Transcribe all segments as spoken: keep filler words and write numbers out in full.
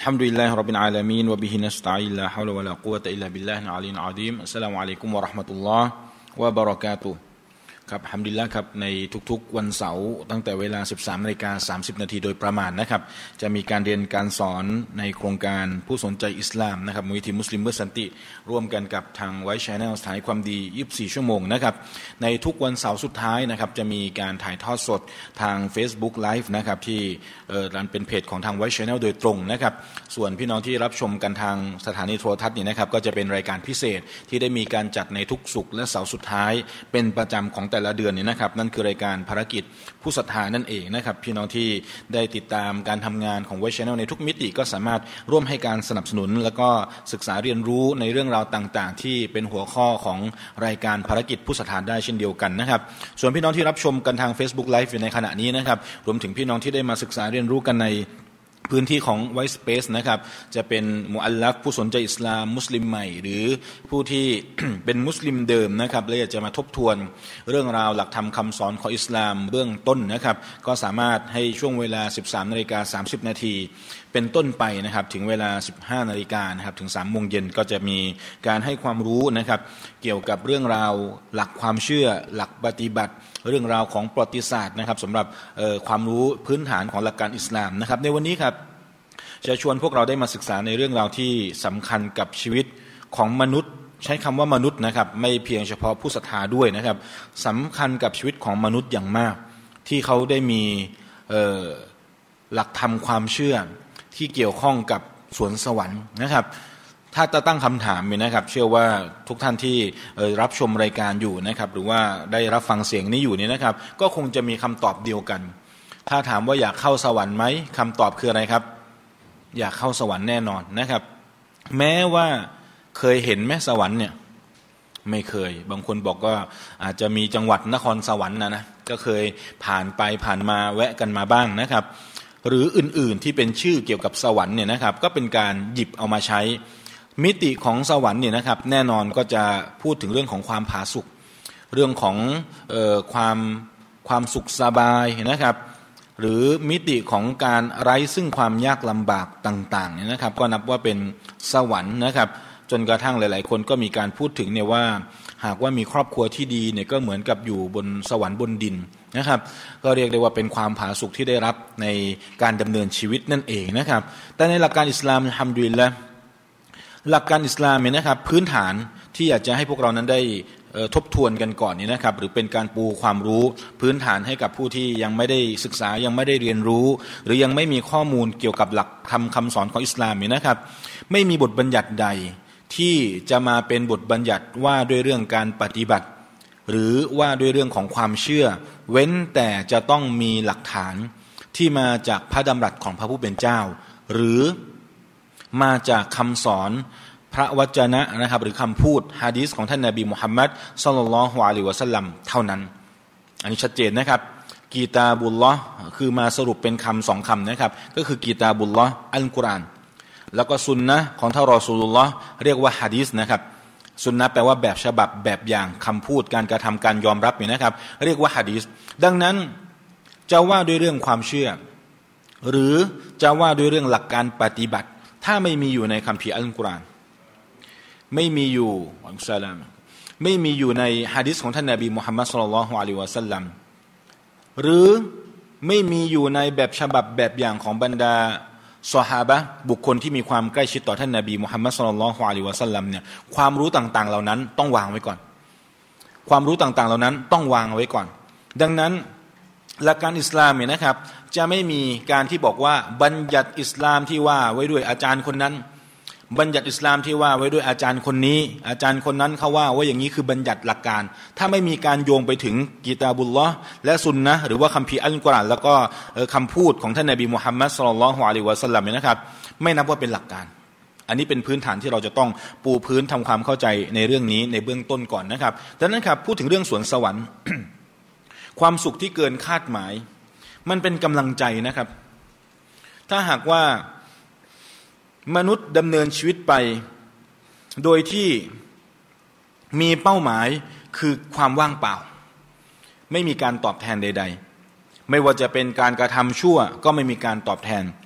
Alhamdulillahi Rabbil Alamin wa bihi nasta'in la hawla wa la quwwata illa billahi al-'aliyyil 'azim. Assalamualaikum warahmatullahi wabarakatuh. ครับอัลฮัมดุลิลละห์ครับในทุกๆวันเสาร์ตั้งแต่เวลา สิบสามนาฬิกาสามสิบนาทีโดยประมาณนะครับจะมีการเรียนการสอนในโครงการผู้สนใจอิสลามนะครับมูลนิธิมุสลิมเพื่อสันติร่วมกันกับทางไวท์ Channel สถานีความดียี่สิบสี่ชั่วโมงนะครับในทุกวันเสาร์สุดท้ายนะครับจะมีการถ่ายทอดสดทาง Facebook Live นะครับที่เอ่อรันเป็นเพจของทางไวท์ Channel โดยตรงนะครับส่วนพี่น้องที่รับชมกันทางสถานีโทรทัศน์นี่นะครับก็จะเป็นรายการพิเศษที่ได้มีการจัดในทุกศุกร์และเสาร์สุดท้ายเป็นประจำของแต่ละเดือนนี่นะครับนั่นคือรายการภารกิจผู้ศรัทธานั่นเองนะครับพี่น้องที่ได้ติดตามการทำงานของ Voice Channel ในทุกมิติก็สามารถร่วมให้การสนับสนุนแล้วก็ศึกษาเรียนรู้ในเรื่องราวต่างๆที่เป็นหัวข้อของรายการภารกิจผู้ศรัทธาได้เช่นเดียวกันนะครับส่วนพี่น้องที่รับชมกันทาง Facebook Live อยู่ในขณะนี้นะครับรวมถึงพี่น้องที่ได้มาศึกษาเรียนรู้กันในพื้นที่ของ White Space นะครับจะเป็นมุอัลลัฟผู้สนใจอิสลามมุสลิมใหม่หรือผู้ที่ เป็นมุสลิมเดิมนะครับและอยากจะมาทบทวนเรื่องราวหลักธรรมคำสอนของอิสลามเบื้องต้นนะครับก็สามารถให้ช่วงเวลา สิบสามนาฬิกาสามสิบนาทีเป็นต้นไปนะครับถึงเวลา สิบห้านาฬิกานะครับถึง สามโมงเย็นก็จะมีการให้ความรู้นะครับเกี่ยวกับเรื่องราวหลักความเชื่อหลักปฏิบัติเรื่องราวของประวัติศาสตร์นะครับสำหรับความรู้พื้นฐานของหลักการอิสลามนะครับในวันนี้ครับจะชวนพวกเราได้มาศึกษาในเรื่องราวที่สำคัญกับชีวิตของมนุษย์ใช้คำว่ามนุษย์นะครับไม่เพียงเฉพาะผู้ศรัทธาด้วยนะครับสำคัญกับชีวิตของมนุษย์อย่างมากที่เขาได้มีหลักธรรมความเชื่อที่เกี่ยวข้องกับสวนสวรรค์นะครับถ้าจะตั้งคำถามนะครับเชื่อว่าทุกท่านที่รับชมรายการอยู่นะครับหรือว่าได้รับฟังเสียงนี้อยู่นี่นะครับก็คงจะมีคำตอบเดียวกันถ้าถามว่าอยากเข้าสวรรค์ไหมคำตอบคืออะไรครับอยากเข้าสวรรค์แน่นอนนะครับแม้ว่าเคยเห็นแม่สวรรค์เนี่ยไม่เคยบางคนบอกก็อาจจะมีจังหวัดนครสวรรค์นะนะก็เคยผ่านไปผ่านมาแวะกันมาบ้างนะครับหรืออื่นๆที่เป็นชื่อเกี่ยวกับสวรรค์เนี่ยนะครับก็เป็นการหยิบเอามาใช้มิติของสวรรค์เนี่ยนะครับแน่นอนก็จะพูดถึงเรื่องของความผาสุกเรื่องของเอ่อความความสุขสบายนะครับหรือมิติของการไร้ซึ่งความยากลำบากต่างๆเนี่ยนะครับก็นับว่าเป็นสวรรค์นะครับจนกระทั่งหลายๆคนก็มีการพูดถึงเนี่ยว่าหากว่ามีครอบครัวที่ดีเนี่ยก็เหมือนกับอยู่บนสวรรค์บนดินนะครับก็เรียกได้ว่าเป็นความผาสุกที่ได้รับในการดำเนินชีวิตนั่นเองนะครับแต่ในหลักการอิสลามอัลฮัมดุลิลละห์หลักการอิสลามเนี่ยนะครับพื้นฐานที่อยากจะให้พวกเรานั้นได้ทบทวนกันก่อนนี้นะครับหรือเป็นการปูความรู้พื้นฐานให้กับผู้ที่ยังไม่ได้ศึกษายังไม่ได้เรียนรู้หรือยังไม่มีข้อมูลเกี่ยวกับหลักธรรมคำสอนของอิสลามนี่นะครับไม่มีบทบัญญัติใดที่จะมาเป็นบทบัญญัติว่าด้วยเรื่องการปฏิบัติหรือว่าด้วยเรื่องของความเชื่อเว้นแต่จะต้องมีหลักฐานที่มาจากพระดำรัสของพระผู้เป็นเจ้าหรือมาจากคำสอนพระวจนะนะครับหรือคำพูดฮะดีษของท่านนบีมุฮัมมัดศ็อลลัลลอฮุอะลัยฮิวะซัลลัมเท่านั้นอันนี้ชัดเจนนะครับกีตาบุลลอฮ์คือมาสรุปเป็นคำสองคำนะครับก็คือกีตาบุลลอฮ์อัลกุรอานแล้วก็ซุนนะห์ของท่านรอซูลุลลอฮ์เรียกว่าฮะดีษนะครับซุนนะห์แปลว่าแบบฉบับแบบอย่างคำพูดการกระทำการยอมรับนี่นะครับเรียกว่าฮะดีษดังนั้นจะว่าด้วยเรื่องความเชื่อหรือจะว่าด้วยเรื่องหลักการปฏิบัติถ้าไม่มีอยู่ในคัมภีร์อัลกุรอานไม่มีอยู่อัลสลามไม่มีอยู่ในหะดีษของท่านนบีมุฮัมมัดศ็อลลัลลอฮุอะลัยฮิวะซัลลัมหรือไม่มีอยู่ในแบบฉบับแบบอย่างของบรรดาซอฮาบะห์บุคคลที่มีความใกล้ชิดต่อท่านนบีมุฮัมมัดศ็อลลัลลอฮุอะลัยฮิวะซัลลัมเนี่ยความรู้ต่างๆเหล่านั้นต้องวางไว้ก่อนความรู้ต่างๆเหล่านั้นต้องวางไว้ก่อนดังนั้นหลักการอิสลามเนี่ยนะครับจะไม่มีการที่บอกว่าบัญญัติอิสลามที่ว่าไว้ด้วยอาจารย์คนนั้นบัญญัติอิสลามที่ว่าไว้ด้วยอาจารย์คนนี้อาจารย์คนนั้นเขาว่าว่าอย่างนี้คือบัญญัติหลักการถ้าไม่มีการโยงไปถึงกิตาบุลลอฮ์และซุนนะห์หรือว่าคัมภีร์อัลกุรอานแล้วก็คำพูดของท่านนบีมุฮัมมัดศ็อลลัลลอฮุอะลัยฮิวะซัลลัมนะครับไม่นับว่าเป็นหลักการอันนี้เป็นพื้นฐานที่เราจะต้องปูพื้นทำความเข้าใจในเรื่องนี้ในเบื้องต้นก่อนนะครับดังนั้นครับพูดถึงเรื่องสวนสวรรค์ ความสุขที่เกินคาดหมายมันเป็นกำลังใจนะครับถ้าหากว่ามนุษย์ดำเนินชีวิตไปโดยที่มีเป้าหมายคือความว่างเปล่าไม่มีการตอบแทนใดๆไม่ว่าจะเป็นการกระทำชั่วก็ไม่มีการตอบแทน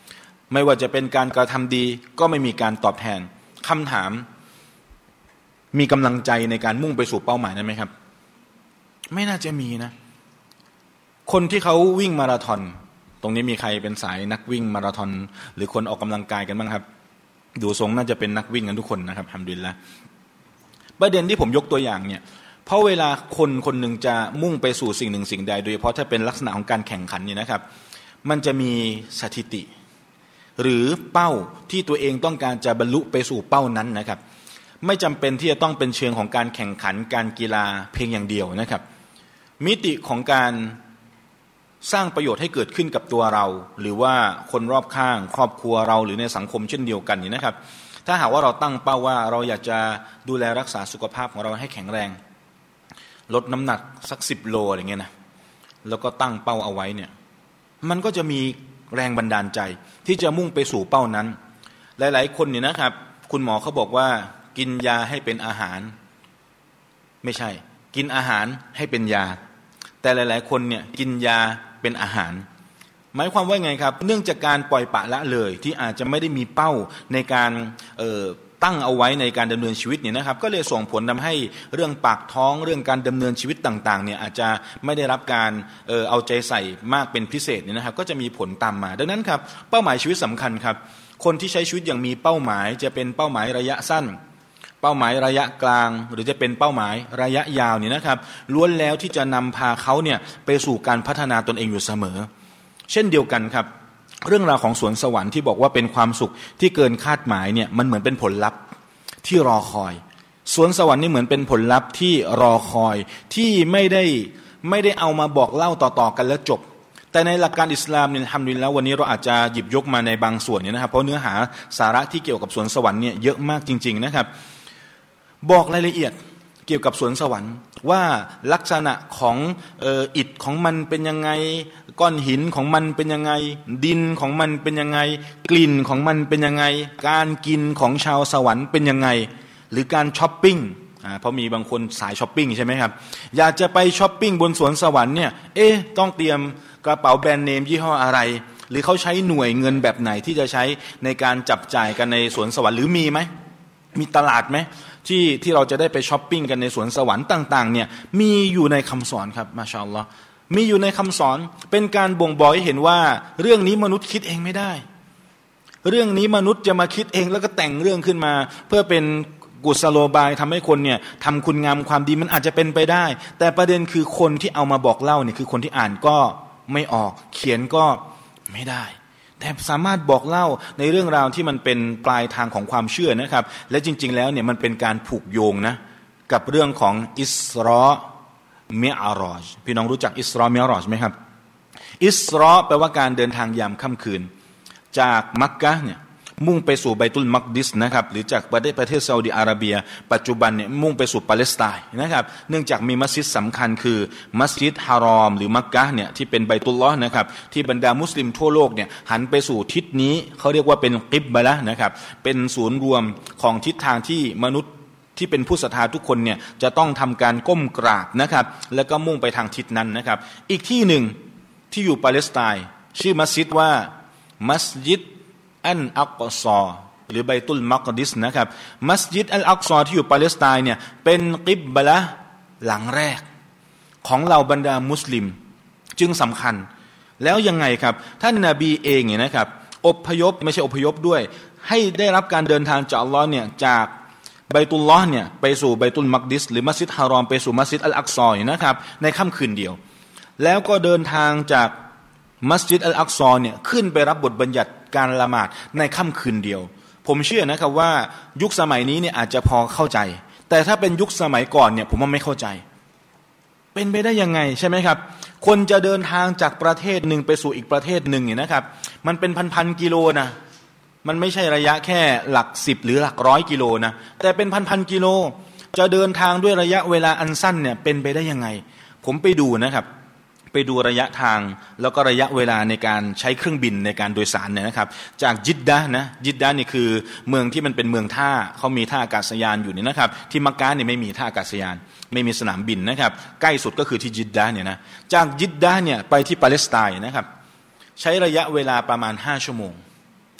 ไม่ว่าจะเป็นการกระทำดีก็ไม่มีการตอบแทนคำถามมีกำลังใจในการมุ่งไปสู่เป้าหมายนั้นไหมครับไม่น่าจะมีนะคนที่เขาวิ่งมาราธอนตรงนี้มีใครเป็นสายนักวิ่งมาราธอนหรือคนออกกำลังกายกันบ้างครับดูทรงน่าจะเป็นนักวิ่งกันทุกคนนะครับฮัมดุลิลละห์ประเด็นที่ผมยกตัวอย่างเนี่ยเพราะเวลาคนคนหนึ่งจะมุ่งไปสู่สิ่งหนึ่งสิ่งใดโดยเฉพาะถ้าเป็นลักษณะของการแข่งขันเนี่ยนะครับมันจะมีสถิติหรือเป้าที่ตัวเองต้องการจะบรรลุไปสู่เป้านั้นนะครับไม่จำเป็นที่จะต้องเป็นเชิงของการแข่งขันการกีฬาเพียงอย่างเดียวนะครับมิติของการสร้างประโยชน์ให้เกิดขึ้นกับตัวเราหรือว่าคนรอบข้างครอบครัวเราหรือในสังคมเช่นเดียวกันนี่นะครับถ้าหากว่าเราตั้งเป้าว่าเราอยากจะดูแลรักษาสุขภาพของเราให้แข็งแรงลดน้ำหนักสักสิบโลอะไรเงี้ยนะแล้วก็ตั้งเป้าเอาไว้เนี่ยมันก็จะมีแรงบันดาลใจที่จะมุ่งไปสู่เป้านั้นหลายๆคนเนี่ยนะครับคุณหมอเขาบอกว่ากินยาให้เป็นอาหารไม่ใช่กินอาหารให้เป็นยาแต่หลายๆคนเนี่ยกินยาเป็นอาหารหมายความว่าไงครับเนื่องจากการปล่อยปละละเลยที่อาจจะไม่ได้มีเป้าในการเอ่อตั้งเอาไว้ในการดำเนินชีวิตเนี่ยนะครับก็เลยส่งผลทำให้เรื่องปากท้องเรื่องการดำเนินชีวิตต่างๆเนี่ยอาจจะไม่ได้รับการเอ่อเอาใจใส่มากเป็นพิเศษเนี่ยนะครับก็จะมีผลตามมาดังนั้นครับเป้าหมายชีวิตสำคัญครับคนที่ใช้ชีวิตอย่างมีเป้าหมายจะเป็นเป้าหมายระยะสั้นเป้าหมายระยะกลางหรือจะเป็นเป้าหมายระยะยาวเนี่ยนะครับล้วนแล้วที่จะนำพาเขาเนี่ยไปสู่การพัฒนาตนเองอยู่เสมอเช่นเดียวกันครับเรื่องราวของสวนสวรรค์ที่บอกว่าเป็นความสุขที่เกินคาดหมายเนี่ยมันเหมือนเป็นผลลัพธ์ที่รอคอยสวนสวรรค์นี่เหมือนเป็นผลลัพธ์ที่รอคอยที่ไม่ได้ไม่ได้เอามาบอกเล่าต่อๆกันแล้วจบแต่ในหลักการอิสลามเนี่ยทำดีแล้ววันนี้เราอาจจะหยิบยกมาในบางส่วนเนี่ยนะครับเพราะเนื้อหาสาระที่เกี่ยวกับสวนสวรรค์เนี่ยเยอะมากจริงๆนะครับบอกรายละเอียดเกี่ยวกับสวนสวรรค์ว่าลักษณะของเอ่ออิฐของมันเป็นยังไงก้อนหินของมันเป็นยังไงดินของมันเป็นยังไงกลิ่นของมันเป็นยังไงการกินของชาวสวรรค์เป็นยังไงหรือการช้อปปิ้งอ่าเพราะมีบางคนสายช้อปปิ้งใช่ไหมครับอยากจะไปช้อปปิ้งบนสวนสวรรค์เนี่ยเอ๊ะต้องเตรียมกระเป๋าแบรนด์เนมยี่ห้ออะไรหรือเขาใช้หน่วยเงินแบบไหนที่จะใช้ในการจับจ่ายกันในสวนสวรรค์หรือมีไหมมีตลาดไหมที่ที่เราจะได้ไปช้อปปิ้งกันในสวนสวรรค์ต่างๆเนี่ยมีอยู่ในคำสอนครับมาชาอัลลอฮ์มีอยู่ในคำสอนเป็นการบ่งบอกให้เห็นว่าเรื่องนี้มนุษย์คิดเองไม่ได้เรื่องนี้มนุษย์จะมาคิดเองแล้วก็แต่งเรื่องขึ้นมาเพื่อเป็นกุศโลบายทำให้คนเนี่ยทำคุณงามความดีมันอาจจะเป็นไปได้แต่ประเด็นคือคนที่เอามาบอกเล่าเนี่ยคือคนที่อ่านก็ไม่ออกเขียนก็ไม่ได้แต่สามารถบอกเล่าในเรื่องราวที่มันเป็นปลายทางของความเชื่อนะครับและจริงๆแล้วเนี่ยมันเป็นการผูกโยงนะกับเรื่องของอิสรอมิอารอจพี่น้องรู้จักอิสรอมิอารอจไหมครับอิสรอแปลว่าการเดินทางยามค่ำคืนจากมักกะฮ์เนี่ยมุ่งไปสู่ไบตุลมักดิสนะครับหรือจากประเทศประเทศซาอุดิอาระเบียปัจจุบันเนี่ยมุ่งไปสู่ปาเลสไตน์นะครับเนื่องจากมีมัสยิดสำคัญคือมัสยิดฮารอมหรือมักกะฮ์เนี่ยที่เป็นไบตุลลอฮ์นะครับที่บรรดามุสลิมทั่วโลกเนี่ยหันไปสู่ทิศนี้เขาเรียกว่าเป็นกิบละห์นะครับเป็นศูนย์รวมของทิศทางที่มนุษย์ที่เป็นผู้ศรัทธาทุกคนเนี่ยจะต้องทำการก้มกราบนะครับแล้วก็มุ่งไปทางทิศนั้นนะครับอีกที่หนึ่งที่อยู่ปาเลสไตน์ชื่อมัสยิดว่ามัสยิดอัลอักซอหรือไบตุลมักดิสนะครับมัสยิดอัลอักซอที่อยู่ปาเลสไตน์เนี่ยเป็นกิบละห์หลังแรกของเหล่าบรรดามุสลิมจึงสำคัญแล้วยังไงครับท่านนบีเองเนี่ยนะครับอพยพไม่ใช่อพยพด้วยให้ได้รับการเดินทางจากอัลลอฮ์เนี่ยจากไบตุลลอฮ์เนี่ยไปสู่ไบตุลมักดิสหรือมัสยิดฮารอมไปสู่มัสยิดอัลอักซอนะครับในค่ำคืนเดียวแล้วก็เดินทางจากมัสยิดอัลอักซอเนี่ยขึ้นไปรับบทบัญญัติการละหมาดในค่ำคืนเดียวผมเชื่อนะครับว่ายุคสมัยนี้เนี่ยอาจจะพอเข้าใจแต่ถ้าเป็นยุคสมัยก่อนเนี่ยผมว่าไม่เข้าใจเป็นไปได้ยังไงใช่ไหมครับคนจะเดินทางจากประเทศหนึ่งไปสู่อีกประเทศหนึ่งเนี่ยนะครับมันเป็นพันๆกิโลนะมันไม่ใช่ระยะแค่หลักสิบหรือหลักร้อยกิโลนะแต่เป็นพันๆกิโลจะเดินทางด้วยระยะเวลาอันสั้นเนี่ยเป็นไปได้ยังไงผมไปดูนะครับไปดูระยะทางแล้วก็ระยะเวลาในการใช้เครื่องบินในการโดยสารเนี่ยนะครับจากจิดดะห์นะจิดดะห์นี่คือเมืองที่มันเป็นเมืองท่าเขามีท่าอากาศยานอยู่นี่นะครับที่มักกะฮ์เนี่ยไม่มีท่าอากาศยานไม่มีสนามบินนะครับใกล้สุดก็คือที่จิดดะห์เนี่ยนะจากจิดดะห์เนี่ยไปที่ปาเลสไตน์นะครับใช้ระยะเวลาประมาณห้าชั่วโมง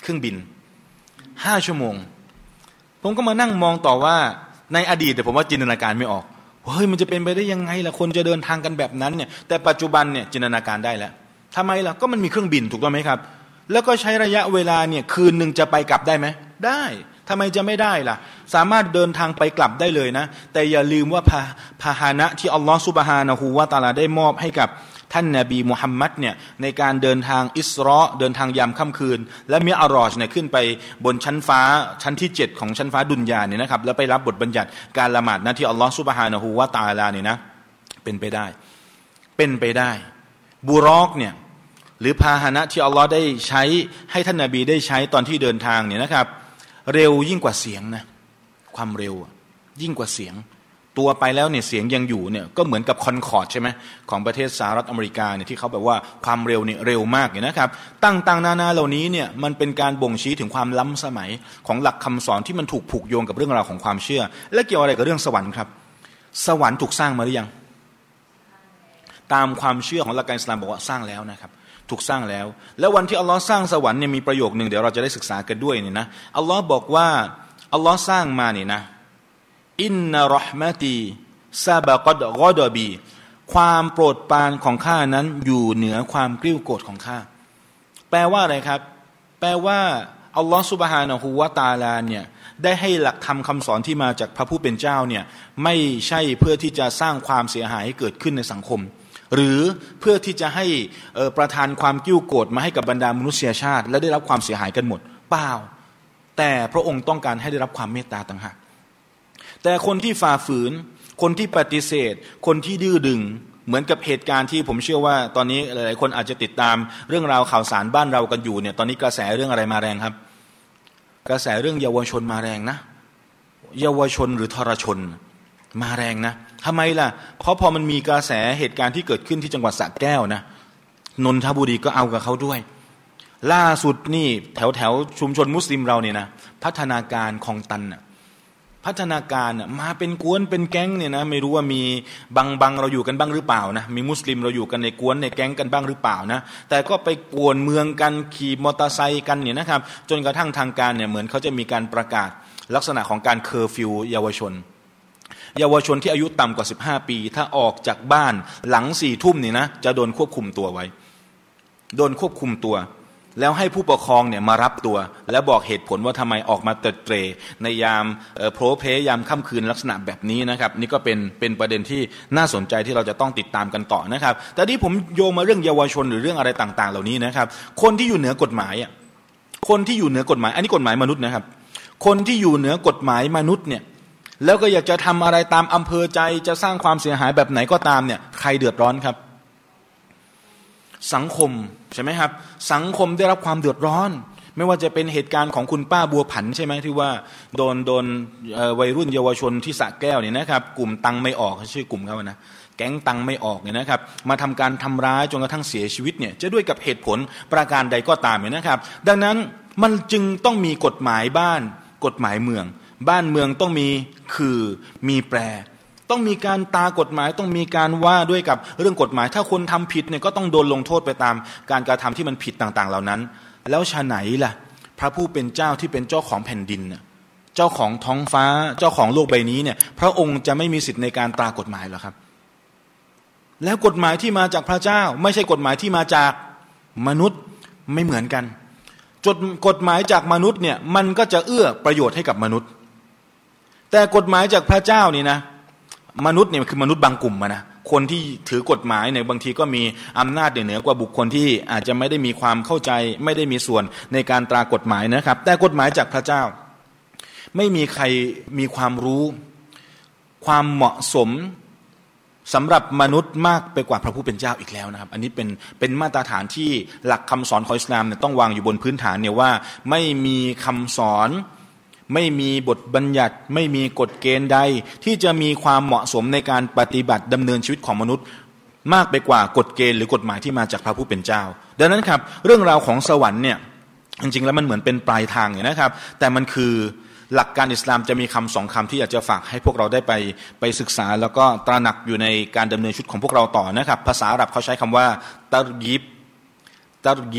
เครื่องบินห้าชั่วโมงผมก็มานั่งมองต่อว่าในอดีตแต่ผมว่าจินตนาการไม่ออกเฮ้ยมันจะเป็นไปได้ยังไงล่ะคนจะเดินทางกันแบบนั้นเนี่ยแต่ปัจจุบันเนี่ยจินตนาการได้แล้วทำไมล่ะก็มันมีเครื่องบินถูกต้องไหมครับแล้วก็ใช้ระยะเวลาเนี่ยคืนหนึ่งจะไปกลับได้ไหมได้ทำไมจะไม่ได้ล่ะสามารถเดินทางไปกลับได้เลยนะแต่อย่าลืมว่าพาพาหนะที่อัลลอฮฺซุบฮานะฮูวะตะอาลาได้มอบให้กับท่านนบีมุฮัมมัดเนี่ยในการเดินทางอิสรอเดินทางยามค่ำคืนและมิอะรอจเนี่ยขึ้นไปบนชั้นฟ้าชั้นที่เจ็ดของชั้นฟ้าดุนยาเนี่ยนะครับแล้วไปรับบทบัญญัติการละหมาดนะที่อัลลอฮฺซุบฮานะฮูวะตะอาลาเนี่ยนะเป็นไปได้เป็นไปได้บูรอกเนี่ยหรือพาหนะที่อัลลอฮ์ได้ใช้ให้ท่านนบีได้ใช้ตอนที่เดินทางเนี่ยนะครับเร็วยิ่งกว่าเสียงนะความเร็วยิ่งกว่าเสียงตัวไปแล้วเนี่ยเสียงยังอยู่เนี่ยก็เหมือนกับคอนคอร์ดใช่ไหมของประเทศสหรัฐอเมริกาเนี่ยที่เขาแบบว่าความเร็วเนี่ยเร็วมากเนี่ยนะครับต่างๆนานาเหล่านี้เนี่ยมันเป็นการบ่งชี้ถึงความล้ำสมัยของหลักคำสอนที่มันถูกผูกโยงกับเรื่องราวของความเชื่อและเกี่ยวอะไรกับเรื่องสวรรค์ครับสวรรค์ถูกสร้างมาหรือยังตามความเชื่อของหลักการอิสลามบอกว่าสร้างแล้วนะครับถูกสร้างแล้วแล้ววันที่อัลลอฮ์สร้างสวรรค์เนี่ยมีประโยคนึงเดี๋ยวเราจะได้ศึกษากันด้วยเนี่ยนะอัลลอฮ์บอกว่าอัลลอฮ์สร้างมาเนี่ยนะอินนะรอห์มะตีซาบะกัดกอดบีความโปรดปรานของข้านั้นอยู่เหนือความกริ้วโกรธของข้าแปลว่าอะไรครับแปลว่าอัลลอฮ์ซุบฮานะฮูวะตะอาลาเนี่ยได้ให้หลักธรรมคำสอนที่มาจากพระผู้เป็นเจ้าเนี่ยไม่ใช่เพื่อที่จะสร้างความเสียหายให้เกิดขึ้นในสังคมหรือเพื่อที่จะให้ประทานความกิ้วโกรธมาให้กับบรรดามนุษยชาติและได้รับความเสียหายกันหมดเปล่าแต่พระองค์ต้องการให้ได้รับความเมตตาต่างหากแต่คนที่ฝ่าฝืนคนที่ปฏิเสธคนที่ดื้อดึงเหมือนกับเหตุการณ์ที่ผมเชื่อว่าตอนนี้หลายๆคนอาจจะติดตามเรื่องราวข่าวสารบ้านเรากันอยู่เนี่ยตอนนี้กระแสเรื่องอะไรมาแรงครับกระแสเรื่องเยาวชนมาแรงนะเยาวชนหรือทรชนมาแรงนะทำไมล่ะเพราะพอมันมีกระแสเหตุการณ์ที่เกิดขึ้นที่จังหวัดสระแก้วนะนนทบุรีก็เอากับเขาด้วยล่าสุดนี่แถวแถวชุมชนมุสลิมเราเนี่ยนะพัฒนาการคลองตันน่ะพัฒนาการน่ะมาเป็นกวนเป็นแก๊งเนี่ยนะไม่รู้ว่ามีบังบังเราอยู่กันบ้างหรือเปล่านะมีมุสลิมเราอยู่กันในกวนในแก๊งกันบ้างหรือเปล่านะแต่ก็ไปกวนเมืองกันขี่มอเตอร์ไซค์กันเนี่ยนะครับจนกระทั่งทางการเนี่ยเหมือนเขาจะมีการประกาศลักษณะของการเคอร์ฟิวเยาวชนเยาวชนที่อายุต่ำกว่าสิบห้าปีถ้าออกจากบ้านหลังสี่ทุ่มนี่นะจะโดนควบคุมตัวไว้โดนควบคุมตัวแล้วให้ผู้ปกครองเนี่ยมารับตัวแล้วบอกเหตุผลว่าทำไมออกมาเตะเตรในยามโพลเพลยามค่ำคืนลักษณะแบบนี้นะครับนี่ก็เป็นเป็นประเด็นที่น่าสนใจที่เราจะต้องติดตามกันต่อนะครับแต่ที่ผมโยงมาเรื่องเยาวชนหรือเรื่องอะไรต่างๆเหล่านี้นะครับคนที่อยู่เหนือกฎหมายอ่ะคนที่อยู่เหนือกฎหมายอันนี้กฎหมายมนุษย์นะครับคนที่อยู่เหนือกฎหมายมนุษย์เนี่ยแล้วก็อยากจะทำอะไรตามอำเภอใจจะสร้างความเสียหายแบบไหนก็ตามเนี่ยใครเดือดร้อนครับสังคมใช่ไหมครับสังคมได้รับความเดือดร้อนไม่ว่าจะเป็นเหตุการณ์ของคุณป้าบัวผันใช่ไหมที่ว่าโดนโดนวัยรุ่นเยาวชนที่สระแก้วเนี่ยนะครับกลุ่มตังไม่ออกชื่อกลุ่มเขานะแก๊งตังไม่ออกเนี่ยนะครับมาทำการทำร้ายจนกระทั่งเสียชีวิตเนี่ยจะด้วยกับเหตุผลประการใดก็ตามเนี่ยนะครับดังนั้นมันจึงต้องมีกฎหมายบ้านกฎหมายเมืองบ้านเมืองต้องมีคือมีแปรต้องมีการตากฎหมายต้องมีการว่าด้วยกับเรื่องกฎหมายถ้าคนทำผิดเนี่ยก็ต้องโดนลงโทษไปตามการกระทำที่มันผิดต่างๆเหล่านั้นแล้วฉะไหนล่ะพระผู้เป็นเจ้าที่เป็นเจ้าของแผ่นดินเจ้าของท้องฟ้าเจ้าของโลกใบนี้เนี่ยพระองค์จะไม่มีสิทธิ์ในการตรากฎหมายหรอครับแล้วกฎหมายที่มาจากพระเจ้าไม่ใช่กฎหมายที่มาจากมนุษย์ไม่เหมือนกันจดกฎหมายจากมนุษย์เนี่ยมันก็จะเอื้อประโยชน์ให้กับมนุษย์แต่กฎหมายจากพระเจ้านี่นะมนุษย์เนี่ยคือมนุษย์บางกลุ่มนะคนที่ถือกฎหมายเนี่ยบางทีก็มีอำนาจเหนือกว่าบุคคลที่อาจจะไม่ได้มีความเข้าใจไม่ได้มีส่วนในการตรากฎหมายนะครับแต่กฎหมายจากพระเจ้าไม่มีใครมีความรู้ความเหมาะสมสำหรับมนุษย์มากไปกว่าพระผู้เป็นเจ้าอีกแล้วนะครับอันนี้เป็นเป็นมาตรฐานที่หลักคำสอนของอิสลามเนี่ยต้องวางอยู่บนพื้นฐานเนี่ยว่าไม่มีคำสอนไม่มีบทบัญญัติไม่มีกฎเกณฑ์ใดที่จะมีความเหมาะสมในการปฏิบัติดำเนินชีวิตของมนุษย์มากไปกว่ากฎเกณฑ์หรือกฎหมายที่มาจากพระผู้เป็นเจ้าดังนั้นครับเรื่องราวของสวรรค์เนี่ยจริงๆแล้วมันเหมือนเป็นปลายทางเนี่ยนะครับแต่มันคือหลักการอิสลามจะมีคำสองคำที่อยากจะฝากให้พวกเราได้ไปไปศึกษาแล้วก็ตระหนักอยู่ในการดำเนินชีวิตของพวกเราต่อนะครับภาษาอาหรับเขาใช้คำว่าตัรยิบตัรยิบ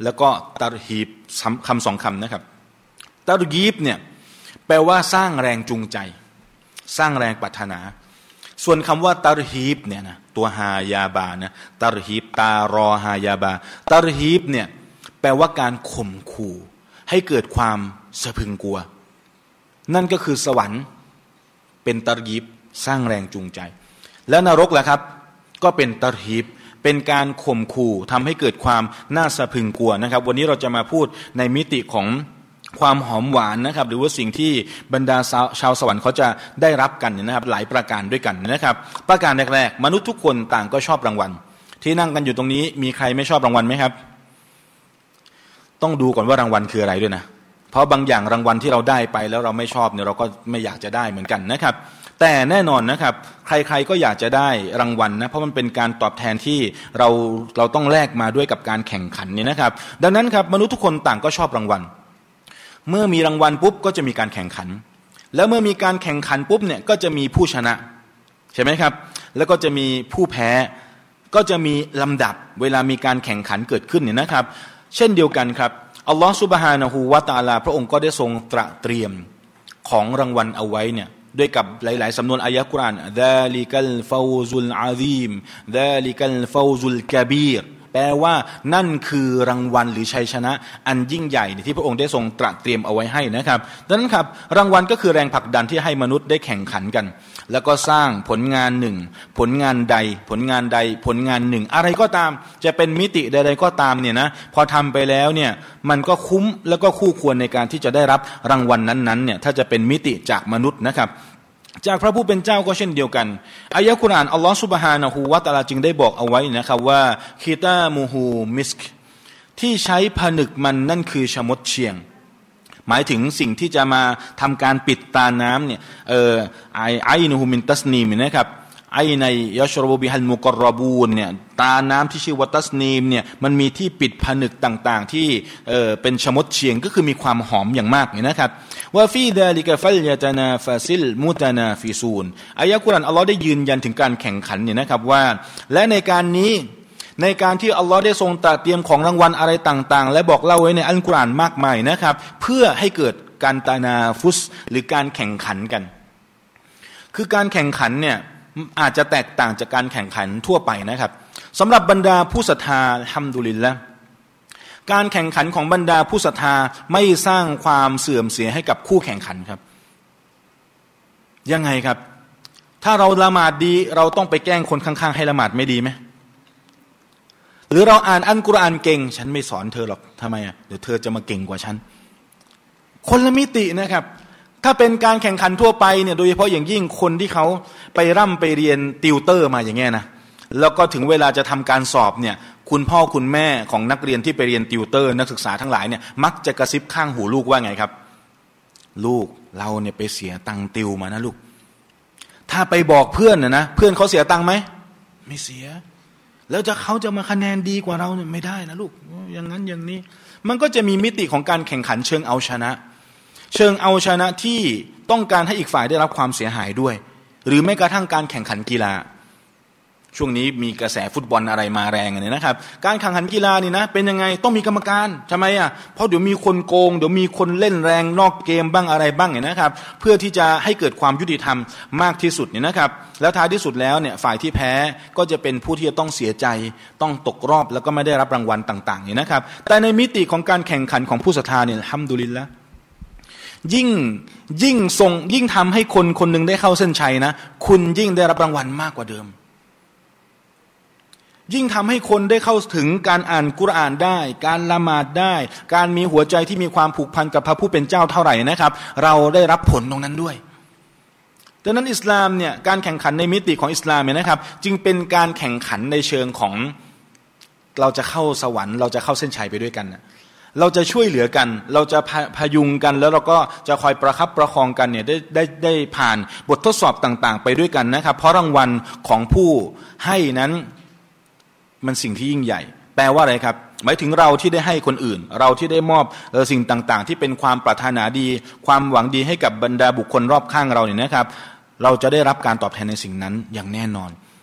แล้วก็ตารฮีบคำสองคำนะครับตารฮีบเนี่ยแปลว่าสร้างแรงจูงใจสร้างแรงปรารถนาส่วนคำว่าตารฮีบเนี่ยนะตัวฮายาบานะตารฮีบตารอฮายาบาตารฮีบเนี่ยแปลว่าการข่มขู่ให้เกิดความสะพรึงกลัวนั่นก็คือสวรรค์เป็นตารฮีบสร้างแรงจูงใจแล้วนรกล่ะครับก็เป็นตารฮีบเป็นการข่มขู่ทำให้เกิดความน่าสะพรึงกลัวนะครับวันนี้เราจะมาพูดในมิติของความหอมหวานนะครับหรือว่าสิ่งที่บรรดาชาวสวรรค์เขาจะได้รับกันนะครับหลายประการด้วยกันนะครับประการแรกๆมนุษย์ทุกคนต่างก็ชอบรางวัลที่นั่งกันอยู่ตรงนี้มีใครไม่ชอบรางวัลไหมครับต้องดูก่อนว่ารางวัลคืออะไรด้วยนะเพราะบางอย่างรางวัลที่เราได้ไปแล้วเราไม่ชอบเนี่ยเราก็ไม่อยากจะได้เหมือนกันนะครับแต่แน่นอนนะครับใครๆก็อยากจะได้รางวัลนะเพราะมันเป็นการตอบแทนที่เราเราต้องแลกมาด้วยกับการแข่งขันเนี่ยนะครับดังนั้นครับมนุษย์ทุกคนต่างก็ชอบรางวัลเมื่อมีรางวัลปุ๊บก็จะมีการแข่งขันแล้วเมื่อมีการแข่งขันปุ๊บเนี่ยก็จะมีผู้ชนะใช่ไหมครับแล้วก็จะมีผู้แพ้ก็จะมีลำดับเวลามีการแข่งขันเกิดขึ้นเนี่ยนะครับเช่นเดียวกันครับอัลลอฮฺซุบฮานะฮูวะตะอาลาพระองค์ก็ได้ทรงตระเตรียมของรางวัลเอาไว้เนี่ยด้วยกับหลายๆสำนวนอายะห์กุรอานซาลิกัลฟาวซุลอาซีมซาลิกัลฟาวซุลกะบีรแปลว่านั่นคือรางวัลหรือชัยชนะอันยิ่งใหญ่ที่พระองค์ได้ทรงตระเตรียมเอาไว้ให้นะครับดังนั้นครับรางวัลก็คือแรงผลักดันที่ให้มนุษย์ได้แข่งขันกันแล้วก็สร้างผลงานหนึ่งผลงานใดผลงานใดผลงานหนึ่งอะไรก็ตามจะเป็นมิติใดๆก็ตามเนี่ยนะพอทำไปแล้วเนี่ยมันก็คุ้มแล้วก็คู่ควรในการที่จะได้รับรางวัลนั้นๆเนี่ยถ้าจะเป็นมิติจากมนุษย์นะครับจากพระผู้เป็นเจ้าก็เช่นเดียวกันอายะห์กุรอานอัลลอฮฺซุบฮานะฮูวะตะอาลาจึงได้บอกเอาไว้นะครับว่าคิตามูฮูมิสกที่ใช้ผนึกมันนั่นคือชมดเชียงหมายถึงสิ่งที่จะมาทำการปิดตาน้ำเนี่ยเออไอไอนูฮูมินตัสนีมนะครับไอในยัชรบบิฮัลมุกรรบูนเนี่ยตาน้ำที่ชื่อวัตัสนีมเนี่ยมันมีที่ปิดผนึกต่างๆที่เออเป็นชมดเชียงก็คือมีความหอมอย่างมากเนี่ยนะครับว่าฟีดาลิกะฟัลยะตานาฟาซิลมุตานาฟิซูนอายะห์กุรอานอัลลอฮ์ได้ยืนยันถึงการแข่งขันเนี่ยนะครับว่าและในการนี้ในการที่อัลลอฮ์ได้ทรงตระเตรียมของรางวัลอะไรต่างๆและบอกเล่าไว้ในอัลกุรอานมากมายนะครับเพื่อให้เกิดการตานาฟุสหรือการแข่งขันกันคือการแข่งขันเนี่ยอาจจะแตกต่างจากการแข่งขันทั่วไปนะครับสำหรับบรรดาผู้ศรัทธาอัลฮัมดุลิลละห์การแข่งขันของบรรดาผู้ศรัทธาไม่สร้างความเสื่อมเสียให้กับคู่แข่งขันครับยังไงครับถ้าเราละหมาดดีเราต้องไปแกล้งคนข้างๆให้ละหมาดไม่ดีไหมหรือเราอ่านอัลกุรอานเก่งฉันไม่สอนเธอหรอกทำไมอ่ะเดี๋ยวเธอจะมาเก่งกว่าฉันคนละมิตินะครับถ้าเป็นการแข่งขันทั่วไปเนี่ยโดยเฉพาะอย่างยิ่งคนที่เขาไปร่ำไปเรียนติวเตอร์มาอย่างเงี้ยนะแล้วก็ถึงเวลาจะทำการสอบเนี่ยคุณพ่อคุณแม่ของนักเรียนที่ไปเรียนติวเตอร์นักศึกษาทั้งหลายเนี่ยมักจะกระซิบข้างหูลูกว่าไงครับลูกเราเนี่ยไปเสียตังค์ติวมานะลูกถ้าไปบอกเพื่อนนะนะเพื่อนเขาเสียตังค์ไหมไม่เสียแล้วจะเขาจะมาคะแนนดีกว่าเราเนี่ยไม่ได้นะลูกอย่างนั้นอย่างนี้มันก็จะมีมิติของการแข่งขันเชิงเอาชนะเชิงเอาชนะที่ต้องการให้อีกฝ่ายได้รับความเสียหายด้วยหรือแม้กระทั่งการแข่งขันกีฬาช่วงนี้มีกระแสฟุตบอลอะไรมาแรงเนี่ยนะครับการแข่งขันกีฬานี่นะเป็นยังไงต้องมีกรรมการทำไมอ่ะเพราะเดี๋ยวมีคนโกงเดี๋ยวมีคนเล่นแรงนอกเกมบ้างอะไรบ้างเนี่ยนะครับเพื่อที่จะให้เกิดความยุติธรรมมากที่สุดเนี่ยนะครับแล้วท้ายที่สุดแล้วเนี่ยฝ่ายที่แพ้ก็จะเป็นผู้ที่จะต้องเสียใจต้องตกรอบแล้วก็ไม่ได้รับรางวัลต่างๆเนี่ยนะครับแต่ในมิติของการแข่งขันของผู้ศรัทธาเนี่ยอัลฮัมดุลิลละห์ยิ่งยิ่งส่งยิ่งทำให้คนคนหนึ่งได้เข้าเส้นชัยนะคุณยิ่งได้รับรางวัลมากกว่าเดิมยิ่งทำให้คนได้เข้าถึงการอ่านกุรอานได้การละหมาดได้การมีหัวใจที่มีความผูกพันกับพระผู้เป็นเจ้าเท่าไหร่นะครับเราได้รับผลตรงนั้นด้วยดังนั้นอิสลามเนี่ยการแข่งขันในมิติของอิสลามเนี่ยนะครับจึงเป็นการแข่งขันในเชิงของเราจะเข้าสวรรค์เราจะเข้าเส้นชัยไปด้วยกันนะเราจะช่วยเหลือกันเราจะพยุงกันแล้วเราก็จะคอยประคับประคองกันเนี่ยได้ได้ได้ผ่านบททดสอบต่างๆไปด้วยกันนะครับเพราะรางวัลของผู้ให้นั้นมันสิ่งที่ยิ่งใหญ่แปลว่าอะไรครับหมายถึงเราที่ได้ให้คนอื่นเราที่ได้มอบเออสิ่งต่างๆที่เป็นความปรารถนาดีความหวังดีให้กับบรรดาบุคคลรอบข้างเราเนี่ยนะครับเราจะได้รับการตอบแทนในสิ่งนั้นอย่างแน่นอน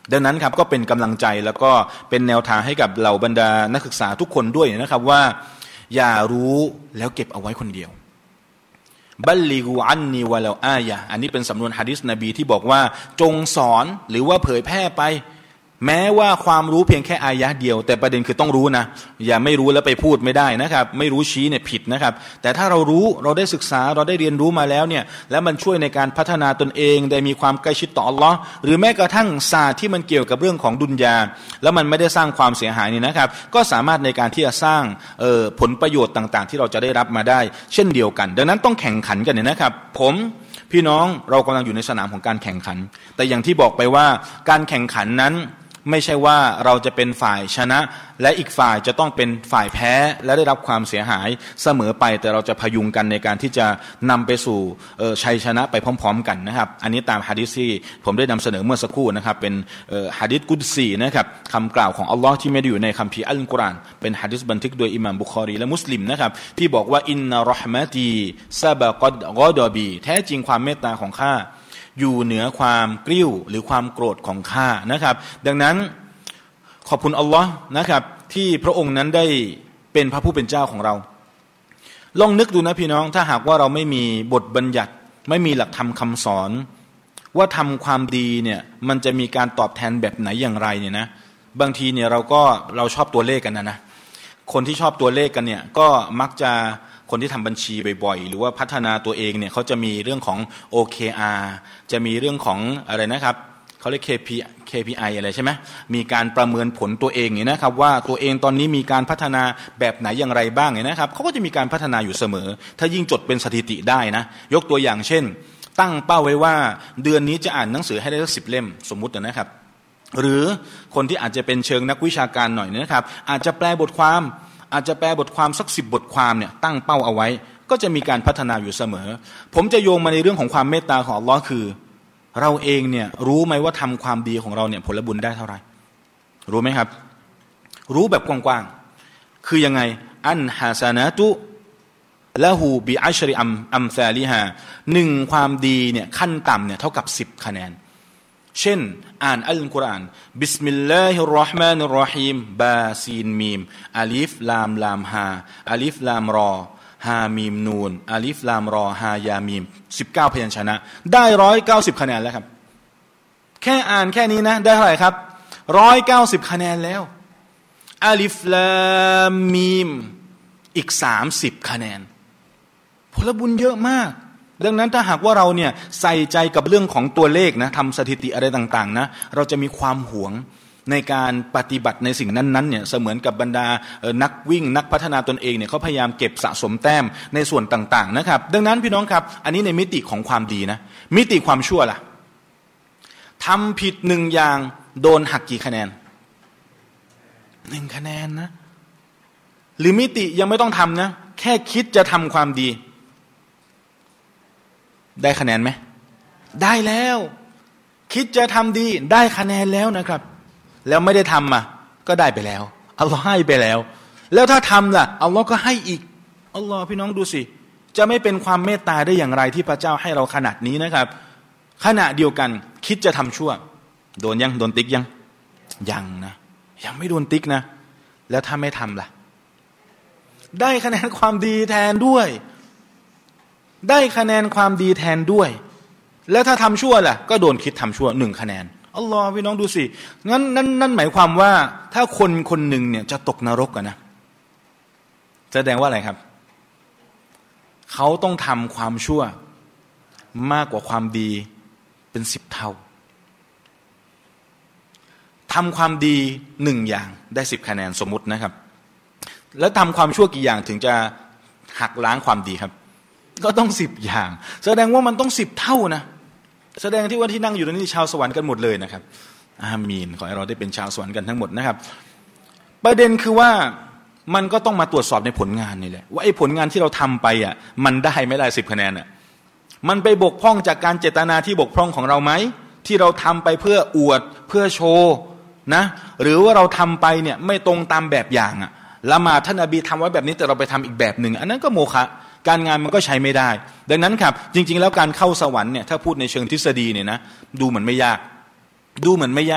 ดังนั้นครับก็เป็นกำลังใจแล้วก็เป็นแนวทางให้กับเหล่าบรรดานักศึกษาทุกคนด้วยนะครับว่าอย่ารู้แล้วเก็บเอาไว้คนเดียวบัลลิกูอันนีวะลาอายะอันนี้เป็นสำนวนหะดีษนบีที่บอกว่าจงสอนหรือว่าเผยแพร่ไปแม้ว่าความรู้เพียงแค่อายะเดียวแต่ประเด็นคือต้องรู้นะอย่าไม่รู้แล้วไปพูดไม่ได้นะครับไม่รู้ชี้เนี่ยผิดนะครับแต่ถ้าเรารู้เราได้ศึกษาเราได้เรียนรู้มาแล้วเนี่ยแล้วมันช่วยในการพัฒนาตนเองได้มีความใกล้ชิดต่ออัลลอฮ์หรือแม้กระทั่งศาสตร์ที่มันเกี่ยวกับเรื่องของดุนยาแล้วมันไม่ได้สร้างความเสียหายนี่นะครับก็สามารถในการที่จะสร้างเอ่อผลประโยชน์ต่างๆที่เราจะได้รับมาได้เช่นเดียวกันดังนั้นต้องแข่งขันกันเนี่ยนะครับผมพี่น้องเรากำลังอยู่ในสนามของการแข่งขันแต่อย่างที่บอกไปว่าการแข่งขันนั้นไม่ใช่ว่าเราจะเป็นฝ่ายชนะและอีกฝ่ายจะต้องเป็นฝ่ายแพ้และได้รับความเสียหายเสมอไปแต่เราจะพยุงกันในการที่จะนำไปสู่ชัยชนะไปพร้อมๆกันนะครับอันนี้ตามหะดีษที่ผมได้นำเสนอเมื่อสักครู่นะครับเป็นหะดีษกุดซีนะครับคำกล่าวของอัลลอฮ์ที่ไม่ได้อยู่ในคัมภีร์อัลกุรอานเป็นหะดีษบันทึกโดยอิหม่ามบุคอรีและมุสลิมนะครับที่บอกว่าอินนะเราะห์มะตีซะบะกัดกอฎอบีแท้จริงความเมตตาของข้าอยู่เหนือความกริ้วหรือความโกรธของข้านะครับดังนั้นขอบคุณอัลลอฮ์นะครับที่พระองค์นั้นได้เป็นพระผู้เป็นเจ้าของเราลองนึกดูนะพี่น้องถ้าหากว่าเราไม่มีบทบัญญัติไม่มีหลักธรรมคำสอนว่าทำความดีเนี่ยมันจะมีการตอบแทนแบบไหนอย่างไรเนี่ยนะบางทีเนี่ยเราก็เราชอบตัวเลขกันนะนะคนที่ชอบตัวเลขกันเนี่ยก็มักจะคนที่ทำบัญชีบ่อยๆหรือว่าพัฒนาตัวเองเนี่ยเขาจะมีเรื่องของ โอ เค อาร์ จะมีเรื่องของอะไรนะครับเขาเรียก เค พี เค พี ไอ อะไรใช่ไหมมีการประเมินผลตัวเองเนี่ยนะครับว่าตัวเองตอนนี้มีการพัฒนาแบบไหนอย่างไรบ้างเนี่ยนะครับเขาก็จะมีการพัฒนาอยู่เสมอถ้ายิ่งจดเป็นสถิติได้นะยกตัวอย่างเช่นตั้งเป้าไว้ว่าเดือนนี้จะอ่านหนังสือให้ได้สักสิบเล่มสมมุตินะครับหรือคนที่อาจจะเป็นเชิงนักวิชาการหน่อยนะครับอาจจะแปลบทความอาจจะแปลบทความสักสิบบทความเนี่ยตั้งเป้าเอาไว้ก็จะมีการพัฒนาอยู่เสมอผมจะโยงมาในเรื่องของความเมตตาของอัลเลาะห์คือเราเองเนี่ยรู้ไหมว่าทำความดีของเราเนี่ยผลบุญได้เท่าไหร่รู้ไหมครับรู้แบบกว้างๆคือยังไงอันฮาซานะตุละหูบิอัชริอัมอัมซาลิฮาหนึ่งความดีเนี่ยขั้นต่ำเนี่ยเท่ากับสิบคะแนนเช่นอ่านอัลกุรอานบิสมิลลาฮิรเราะห์มานิรเราะฮีมบาซีนมีมอาลิฟลามลามฮาอาลิฟลามรอฮามีมนูนอาลิฟลามรอฮายามีมสิบเก้าพยัญชนะได้ร้อยเก้าสิบคะแนนแล้วครับแค่อ่านแค่นี้นะได้เท่าไหร่ครับร้อยเก้าสิบคะแนนแล้วอาลิฟลามมีมอีกสามสิบคะแนนผลบุญเยอะมากดังนั้นถ้าหากว่าเราเนี่ยใส่ใจกับเรื่องของตัวเลขนะทำสถิติอะไรต่างๆนะเราจะมีความหวงในการปฏิบัติในสิ่งนั้นๆเนี่ยเสมือนกับบรรดานักวิ่งนักพัฒนาตนเองเนี่ยเขาพยายามเก็บสะสมแต้มในส่วนต่างๆนะครับดังนั้นพี่น้องครับอันนี้ในมิติของความดีนะมิติความชั่วล่ะทำผิดหนึ่งอย่างโดนหักกี่คะแนนหนึ่งคะแนนนะหรือมิติยังไม่ต้องทำนะแค่คิดจะทำความดีได้คะแนนไหมได้แล้วคิดจะทำดีได้คะแนนแล้วนะครับแล้วไม่ได้ทำอ่ะก็ได้ไปแล้วอัลลอฮ์ให้ไปแล้วแล้วถ้าทำล่ะอัลลอฮ์ก็ให้อีกอัลลอฮ์พี่น้องดูสิจะไม่เป็นความเมตตาได้อย่างไรที่พระเจ้าให้เราขนาดนี้นะครับขณะเดียวกันคิดจะทำชั่วโดนยังโดนติ๊กยังยังนะยังไม่โดนติ๊กนะแล้วถ้าไม่ทำล่ะได้คะแนนความดีแทนด้วยได้คะแนนความดีแทนด้วยแล้วถ้าทำชั่วล่ะก็โดนคิดทำชั่วหนึ่งคะแนนอัลลอฮ์พี่น้องดูสิงั้นนั่นนั่นหมายความว่าถ้าคนคนหนึ่งเนี่ยจะตกนรกกันนะแสดงว่าอะไรครับเขาต้องทำความชั่วมากกว่าความดีเป็นสิบเท่าทำความดีหนึ่งอย่างได้สิบคะแนนสมมุตินะครับแล้วทำความชั่วกี่อย่างถึงจะหักล้างความดีครับก็ต้องสิบอย่างแสดงว่ามันต้องสิบเท่านะแสดงที่ว่าที่นั่งอยู่ตรงนี้ชาวสวรรค์กันหมดเลยนะครับอามีนขอให้เราได้เป็นชาวสวรรค์กันทั้งหมดนะครับประเด็นคือว่ามันก็ต้องมาตรวจสอบในผลงานนี่แหละว่าไอ้ผลงานที่เราทำไปอ่ะมันได้ไม่ได้สิบคะแนนอ่ะมันไปบกพร่องจากการเจตนาที่บกพร่องของเราไหมที่เราทำไปเพื่ออวดเพื่อโชว์นะหรือว่าเราทำไปเนี่ยไม่ตรงตามแบบอย่างอ่ะละหมาดท่านนบีทำไว้แบบนี้แต่เราไปทำอีกแบบหนึ่งอันนั้นก็โมฆะการงานมันก็ใช้ไม่ได้ดังนั้นครับจริงๆแล้วการเข้าสวรรค์เนี่ยถ้าพูดในเชิงทฤษฎีเนี่ยนะดูเหมือนไม่ยากดูเหมือนไม่ยาก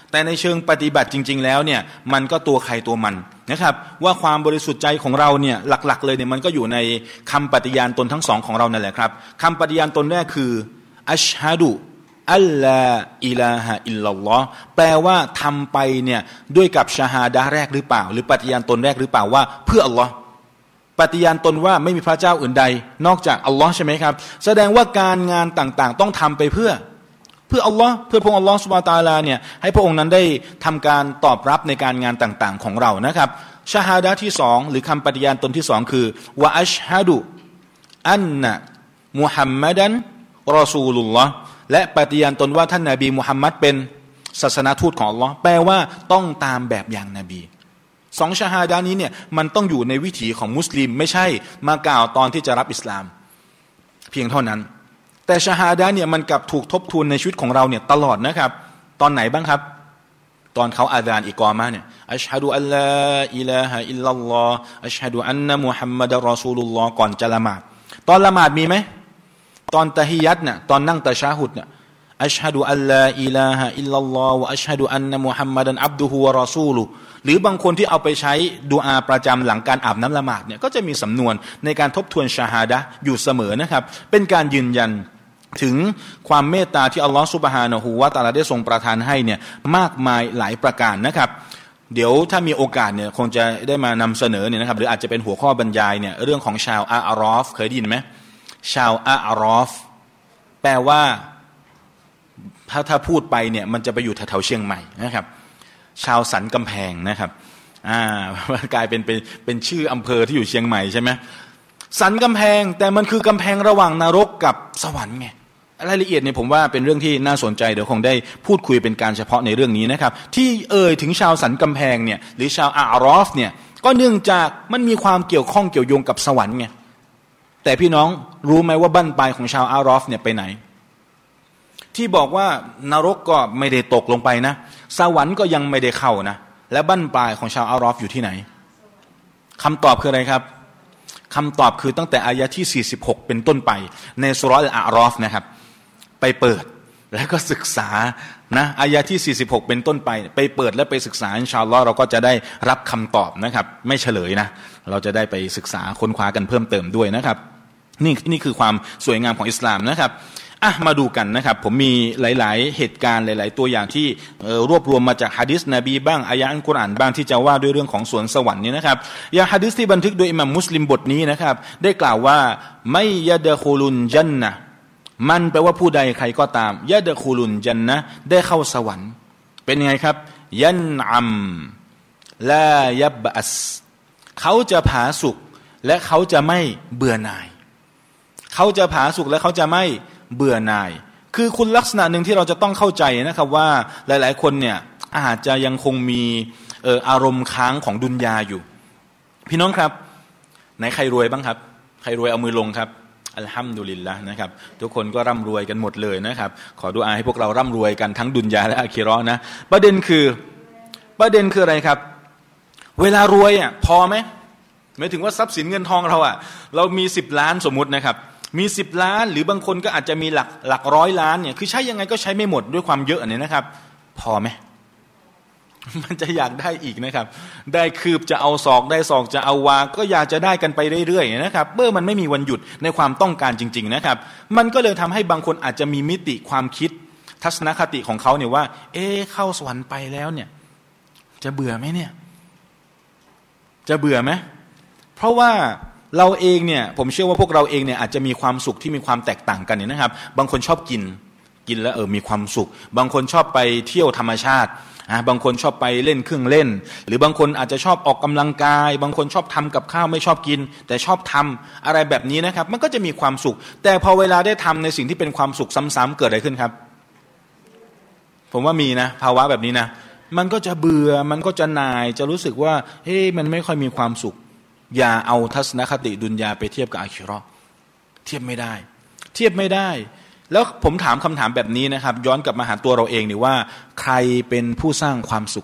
แต่ในเชิงปฏิบัติจริงๆแล้วเนี่ยมันก็ตัวใครตัวมันนะครับว่าความบริสุทธิ์ใจของเราเนี่ยหลักๆเลยเนี่ยมันก็อยู่ในคำปฏิญาณตนทั้งสองของเรานั่นแหละครับคำปฏิญาณตนแรกคืออัชฮะดุอัลลาอิลาฮะอิลลัลลอฮ์แปลว่าทำไปเนี่ยด้วยกับชะฮาดะห์แรกหรือเปล่าหรือปฏิญาณตนแรกหรือเปล่าว่าเพื่ออัลลอฮ์ปฏิญาณตนว่าไม่มีพระเจ้าอื่นใดนอกจากอัลลอฮ์ใช่ไหมครับแสดงว่าการงานต่างๆต้องทำไปเพื่อเพื่ออัลลอฮ์เพื่อพระองค์อัลลอฮ์ซุบฮานะฮูวะตะอาลาเนี่ยให้พระองค์นั้นได้ทำการตอบรับในการงานต่างๆของเรานะครับชะฮาดะห์ที่สองหรือคำปฏิญาณตนที่สองคือวะอัชฮะดุอันนะมุฮัมมัดันรอซูลุลลอฮ์และปฏิญาณตนว่าท่านนบีมุฮัมมัดเป็นศาสนาทูตของอัลลอฮ์แปลว่าต้องตามแบบอย่างนบีสองชะฮาดะห์นี้เนี่ยมันต้องอยู่ในวิถีของมุสลิมไม่ใช่มากล่าวตอนที่จะรับอิสลามเพียงเท่านั้นแต่ชะฮาดะห์เนี่ยมันกลับถูกทบทวนในชีวิตของเราเนี่ยตลอดนะครับตอนไหนบ้างครับตอนเขาอาซานอิกอมะห์เนี่ยอัชฮะดุอัลลาอิลาฮะอิลลัลลอฮ์อัชฮะดุอันนะมุฮัมมัดรอซูลุลลอฮ์ก่อนจะละหมาดตอนละหมาดมีไหมตอนตะฮียัตเนี่ยตอนนั่งตะชะฮุดเนี่ยอัชฮะดุอัลลาอิลาฮะอิลลัลลอฮ์วะอัชฮะดุอันนะมุฮัมมัดันอับดุฮุวะรอซูลุหรือบางคนที่เอาไปใช้ดุอาประจำหลังการอาบน้ำละหมาดเนี่ยก็จะมีสำนวนในการทบทวนชะฮาดะห์อยู่เสมอนะครับเป็นการยืนยันถึงความเมตตาที่อัลลอฮฺซุบฮานะฮูวะตะอาลาได้ทรงประทานให้เนี่ยมากมายหลายประการนะครับเดี๋ยวถ้ามีโอกาสเนี่ยคงจะได้มานำเสนอเนี่ยนะครับหรืออาจจะเป็นหัวข้อบรรยายเนี่ยเรื่องของชาวอาอารอฟเคยได้ยินไหมชาวอาอารอฟแปลว่าถ้าถ้าพูดไปเนี่ยมันจะไปอยู่แถวๆเชียงใหม่นะครับชาวสันกำแพงนะครับอ่ากลายเป็นเป็นเป็นชื่ออำเภอที่อยู่เชียงใหม่ใช่ไหมสันกำแพงแต่มันคือกำแพงระหว่างนรกกับสวรรค์ไงรายละเอียดเนี่ยผมว่าเป็นเรื่องที่น่าสนใจเดี๋ยวคงได้พูดคุยเป็นการเฉพาะในเรื่องนี้นะครับที่เอ่ยถึงชาวสันกำแพงเนี่ยหรือชาวอาอารอฟเนี่ยก็เนื่องจากมันมีความเกี่ยวข้องเกี่ยวโยงกับสวรรค์ไงแต่พี่น้องรู้ไหมว่าบั้นปลายของชาวอาอารอฟเนี่ยไปไหนที่บอกว่านรกก็ไม่ได้ตกลงไปนะสวรรค์ก็ยังไม่ได้เข้านะและบั้นปลายของชาวอาอารอฟอยู่ที่ไหนคำตอบคืออะไรครับคำตอบคือตั้งแต่อายะที่สี่สิบหกเป็นต้นไปในซูเราะห์อัลอาอารอฟนะครับไปเปิดแล้วก็ศึกษานะอายะที่สี่สิบหกเป็นต้นไปไปเปิดและไปศึกษาอินชาอัลลอฮ์เราก็จะได้รับคำตอบนะครับไม่เฉลยนะเราจะได้ไปศึกษาค้นคว้ากันเพิ่มเติมด้วยนะครับนี่นี่คือความสวยงามของอิสลามนะครับอ่ะมาดูกันนะครับผมมีหลายๆเหตุการณ์หลายๆตัวอย่างที่รวบรวมมาจากหะดีษนบีบ้างอายะอัลกุรอานบ้างที่จะว่าด้วยเรื่องของสวนสวรรค์นี้นะครับอย่างหะดีษที่บันทึกโดยอิหม่ามมุสลิมบทนี้นะครับได้กล่าวว่าไม่ยะดะคุลุนญันนะห์มันแปลว่าผู้ใดใครก็ตามยะดะคุลุนญันนะห์ได้เข้าสวรรค์เป็นยังไงครับยันอัมลายับอัสเขาจะผาสุกและเขาจะไม่เบื่อหน่ายเขาจะผาสุกและเขาจะไม่เบื่อหน่ายคือคุณลักษณะหนึ่งที่เราจะต้องเข้าใจนะครับว่าหลายๆคนเนี่ยอาจจะยังคงมีเอ่ออารมณ์ค้างของดุนยาอยู่พี่น้องครับไหนใครรวยบ้างครับใครรวยเอามือลงครับอัลฮัมดุลิลละห์นะครับทุกคนก็ร่ำรวยกันหมดเลยนะครับขอดุอาให้พวกเราร่ำรวยกันทั้งดุนยาและอาคิเราะห์นะประเด็นคือประเด็นคืออะไรครับเวลารวยอ่ะพอไหมหมายถึงว่าทรัพย์สินเงินทองเราอ่ะเรามีสิบล้านสมมุตินะครับมีสิบล้านหรือบางคนก็อาจจะมีหลักหลักร้อยล้านเนี่ยคือใช้ยังไงก็ใช้ไม่หมดด้วยความเยอะเนี่ยนะครับพอไหมมันจะอยากได้อีกนะครับได้คืบจะเอาศอกได้ศอกจะเอาวาก็อยากจะได้กันไปเรื่อยๆนะครับเมื่อมันไม่มีวันหยุดในความต้องการจริงๆนะครับมันก็เลยทำให้บางคนอาจจะมีมิติความคิดทัศนคติของเขาเนี่ยว่าเอ๊ะเข้าสวรรค์ไปแล้วเนี่ยจะเบื่อไหมเนี่ยจะเบื่อไหมเพราะว่าเราเองเนี่ยผมเชื่อว่าพวกเราเองเนี่ยอาจจะมีความสุขที่มีความแตกต่างกันเนี่ยนะครับบางคนชอบกินกินแล้วเออมีความสุขบางคนชอบไปเที่ยวธรรมชาติอ่าบางคนชอบไปเล่นเครื่องเล่นหรือบางคนอาจจะชอบออกกำลังกายบางคนชอบทำกับข้าวไม่ชอบกินแต่ชอบทำอะไรแบบนี้นะครับมันก็จะมีความสุขแต่พอเวลาได้ทำในสิ่งที่เป็นความสุขซ้ำๆเกิดอะไรขึ้นครับผมว่ามีนะภาวะแบบนี้นะมันก็จะเบื่อมันก็จะหน่ายจะรู้สึกว่าเฮ้ยมันไม่ค่อยมีความสุขอย่าเอาทัศนคติดุนยาไปเทียบกับอาคิเราะห์เทียบไม่ได้เทียบไม่ได้แล้วผมถามคำถามแบบนี้นะครับย้อนกลับมาหาตัวเราเองนี่ว่าใครเป็นผู้สร้างความสุข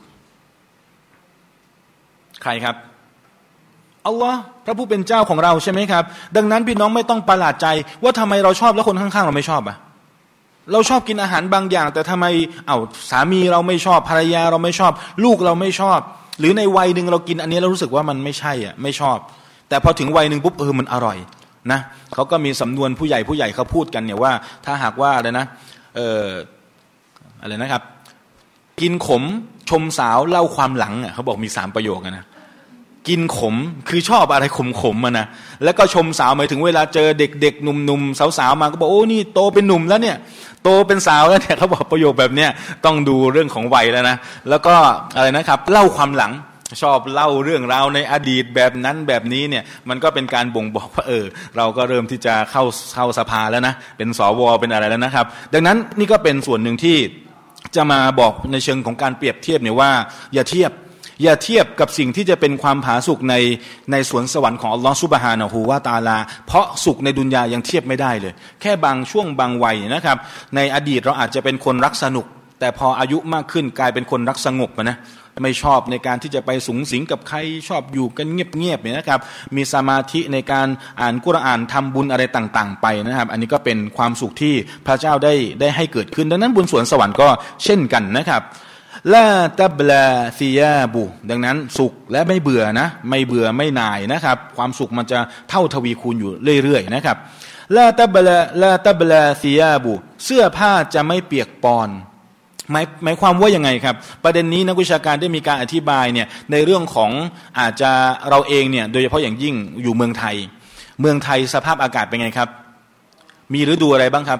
ใครครับอัลลอฮ์พระผู้เป็นเจ้าของเราใช่ไหมครับดังนั้นพี่น้องไม่ต้องประหลาดใจว่าทำไมเราชอบแล้วคนข้างๆเราไม่ชอบอ่ะเราชอบกินอาหารบางอย่างแต่ทำไมเอ้าสามีเราไม่ชอบภรรยาเราไม่ชอบลูกเราไม่ชอบหรือในวัยหนึ่งเรากินอันนี้เรารู้สึกว่ามันไม่ใช่อ่ะไม่ชอบแต่พอถึงวัยหนึ่งปุ๊บเออมันอร่อยนะเขาก็มีสำนวนผู้ใหญ่ผู้ใหญ่เขาพูดกันเนี่ยว่าถ้าหากว่าอะไรนะเอออะไรนะครับกินขมชมสาวเล่าความหลังอ่ะเขาบอกมีสามประโยคนะกินขมคือชอบอะไรขมขมมานะแล้วก็ชมสาวหมายถึงเวลาเจอเด็กๆหนุ่มๆสาวๆมาก็บอกโอ้นี่โตเป็นหนุ่มแล้วเนี่ยโตเป็นสาวแล้วเนี่ยเขาบอกประโยคแบบเนี้ยต้องดูเรื่องของวัยแล้วนะแล้วก็อะไรนะครับเล่าความหลังชอบเล่าเรื่องราวในอดีตแบบนั้นแบบนี้เนี่ยมันก็เป็นการบ่งบอกว่าเออเราก็เริ่มที่จะเข้าเข้าสภาแล้วนะเป็นสวเป็นอะไรแล้วนะครับดังนั้นนี่ก็เป็นส่วนหนึ่งที่จะมาบอกในเชิงของการเปรียบเทียบเนี่ยว่าอย่าเทียบอย่าเทียบกับสิ่งที่จะเป็นความผาสุกในในสวนสวรรค์ของอัลลอฮฺซุบฮานะฮูวะตะอาลาเพราะสุขในดุนยายังเทียบไม่ได้เลยแค่บางช่วงบางวัยนะครับในอดีตเราอาจจะเป็นคนรักสนุกแต่พออายุมากขึ้นกลายเป็นคนรักสงบนะไม่ชอบในการที่จะไปสุงสิงกับใครชอบอยู่กันเงียบๆเนี่ยนะครับมีสมาธิในการอ่านกุรอานทำบุญอะไรต่างๆไปนะครับอันนี้ก็เป็นความสุขที่พระเจ้าได้ได้ให้เกิดขึ้นดังนั้นบนสวนสวรรค์ก็เช่นกันนะครับลาตับลาซิยาบุดังนั้นสุขและไม่เบื่อนะไม่เบื่อไม่หน่ายนะครับความสุขมันจะเท่าทวีคูณอยู่เรื่อยๆนะครับลาตับลาลาตับลาซิยาบุเสื้อผ้าจะไม่เปียกปอนหมายหมายความว่ายังไงครับประเด็นนี้นักวิชาการได้มีการอธิบายเนี่ยในเรื่องของอาจจะเราเองเนี่ยโดยเฉพาะอย่างยิ่งอยู่เมืองไทยเมืองไทยสภาพอากาศเป็นไงครับมีฤดูอะไรบ้างครับ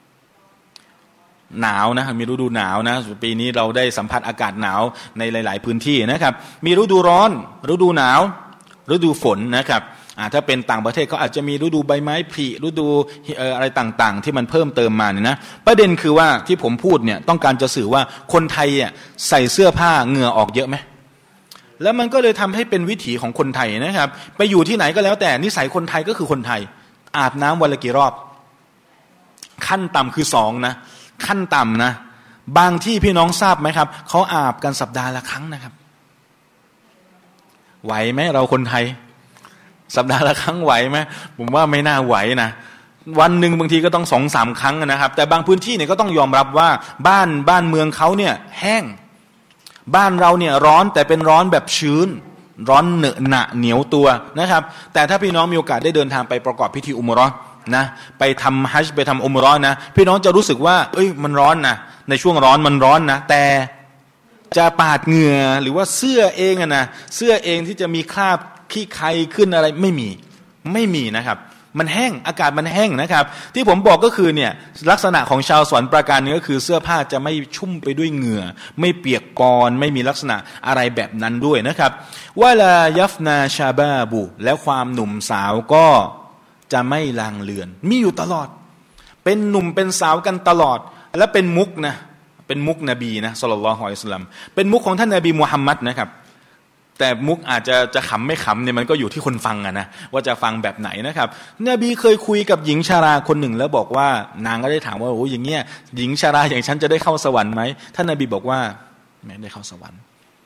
หนาวนะมีฤดูหนาวนะปีนี้เราได้สัมผัสอากาศหนาวในหลายๆพื้นที่นะครับมีฤดูร้อนฤดูหนาวฤดูฝนนะครับอ่าถ้าเป็นต่างประเทศเขาอาจจะมีฤดูใบไม้ผลิฤดูเอ่ออะไรต่างๆที่มันเพิ่มเติมมาเนี่ยนะประเด็นคือว่าที่ผมพูดเนี่ยต้องการจะสื่อว่าคนไทยอ่ะใส่เสื้อผ้าเหงื่อออกเยอะไหมแล้วมันก็เลยทำให้เป็นวิถีของคนไทยนะครับไปอยู่ที่ไหนก็แล้วแต่นิสัยคนไทยก็คือคนไทยอาบน้ำวันละกี่รอบขั้นต่ำคือสองนะขั้นต่ำนะบางที่พี่น้องทราบไหมครับเขาอาบกันสัปดาห์ละครั้งนะครับไหวไหมเราคนไทยสัปดาห์ละครั้งไหวไหมผมว่าไม่น่าไหวนะวันหนึ่งบางทีก็ต้องสองสามครั้งนะครับแต่บางพื้นที่เนี่ยก็ต้องยอมรับว่าบ้านบ้านเมืองเขาเนี่ยแห้งบ้านเราเนี่ยร้อนแต่เป็นร้อนแบบชื้นร้อนเหนอะหนะเหนียวตัวนะครับแต่ถ้าพี่น้องมีโอกาสได้เดินทางไปประกอบพิธีอุมเราะห์นะไปทำฮัจญ์ไปทำอุมเราะห์นะพี่น้องจะรู้สึกว่าเอ้ยมันร้อนนะในช่วงร้อนมันร้อนนะแต่จะปาดเหงื่อหรือว่าเสื้อเองอะนะเสื้อเองที่จะมีคราบขี้ใครขึ้นอะไรไม่มีไม่มีนะครับมันแห้งอากาศมันแห้งนะครับที่ผมบอกก็คือเนี่ยลักษณะของชาวสวรรค์ประการนึงก็คือเสื้อผ้าจะไม่ชุ่มไปด้วยเหงื่อไม่เปียกปอนไม่มีลักษณะอะไรแบบนั้นด้วยนะครับวะลายัฟนาชาบาบุแล้วความหนุ่มสาวก็จะไม่ลางเลือนมีอยู่ตลอดเป็นหนุ่มเป็นสาวกันตลอดและเป็นมุกนะเป็นมุกนบีนะศ็อลลัลลอฮุอะลัยฮิวะซัลลัมเป็นมุกของท่านนบีมุฮัมมัดนะครับแต่มุกอาจจะจะขำไม่ขำเนี่ยมันก็อยู่ที่คนฟังอะนะว่าจะฟังแบบไหนนะครับนบีเคยคุยกับหญิงชราคนหนึ่งแล้วบอกว่านางก็ได้ถามว่าโอ้อย่างเงี้ยหญิงชราอย่างฉันจะได้เข้าสวรรค์ไหมท่านนบีบอกว่าไม่ได้เข้าสวรรค์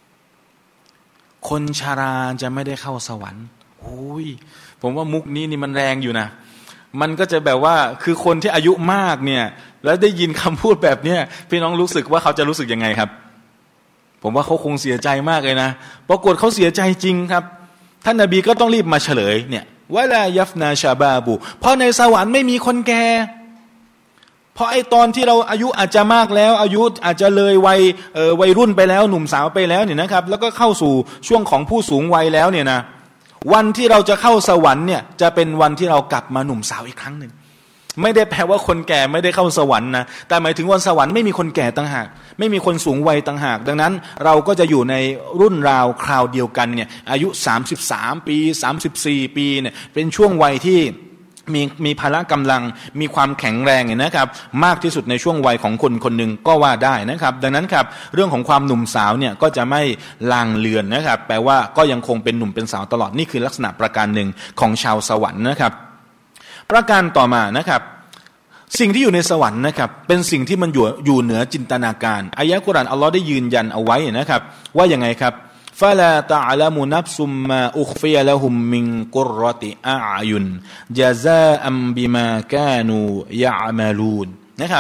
คนชราจะไม่ได้เข้าสวรรค์โอ้ยผมว่ามุกนี้นี่มันแรงอยู่นะมันก็จะแบบว่าคือคนที่อายุมากเนี่ยแล้วได้ยินคำพูดแบบเนี้ยพี่น้องรู้สึกว่าเขาจะรู้สึกยังไงครับผมว่าเขาคงเสียใจมากเลยนะปรากฏเขาเสียใจจริงครับท่านนบีก็ต้องรีบมาเฉลยเนี่ยวะลายัฟนาชาบาบุเพราะในสวรรค์ไม่มีคนแก่เพราะไอ้ตอนที่เราอายุอาจจะมากแล้วอายุอาจจะเลยวัยเอ่อวัยรุ่นไปแล้วหนุ่มสาวไปแล้วเนี่ยนะครับแล้วก็เข้าสู่ช่วงของผู้สูงวัยแล้วเนี่ยนะวันที่เราจะเข้าสวรรค์เนี่ยจะเป็นวันที่เรากลับมาหนุ่มสาวอีกครั้งหนึ่งไม่ได้แปลว่าคนแก่ไม่ได้เข้าสวรรค์นะแต่หมายถึงวันสวรรค์ไม่มีคนแก่ต่างหากไม่มีคนสูงวัยต่างหากดังนั้นเราก็จะอยู่ในรุ่นราวคราวเดียวกันเนี่ยอายุสามสิบสามปีสามสิบสี่ปีเนี่ยเป็นช่วงวัยที่มีมีพละกำลังมีความแข็งแรงเนี่ยนะครับมากที่สุดในช่วงวัยของคนคนหนึ่งก็ว่าได้นะครับดังนั้นครับเรื่องของความหนุ่มสาวเนี่ยก็จะไม่ลางเลือนนะครับแปลว่าก็ยังคงเป็นหนุ่มเป็นสาวตลอดนี่คือลักษณะประการหนึ่งของชาวสวรรค์นะครับประการต่อมานะครับสิ่งที่อยู่ในสวรรค์นะครับเป็นสิ่งที่มันอยู่อยู่เหนือจินตนาการอายะห์กุรอานอัลลอฮ์ได้ยืนยันเอาไว้นะครับว่ายังไงครับฟะลาตะอ์ละมุนัฟซุมมาอุคฟิยะละฮุมมินกุรเราะติอะอ์ยุนญะซาอัมบิมากานูยะอ์มะลูนนะครับ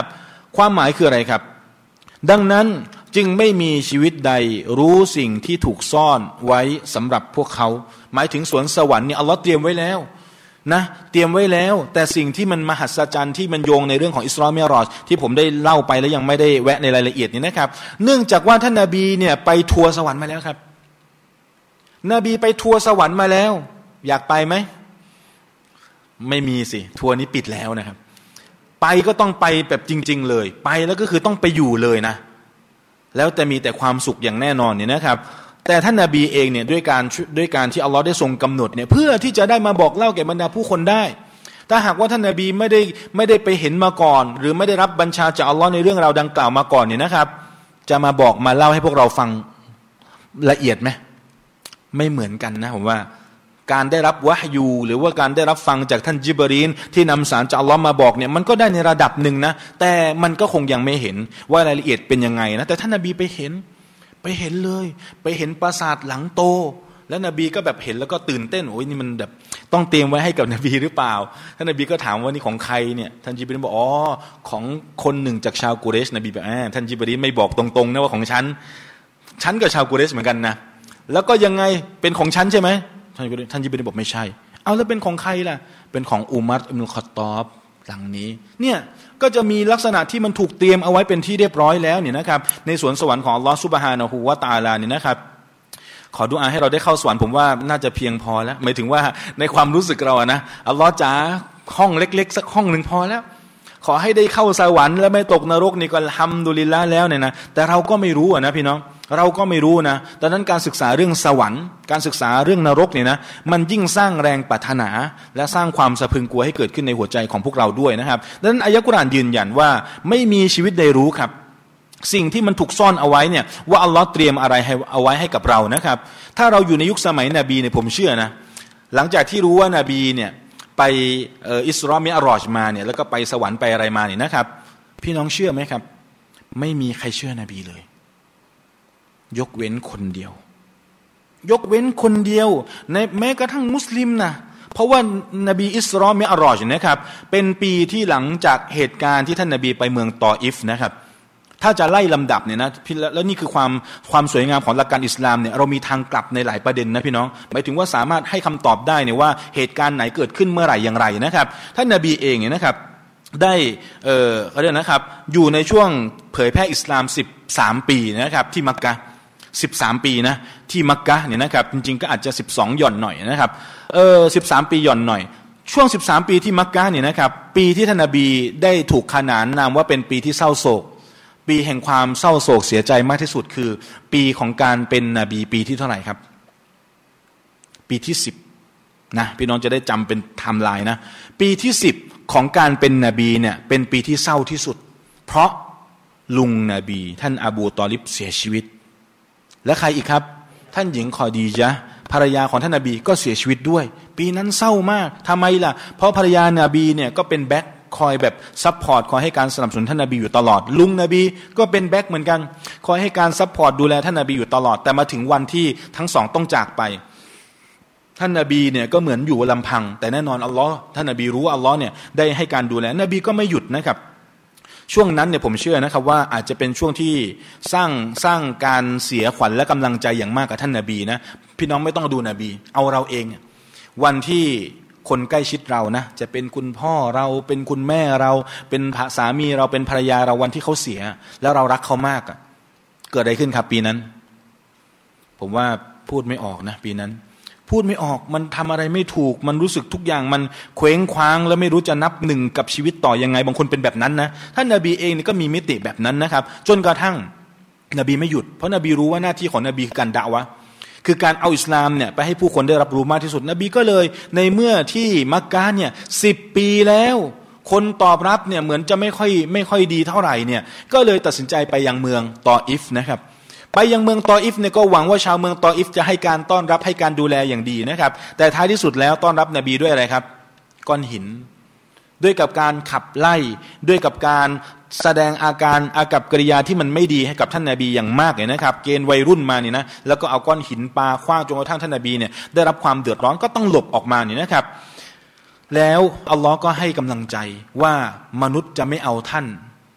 ความหมายคืออะไรครับดังนั้นจึงไม่มีชีวิตใดรู้สิ่งที่ถูกซ่อนไว้สำหรับพวกเขาหมายถึงสวนสวรรค์นี่อัลลอฮ์เตรียมไว้แล้วนะเตรียมไว้แล้วแต่สิ่งที่มันมหัศจรรย์ที่มันโยงในเรื่องของอิสรามิรอจที่ผมได้เล่าไปแล้วยังไม่ได้แวะในรายละเอียดนี่นะครับเนื่องจากว่าท่านนบีเนี่ยไปทัวร์สวรรค์มาแล้วครับนบีไปทัวร์สวรรค์มาแล้วอยากไปไหมไม่มีสิทัวร์นี้ปิดแล้วนะครับไปก็ต้องไปแบบจริงๆเลยไปแล้วก็คือต้องไปอยู่เลยนะแล้วแต่มีแต่ความสุขอย่างแน่นอนเนี่ยนะครับแต่ท่านนบีเองเนี่ยด้วยการด้วยการที่อัลลอฮ์ได้ทรงกำหนดเนี่ยเพื่อที่จะได้มาบอกเล่าแก่บรรดาผู้คนได้ถ้าหากว่าท่านนบีไม่ได้ไม่ได้ไปเห็นมาก่อนหรือไม่ได้รับบัญชาจากอัลลอฮ์ในเรื่องราวดังกล่าวมาก่อนเนี่ยนะครับจะมาบอกมาเล่าให้พวกเราฟังละเอียดไหมไม่เหมือนกันนะผมว่าการได้รับวะฮยูหรือว่าการได้รับฟังจากท่านจิบรีลที่นำสารจากอัลลอฮ์มาบอกเนี่ยมันก็ได้ในระดับหนึ่งนะแต่มันก็คงยังไม่เห็นว่ารายละเอียดเป็นยังไงนะแต่ท่านนบีไปเห็นไปเห็นเลยไปเห็นปราสาทหลังโตแล้วนบีก็แบบเห็นแล้วก็ตื่นเต้นโอ้ยนี่มันแบบต้องเตรียมไว้ให้กับนบีหรือเปล่าท่านนบีก็ถามว่านี่ของใครเนี่ยท่านจิบรีลบอกอ๋อของคนหนึ่งจากชาวกุเรชนบีบอกอ่าท่านจิบรีลไม่บอกตรงๆนะว่าของฉันฉันกับชาวกุเรชเหมือนกันนะแล้วก็ยังไงเป็นของฉันใช่ไหมท่านจิบรีลท่านจิบรีลบอกไม่ใช่เอาแล้วเป็นของใครล่ะเป็นของอุมัรอิบนุลค็อฏฏอบหลังนี้เนี่ยก็จะมีลักษณะที่มันถูกเตรียมเอาไว้เป็นที่เรียบร้อยแล้วเนี่ยนะครับในสวนสวรรค์ของอัลลอฮฺซุบฮานะฮูวะตะอาลาเนี่ยนะครับขอดุอาให้เราได้เข้าสวรรค์ผมว่าน่าจะเพียงพอแล้วหมายถึงว่าในความรู้สึกเราอะนะอัลลอฮฺจ๋าห้องเล็กๆสักห้องหนึ่งพอแล้วขอให้ได้เข้าสวรรค์แล้วไม่ตกนรกนี่ก็อัลฮัมดุลิลละห์แล้วเนี่ยนะแต่เราก็ไม่รู้อะนะพี่น้องเราก็ไม่รู้นะดังนั้นการศึกษาเรื่องสวรรค์การศึกษาเรื่องนรกเนี่ยนะมันยิ่งสร้างแรงปรารถนาและสร้างความสะพรึงกลัวให้เกิดขึ้นในหัวใจของพวกเราด้วยนะครับดังนั้นอายะกุรอานยืนยันว่าไม่มีชีวิตใดรู้ครับสิ่งที่มันถูกซ่อนเอาไว้เนี่ยว่าอัลลอฮ์เตรียมอะไรให้เอาไว้ให้กับเรานะครับถ้าเราอยู่ในยุคสมัยนบีเนี่ยผมเชื่อนะหลังจากที่รู้ว่านบีเนี่ยไปอิสรามิอ์รอจมาเนี่ยแล้วก็ไปสวรรค์ไปอะไรมาเนี่ยนะครับพี่น้องเชื่อไหมครับไม่มีใครเชื่อนบีเลยยกเว้นคนเดียวยกเว้นคนเดียวในแม้กระทั่งมุสลิมนะเพราะว่านบีอิสรามิอ์รอจนะครับเป็นปีที่หลังจากเหตุการณ์ที่ท่านนบีไปเมืองตออิฟนะครับถ้าจะไล่ลำดับเนี่ยนะแล้วนี่คือความความสวยงามของหลักการอิสลามเนี่ยเรามีทางกลับในหลายประเด็นนะพี่น้องหมายถึงว่าสามารถให้คำตอบได้เนี่ยว่าเหตุการณ์ไหนเกิดขึ้นเมื่อไหร่อย่างไรนะครับท่านนบีเองเนี่ยนะครับได้เอ่อเขาเรียกนะครับอยู่ในช่วงเผยแพร่อิสลามสิบสามปีนะครับที่มักกะสิบสามปีนะที่มักกะเนี่ยนะครับจริงๆก็อาจจะสิบสองหย่อนหน่อยนะครับเออสิบสามปีหย่อนหน่อยช่วงสิบสามปีที่มักกะเนี่ยนะครับปีที่ท่านนบีได้ถูกขนานนามว่าเป็นปีที่เศร้าโศกปีแห่งความเศร้าโศกเสียใจมากที่สุดคือปีของการเป็นนบีปีที่เท่าไหร่ครับปีที่สิบนะพี่น้องจะได้จำเป็นไทม์ไลน์นะปีที่สิบของการเป็นนบีเนี่ยเป็นปีที่เศร้าที่สุดเพราะลุงนบีท่านอบูตอลิบเสียชีวิตและใครอีกครับท่านหญิงคอดีญะห์ภรรยาของท่านนบีก็เสียชีวิตด้วยปีนั้นเศร้ามากทำไมล่ะเพราะภรรยานบีเนี่ยก็เป็นแบ็คคอยแบบซัพพอร์ตคอยให้การสนับสนุนท่านนบีอยู่ตลอดลุงนบีก็เป็นแบ็คเหมือนกันคอยให้การซัพพอร์ตดูแลท่านนบีอยู่ตลอดแต่มาถึงวันที่ทั้งสองต้องจากไปท่านนบีเนี่ยก็เหมือนอยู่ลำพังแต่แน่นอนอัลลอฮ์ท่านนบีรู้อัลลอฮ์เนี่ยได้ให้การดูแลนบีก็ไม่หยุดนะครับช่วงนั้นเนี่ยผมเชื่อนะครับว่าอาจจะเป็นช่วงที่สร้างสร้างการเสียขวัญและกำลังใจอย่างมากกับท่านนบีนะพี่น้องไม่ต้องดูนบีเอาเราเองวันที่คนใกล้ชิดเรานะจะเป็นคุณพ่อเราเป็นคุณแม่เราเป็นสามีเราเป็นภรรยาเราวันที่เขาเสียแล้วเรารักเขามากอ่ะเกิดอะไรขึ้นครับปีนั้นผมว่าพูดไม่ออกนะปีนั้นพูดไม่ออกมันทำอะไรไม่ถูกมันรู้สึกทุกอย่างมันเคว้งคว้างแล้วไม่รู้จะนับหนึ่งกับชีวิตต่อยังไงบางคนเป็นแบบนั้นนะท่านนบีเองนี่ก็มีมิติแบบนั้นนะครับจนกระทั่งนบีไม่หยุดเพราะนบีรู้ว่าหน้าที่ของนบีคือการดะอ์วะห์คือการเอาอิสลามเนี่ยไปให้ผู้คนได้รับรู้มากที่สุดนบีก็เลยในเมื่อที่มักกะห์เนี่ยสิบปีแล้วคนตอบรับเนี่ยเหมือนจะไม่ค่อยไม่ค่อยดีเท่าไหร่เนี่ยก็เลยตัดสินใจไปยังเมืองตออิฟนะครับไปยังเมืองตออิฟเนี่ยก็หวังว่าชาวเมืองตออิฟจะให้การต้อนรับให้การดูแลอย่างดีนะครับแต่ท้ายที่สุดแล้วต้อนรับนบีด้วยอะไรครับก้อนหินด้วยกับการขับไล่ด้วยกับการแสดงอาการอากัปกิริยาที่มันไม่ดีให้กับท่านนบีอย่างมากเลยนะครับเกณฑ์วัยรุ่นมานี่นะแล้วก็เอาก้อนหินปาขว้างจนกระทั่งท่านนบีเนี่ยได้รับความเดือดร้อนก็ต้องหลบออกมานี่นะครับแล้วอัลลอฮ์ก็ให้กำลังใจว่ามนุษย์จะไม่เอาท่าน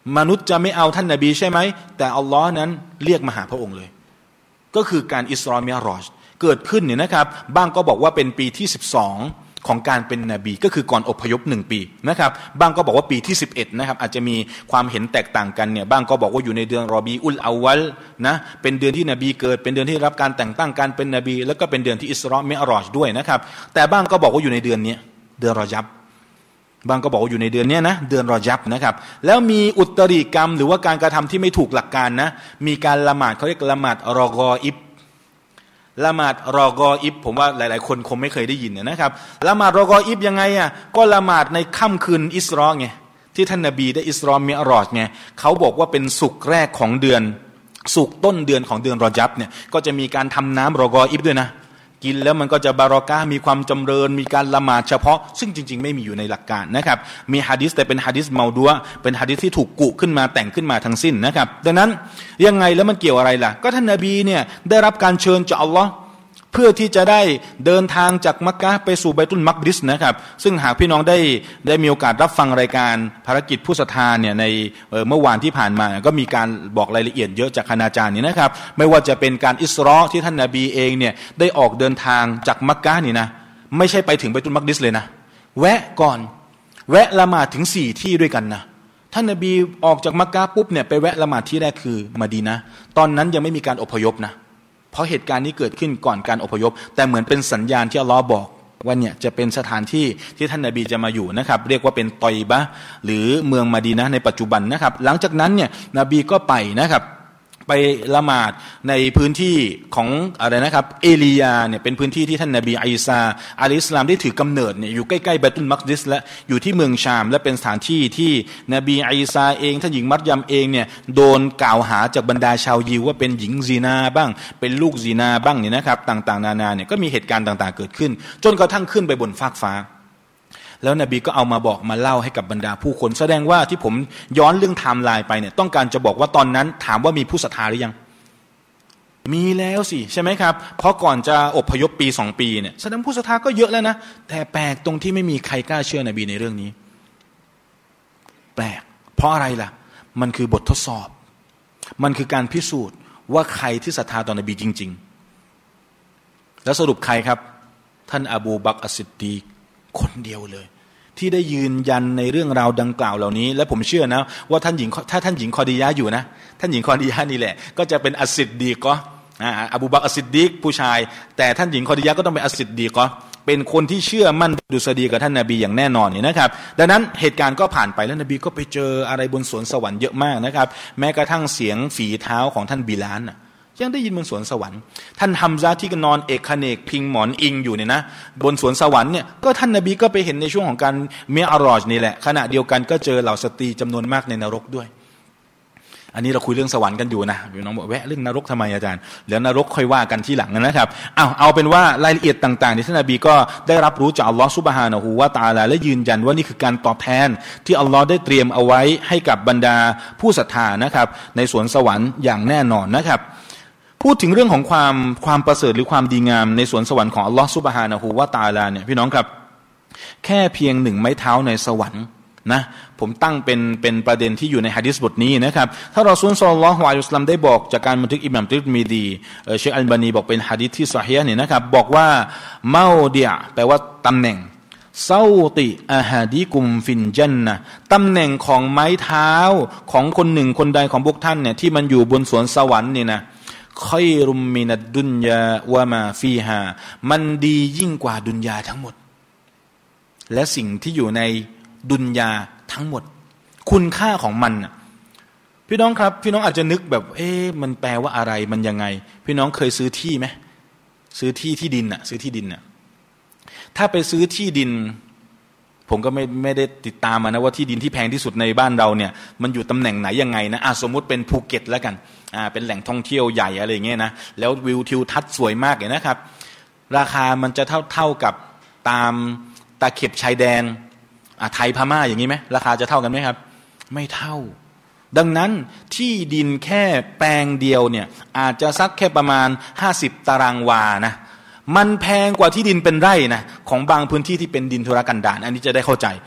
มนุษย์จะไม่เอาท่านนบีใช่ไหมแต่อัลลอฮ์นั้นเรียกมาหาพระองค์เลยก็คือการอิสรอมิอ์รอจเกิดขึ้นเนี่ยนะครับบ้างก็บอกว่าเป็นปีที่สิบสองของการเป็นนบีก็คือก่อนอพยพหนึ่งปีนะครับบ้างก็บอกว่าปีที่สิบเอ็ดนะครับอาจจะมีความเห็นแตกต่างกันเนี่ยบ้างก็บอกว่าอยู่ในเดือนรอบีอุลอาวัลนะเป็นเดือนที่นบีเกิดเป็นเดือนที่รับการแต่งตั้งการเป็นนบีแล้วก็เป็นเดือนที่อิสรอมิอ์รอจด้วยนะครับแต่บ้างก็บอกว่าอยู่ในเดือนนี้เดือนรอญับบางก็บอกว่าอยู่ในเดือนนี้นะเดือนรอญับนะครับแล้วมีอุตริกรรมหรือว่าการกระทำที่ไม่ถูกหลักการนะมีการละหมาดเขาเรียกละหมาดรอกออิบละหมาดรอกออิบผมว่าหลายๆคนคงไม่เคยได้ยินนะครับละหมาดรอกออิบยังไงอ่ะก็ละหมาดในค่ำคืนอิสรอไงที่ท่านนบีได้อิสรอมิอ์รอจไงเขาบอกว่าเป็นสุกแรกของเดือนสุกต้นเดือนของเดือนรอญับเนี่ยก็จะมีการทำน้ำรอกออิบด้วยนะกินแล้วมันก็จะบารอกะห์มีความจำเริญมีการละหมาดเฉพาะซึ่งจริงๆไม่มีอยู่ในหลักการนะครับมีหะดีษแต่เป็นหะดีษเมาดัวเป็นหะดีษที่ถูกกุขึ้นมาแต่งขึ้นมาทั้งสิ้นนะครับดังนั้นยังไงแล้วมันเกี่ยวอะไรล่ะก็ท่านนบีเนี่ยได้รับการเชิญจากอัลลอฮ์เพื่อที่จะได้เดินทางจากมักกะห์ไปสู่ไบตุลมักดิสนะครับซึ่งหากพี่น้องได้ได้มีโอกาสรับฟังรายการภารกิจผู้ศรัทธาเนี่ยในเมื่อวานที่ผ่านมาก็มีการบอกรายละเอียดเยอะจากคณาจารย์นี่นะครับไม่ว่าจะเป็นการอิสรอที่ท่านนบีเองเนี่ยได้ออกเดินทางจากมักกะห์นี่นะไม่ใช่ไปถึงไบตุลมักดิสเลยนะแวะก่อนแวะละหมาดถึงสี่ที่ด้วยกันนะท่านนบีออกจากมักกะห์ปุ๊บเนี่ยไปแวะละหมาดที่แรกคือมะดีนะห์ตอนนั้นยังไม่มีการอพยพนะเพราะเหตุการณ์นี้เกิดขึ้นก่อนการอพยพแต่เหมือนเป็นสัญญาณที่อัลเลาะห์บอกว่าเนี่ยจะเป็นสถานที่ที่ท่านนบีจะมาอยู่นะครับเรียกว่าเป็นตอยบะห์หรือเมืองมะดีนะห์ในปัจจุบันนะครับหลังจากนั้นเนี่ยนบีก็ไปนะครับไปละหมาดในพื้นที่ของอะไรนะครับเอลียาเนี่ยเป็นพื้นที่ที่ท่านนบีอีสาอะลัยฮิสสลามได้ถือกำเนิดเนี่ยอยู่ใกล้ๆไบตุลมักดิสและอยู่ที่เมืองชามและเป็นสถานที่ที่นบีอีสาเองท่านหญิงมัรยมเองเนี่ยโดนกล่าวหาจากบรรดาชาวยิวว่าเป็นหญิงซีนาบ้างเป็นลูกซีนาบ้างเนี่ยนะครับต่างๆนานาเนี่ยก็มีเหตุการณ์ต่างๆเกิดขึ้นจนกระทั่งขึ้นไปบนฟากฟ้าแล้วนบีก็เอามาบอกมาเล่าให้กับบรรดาผู้คนแสดงว่าที่ผมย้อนเรื่องไทม์ไลน์ไปเนี่ยต้องการจะบอกว่าตอนนั้นถามว่ามีผู้ศรัทธาหรือยังมีแล้วสิใช่ไหมครับเพราะก่อนจะอพยพปีสองปีเนี่ยแสดงผู้ศรัทธาก็เยอะแล้วนะแต่แปลกตรงที่ไม่มีใครกล้าเชื่อนบีในเรื่องนี้แปลกเพราะอะไรล่ะมันคือบททดสอบมันคือการพิสูจน์ว่าใครที่ศรัทธาต่อนบีจริงๆแล้วสรุปใครครับท่านอบูบักร อัสซิดดีกคนเดียวเลยที่ได้ยืนยันในเรื่องราวดังกล่าวเหล่านี้และผมเชื่อนะว่าท่านหญิงถ้าท่านหญิงคอดียะห์อยู่นะท่านหญิงคอดียะห์นี่แหละก็จะเป็นอัสซิดดีกก็อบูบักร อัสซิดดีกผู้ชายแต่ท่านหญิงคอดียะห์ก็ต้องเป็นอัสซิดดีกก็เป็นคนที่เชื่อมั่นดุษฎีกับท่านนบีอย่างแน่นอนนี่นะครับดังนั้นเหตุการณ์ก็ผ่านไปแล้วนบีก็ไปเจออะไรบนสวนสวรรค์เยอะมากนะครับแม้กระทั่งเสียงฝีเท้าของท่านบิลาลยังได้ยินบนสวนสวรรค์ท่านฮัมซะห์ที่นอนเอกเนกพิงหมอนอิงอยู่เนี่ยนะบนสวนสวรรค์เนี่ยก็ท่านนบีก็ไปเห็นในช่วงของการมิอ์รอจนี่แหละขณะเดียวกันก็เจอเหล่าสตรีจำนวนมากในนรกด้วยอันนี้เราคุยเรื่องสวรรค์กันอยู่นะพี่น้องบอกแวะเรื่องนรกทำไมอาจารย์แล้วนรกค่อยว่ากันที่หลังนะครับเอาเอาเป็นว่ารายละเอียดต่างๆที่ท่านนบีก็ได้รับรู้จากอัลลอฮฺซุบฮานะฮูวะตะอาลาและยืนยันว่านี่คือการตอบแทนที่อัลลอฮฺได้เตรียมเอาไว้ให้กับบรรดาผู้ศรัทธานะครับในสวนสวรรค์อย่างแน่นอนนะครับพูดถึงเรื่องของความความประเสริฐหรือความดีงามในสวนสวรรค์ของอัลลอฮฺซุบฮานะฮูวะตะอาลาเนี่ยพี่น้องครับแค่เพียงหนึ่งไม้เท้าในสวรรค์นะผมตั้งเป็นเป็นประเด็นที่อยู่ในหะดีษบทนี้นะครับถ้ารอซูลศ็อลลัลลอฮุอะลัยฮิวะซัลลัมได้บอกจากการบันทึกอิหม่ามติรมิซีเอ่อเชคอัลบานีบอกเป็นหะดีษที่ซอฮีฮ์เนี่ยนะครับบอกว่าเมาดิอะแปลว่าตำแหน่งเซาติอะฮาดิกุมฟินญันนะตำแหน่งของไม้เท้าของคนหนึ่งคนใดของพวกท่านเนี่ยที่มันอยู่บนสวนสวรรค์นี่นะคอยรุมมินัดดุนยาวะมาฟีฮามันดียิ่งกว่าดุนยาทั้งหมดและสิ่งที่อยู่ในดุนยาทั้งหมดคุณค่าของมันพี่น้องครับพี่น้องอาจจะนึกแบบเอ๊ะมันแปลว่าอะไรมันยังไงพี่น้องเคยซื้อที่ไหมซื้อที่ที่ดินน่ะซื้อที่ดินน่ะถ้าไปซื้อที่ดินผมก็ไม่ไม่ได้ติดตามมานะว่าที่ดินที่แพงที่สุดในบ้านเราเนี่ยมันอยู่ตำแหน่งไหนยังไงนะอ่ะสมมุติเป็นภูเก็ตแล้วกันอ่าเป็นแหล่งท่องเที่ยวใหญ่อะไรอย่างเงี้ยนะแล้ววิวทิวทัศน์สวยมากเลยนะครับราคามันจะเท่าเท่ากับตามตาเข็บชายแดนอ่ะไทยพม่าอย่างนี้ไหมราคาจะเท่ากันไหมครับไม่เท่าดังนั้นที่ดินแค่แปลงเดียวเนี่ยอาจจะสักแค่ประมาณห้าสิบตารางวานะมันแพงกว่าที่ดินเป็นไร่นะของบางพื้นที่ที่เป็นดินทุรกันดารอันนี้จะได้เข้าใจ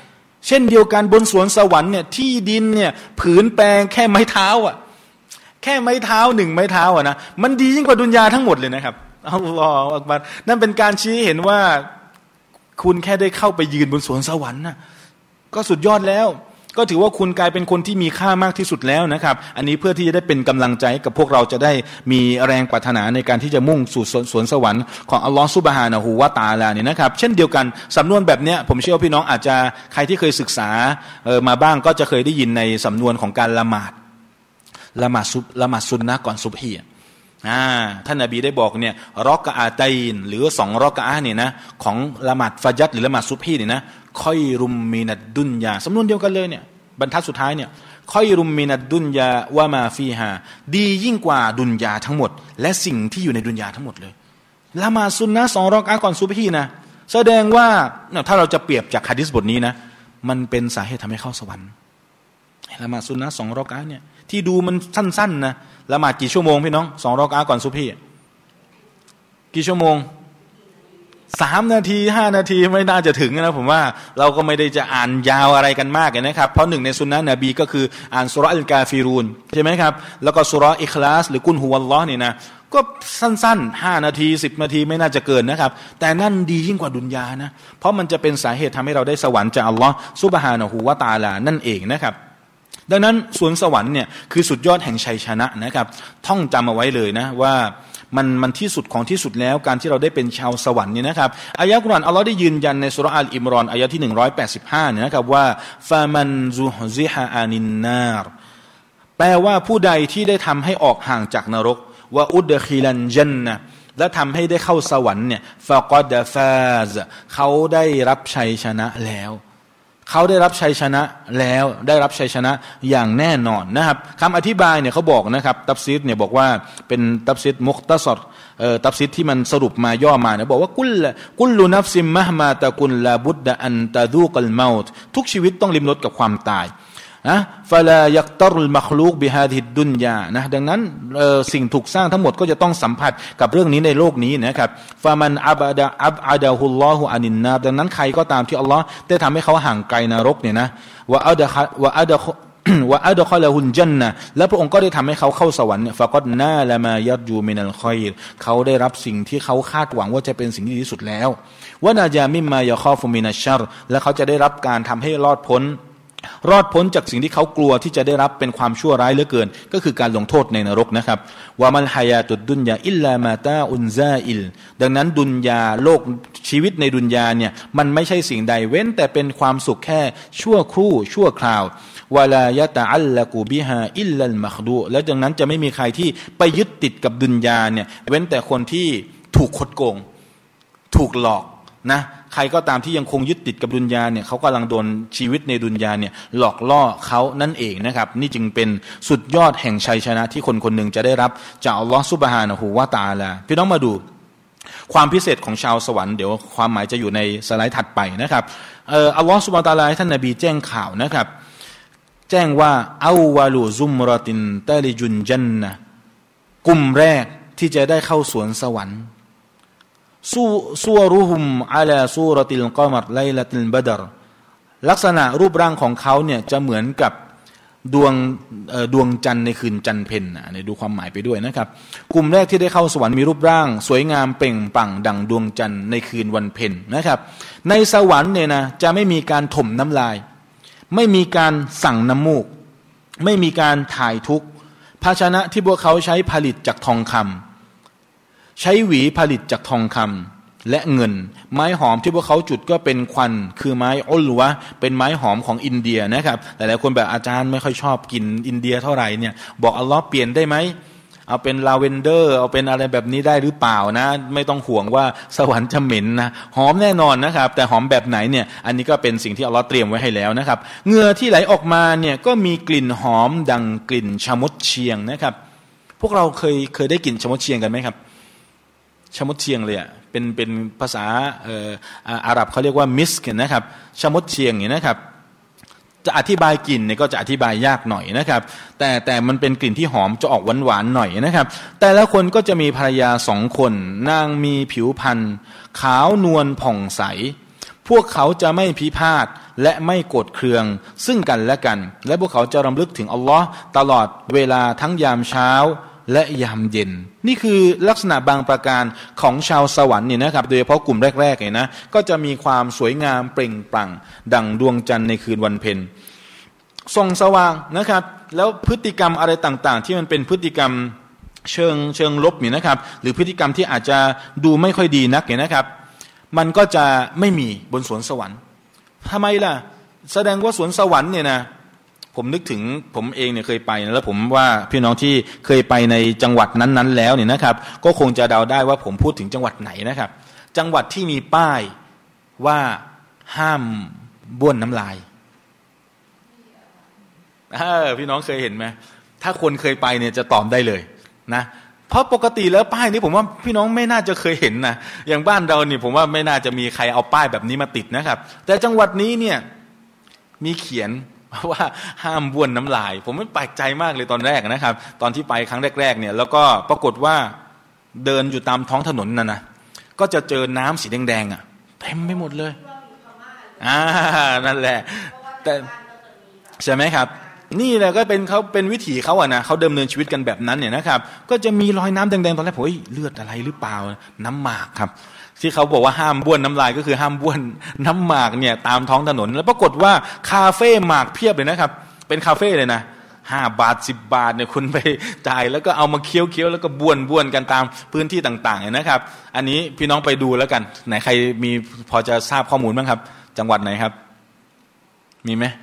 เช่นเดียวกันบนสวนสวรรค์เนี่ยที่ดินเนี่ยผืนแปลงแค่ไม้เท้าอ่ะแค่ไม้เท้าหนึ่งไม้เท้าอ่ะนะมันดียิ่งกว่าดุนยาทั้งหมดเลยนะครับอัลลอฮฺอักบัรนั่นเป็นการชี้เห็นว่าคุณแค่ได้เข้าไปยืนบนสวนสวรรค์นะก็สุดยอดแล้วก็ถือว่าคุณกลายเป็นคนที่มีค่ามากที่สุดแล้วนะครับอันนี้เพื่อที่จะได้เป็นกำลังใจกับพวกเราจะได้มีแรงปรารถนาในการที่จะมุ่งสู่สวนสวรรค์ของอัลลอฮฺซุบฮานะฮูวะตะอาลาเนี่ยนะครับเช่นเดียวกันสำนวนแบบเนี้ยผมเชื่อว่าพี่น้องอาจจะใครที่เคยศึกษาเออมาบ้างก็จะเคยได้ยินในสำนวนของการละหมาดละหมาดซุบละหมาดซุนนะก่อนซุบฮีอ่าท่านนบีได้บอกเนี่ยรอกะอาตัยน์หรือสองรอกะอะห์เนี่ยนะของละหมาดฟัจญ์หรือละหมาดซุบฮีเนี่ยนะค่อยรุมมินัดดุนยาสำนวนเดียวกันเลยเนี่ยบรรทัดสุดท้ายเนี่ยค่อยรุมมินัดดุนยาวะมาฟีฮาดียิ่งกว่าดุนยาทั้งหมดและสิ่งที่อยู่ในดุนยาทั้งหมดเลยละหมาดซุนนะสองรอกะอะห์ก่อนซุบฮีนะแสดงว่าถ้าเราจะเปรียบจากหะดีษบทนี้นะมันเป็นสาเหตุทำให้เข้าสวรรค์ละหมาดซุนนะสองรอกะอะห์เนี่ยที่ดูมันสั้นๆนะละหมาดกี่ชั่วโมงพี่น้องสองรอกะอะห์ก่อนซุบฮีกี่ชั่วโมงสามนาทีห้านาทีไม่น่าจะถึงนะผมว่าเราก็ไม่ได้จะอ่านยาวอะไรกันมากนะครับเพราะหนึ่งในสุนนะนบีก็คืออ่านซูเราะห์อัลกาฟิรูนใช่ไหมครับแล้วก็ซูเราะห์อิคลาสหรือกุลฮุวัลลอฮ์นี่นะก็สั้นๆห้านาทีสิบนาทีไม่น่าจะเกินนะครับแต่นั่นดียิ่งกว่าดุนยานะเพราะมันจะเป็นสาเหตุทำให้เราได้สวรรค์จากอัลลอฮ์ซุบฮานะฮูวะตะอาลานั่นเองนะครับดังนั้นสวนสวรรค์เนี่ยคือสุดยอดแห่งชัยชนะนะครับท่องจำเอาไว้เลยนะว่ามันมันที่สุดของที่สุดแล้วการที่เราได้เป็นชาวสวรรค์เนี่ยนะครับอายะห์กุรอานอัลเลาะห์ได้ยืนยันในซูเราะห์อัลอิมรอนอายะห์ที่หนึ่งร้อยแปดสิบห้าเนี่ยนะครับว่าฟามันซุฮซิฮะอานินนารแปลว่าผู้ใดที่ได้ทำให้ออกห่างจากนรกว่าอุดคิลันญันนะห์และทำให้ได้เข้าสวรรค์เนี่ยฟะกอดฟาซเขาได้รับชัยชนะแล้วเขาได้รับชัยชนะแล้วได้รับชัยชนะอย่างแน่นอนนะครับคำอธิบายเนี่ยเขาบอกนะครับตัฟซีรเนี่ยบอกว่าเป็นตัฟซีรมุคตัศรเอ่อตัฟซีรที่มันสรุปมาย่อมาเนี่ยบอกว่ากุลกุลลุนัฟซิมมะฮมาตะกุลลาบุดดะอันตะดูกัลเมาต์ทุกชีวิตต้องลิ้มรสกับความตายนะฟะลายักตรุลมัคลูกบิฮาซิดดุนยานะดังนั้นสิ่งถูกสร้างทั้งหมดก็จะต้องสัมผัสกับเรื่องนี้ในโลกนี้นะครับฟะมันอับดะอับอะดะฮุลลอฮุอานินนาดังนั้นใครก็ตามที่อัลลอฮ์ได้ทำให้เขาห่างไกลนรกเนี่ยนะวะอัดะวะอัดะวะอัดะคอละฮุลญันนะและพระองค์ก็ได้ทำให้เขาเข้าสวรรค์เนี่ยฟะกอดนาละมายัรจูมินัลคอยรเขาได้รับสิ่งที่เขาคาดหวังว่าจะเป็นสิ่งที่ดีที่สุดแล้ววะนาจามิมมายะคอฟุมินัชชัรและเขาจะได้รับการทำให้รอดพ้นรอดพ้นจากสิ่งที่เขากลัวที่จะได้รับเป็นความชั่วร้ายเหลือเกินก็คือการลงโทษในนรกนะครับวะมัลฮายาตุดดุนยาอิลลามาตาอุนซาอิลดังนั้นดุนยาโลกชีวิตในดุนยาเนี่ยมันไม่ใช่สิ่งใดเว้นแต่เป็นความสุขแค่ชั่วครู่ชั่วคราววะลายะตะอัลละกูบิฮาอิลลัลมัคดูและดังนั้นจะไม่มีใครที่ไปยึดติดกับดุนยาเนี่ยเว้นแต่คนที่ถูกคดโกงถูกหลอกนะใครก็ตามที่ยังคงยึดติดกับดุนยาเนี่ยเขากำลังโดนชีวิตในดุนยาเนี่ยหลอกล่อเขานั่นเองนะครับนี่จึงเป็นสุดยอดแห่งชัยชนะที่คนคนหนึ่งจะได้รับจากอัลลอฮฺซุบฮานะฮูวะตะอาลาพี่น้องมาดูความพิเศษของชาวสวรรค์เดี๋ยวความหมายจะอยู่ในสไลด์ถัดไปนะครับเอ่ออัลลอฮฺซุบฮานะฮูวะตะอาลาให้ท่านนบีแจ้งข่าวนะครับแจ้งว่าอาวาลูซุมรอตินตะลิจุนญันนะห์กลุ่มแรกที่จะได้เข้าสวนสวรรค์ซูวรุฮุมอะลาซูรติลกอมัรไลลาติลบัดรลักษณะรูปร่างของเขาเนี่ยจะเหมือนกับดวงดวงจันทร์ในคืนจันทร์เพ็ญนะดูความหมายไปด้วยนะครับกลุ่มแรกที่ได้เข้าสวรรค์มีรูปร่างสวยงามเปล่งปลั่งดั่งดวงจันทร์ในคืนวันเพ็ญนะครับในสวรรค์เนี่ยนะจะไม่มีการถมน้ำลายไม่มีการสั่งน้ำมูกไม่มีการถ่ายทุกข์ภาชนะที่พวกเขาใช้ผลิตจากทองคำใช้หวีผลิตจากทองคำและเงินไม้หอมที่พวกเขาจุดก็เป็นควันคือไม้อุลวะเป็นไม้หอมของอินเดียนะครับหลายๆคนแบบอาจารย์ไม่ค่อยชอบกินอินเดียเท่าไหร่เนี่ยบอกอัลลอฮ์เปลี่ยนได้ไหมเอาเป็นลาเวนเดอร์เอาเป็นอะไรแบบนี้ได้หรือเปล่านะไม่ต้องห่วงว่าสวรรค์จะเหม็นนะหอมแน่นอนนะครับแต่หอมแบบไหนเนี่ยอันนี้ก็เป็นสิ่งที่อัลลอฮ์เตรียมไว้ให้แล้วนะครับเหงื่อที่ไหลออกมาเนี่ยก็มีกลิ่นหอมดังกลิ่นชะมดเชียงนะครับพวกเราเคยเคยได้กลิ่นชะมดเชียงกันไหมครับชะมดเชียงเลยอ่ะเป็นเป็นภาษาเอ่ออาหรับเขาเรียกว่ามิสก์นะครับชะมดเชียงนี่นะครับจะอธิบายกลิ่นเนี่ยก็จะอธิบายยากหน่อยนะครับแต่แต่มันเป็นกลิ่นที่หอมจะออกหวานๆหน่อยนะครับแต่ละคนก็จะมีภรรยาสองคนนางมีผิวพรรณขาวนวลผ่องใสพวกเขาจะไม่พิพาทและไม่โกรธเคืองซึ่งกันและกันและพวกเขาจะรำลึกถึงอัลลอฮ์ตลอดเวลาทั้งยามเช้าและยามเย็นนี่คือลักษณะบางประการของชาวสวรรค์เนี่ยนะครับโดยเฉพาะกลุ่มแรกๆเนี่ยนะก็จะมีความสวยงามเปล่งปลั่งดั่งดวงจันทร์ในคืนวันเพ็ญส่องสว่างนะครับแล้วพฤติกรรมอะไรต่างๆที่มันเป็นพฤติกรรมเชิงเชิงลบเนี่ยนะครับหรือพฤติกรรมที่อาจจะดูไม่ค่อยดีนักเนี่ยนะครับมันก็จะไม่มีบนสวนสวรรค์ทำไมล่ะแสดงว่าสวนสวรรค์เนี่ยนะผมนึกถึงผมเองเนี่ยเคยไปนะแล้วผมว่าพี่น้องที่เคยไปในจังหวัดนั้นๆแล้วเนี่ยนะครับก็คงจะเดาได้ว่าผมพูดถึงจังหวัดไหนนะครับจังหวัดที่มีป้ายว่าห้ามบ้วนน้ำลายเออพี่น้องเคยเห็นไหมถ้าคนเคยไปเนี่ยจะตอบได้เลยนะเพราะปกติแล้วป้ายนี้ผมว่าพี่น้องไม่น่าจะเคยเห็นนะอย่างบ้านเราเนี่ยผมว่าไม่น่าจะมีใครเอาป้ายแบบนี้มาติดนะครับแต่จังหวัดนี้เนี่ยมีเขียนว่าห้ามบ้วนน้ำลายผมไม่แปลกใจมากเลยตอนแรกนะครับตอนที่ไปครั้งแรกๆเนี่ยแล้วก็ปรากฏว่าเดินอยู่ตามท้องถนนน่ะนะก็จะเจอน้ำสีแดงๆอ่ะเต็มไปหมดเลยอ่านั่นแหละแต่ใช่ไหมครับนี่แหละก็เป็นเขาเป็นวิถีเขาอะนะเขาเดิมเนินชีวิตกันแบบนั้นเนี่ยนะครับก็จะมีรอยน้ำแดงๆตอนแรกผมเฮ้ยเลือดอะไรหรือเปล่าน้ำหมากครับที่เขาบอกว่าห้ามบ้วนน้ำลายก็คือห้ามบ้วนน้ำหมากเนี่ยตามท้องถนนแล้วปรากฏว่าคาเฟ่หมากเพียบเลยนะครับเป็นคาเฟ่เลยนะห้าบาทสิบบาทเนี่ยคุณไปจ่ายแล้วก็เอามาเคี้ยวเคี้ยวแล้วก็บ้วนบ้วนกันตามพื้นที่ต่างๆเนี่ยนะครับอันนี้พี่น้องไปดูแล้วกันไหนใครมีพอจะทราบข้อมูลบ้างครับจังหวัดไหนครับมีไหม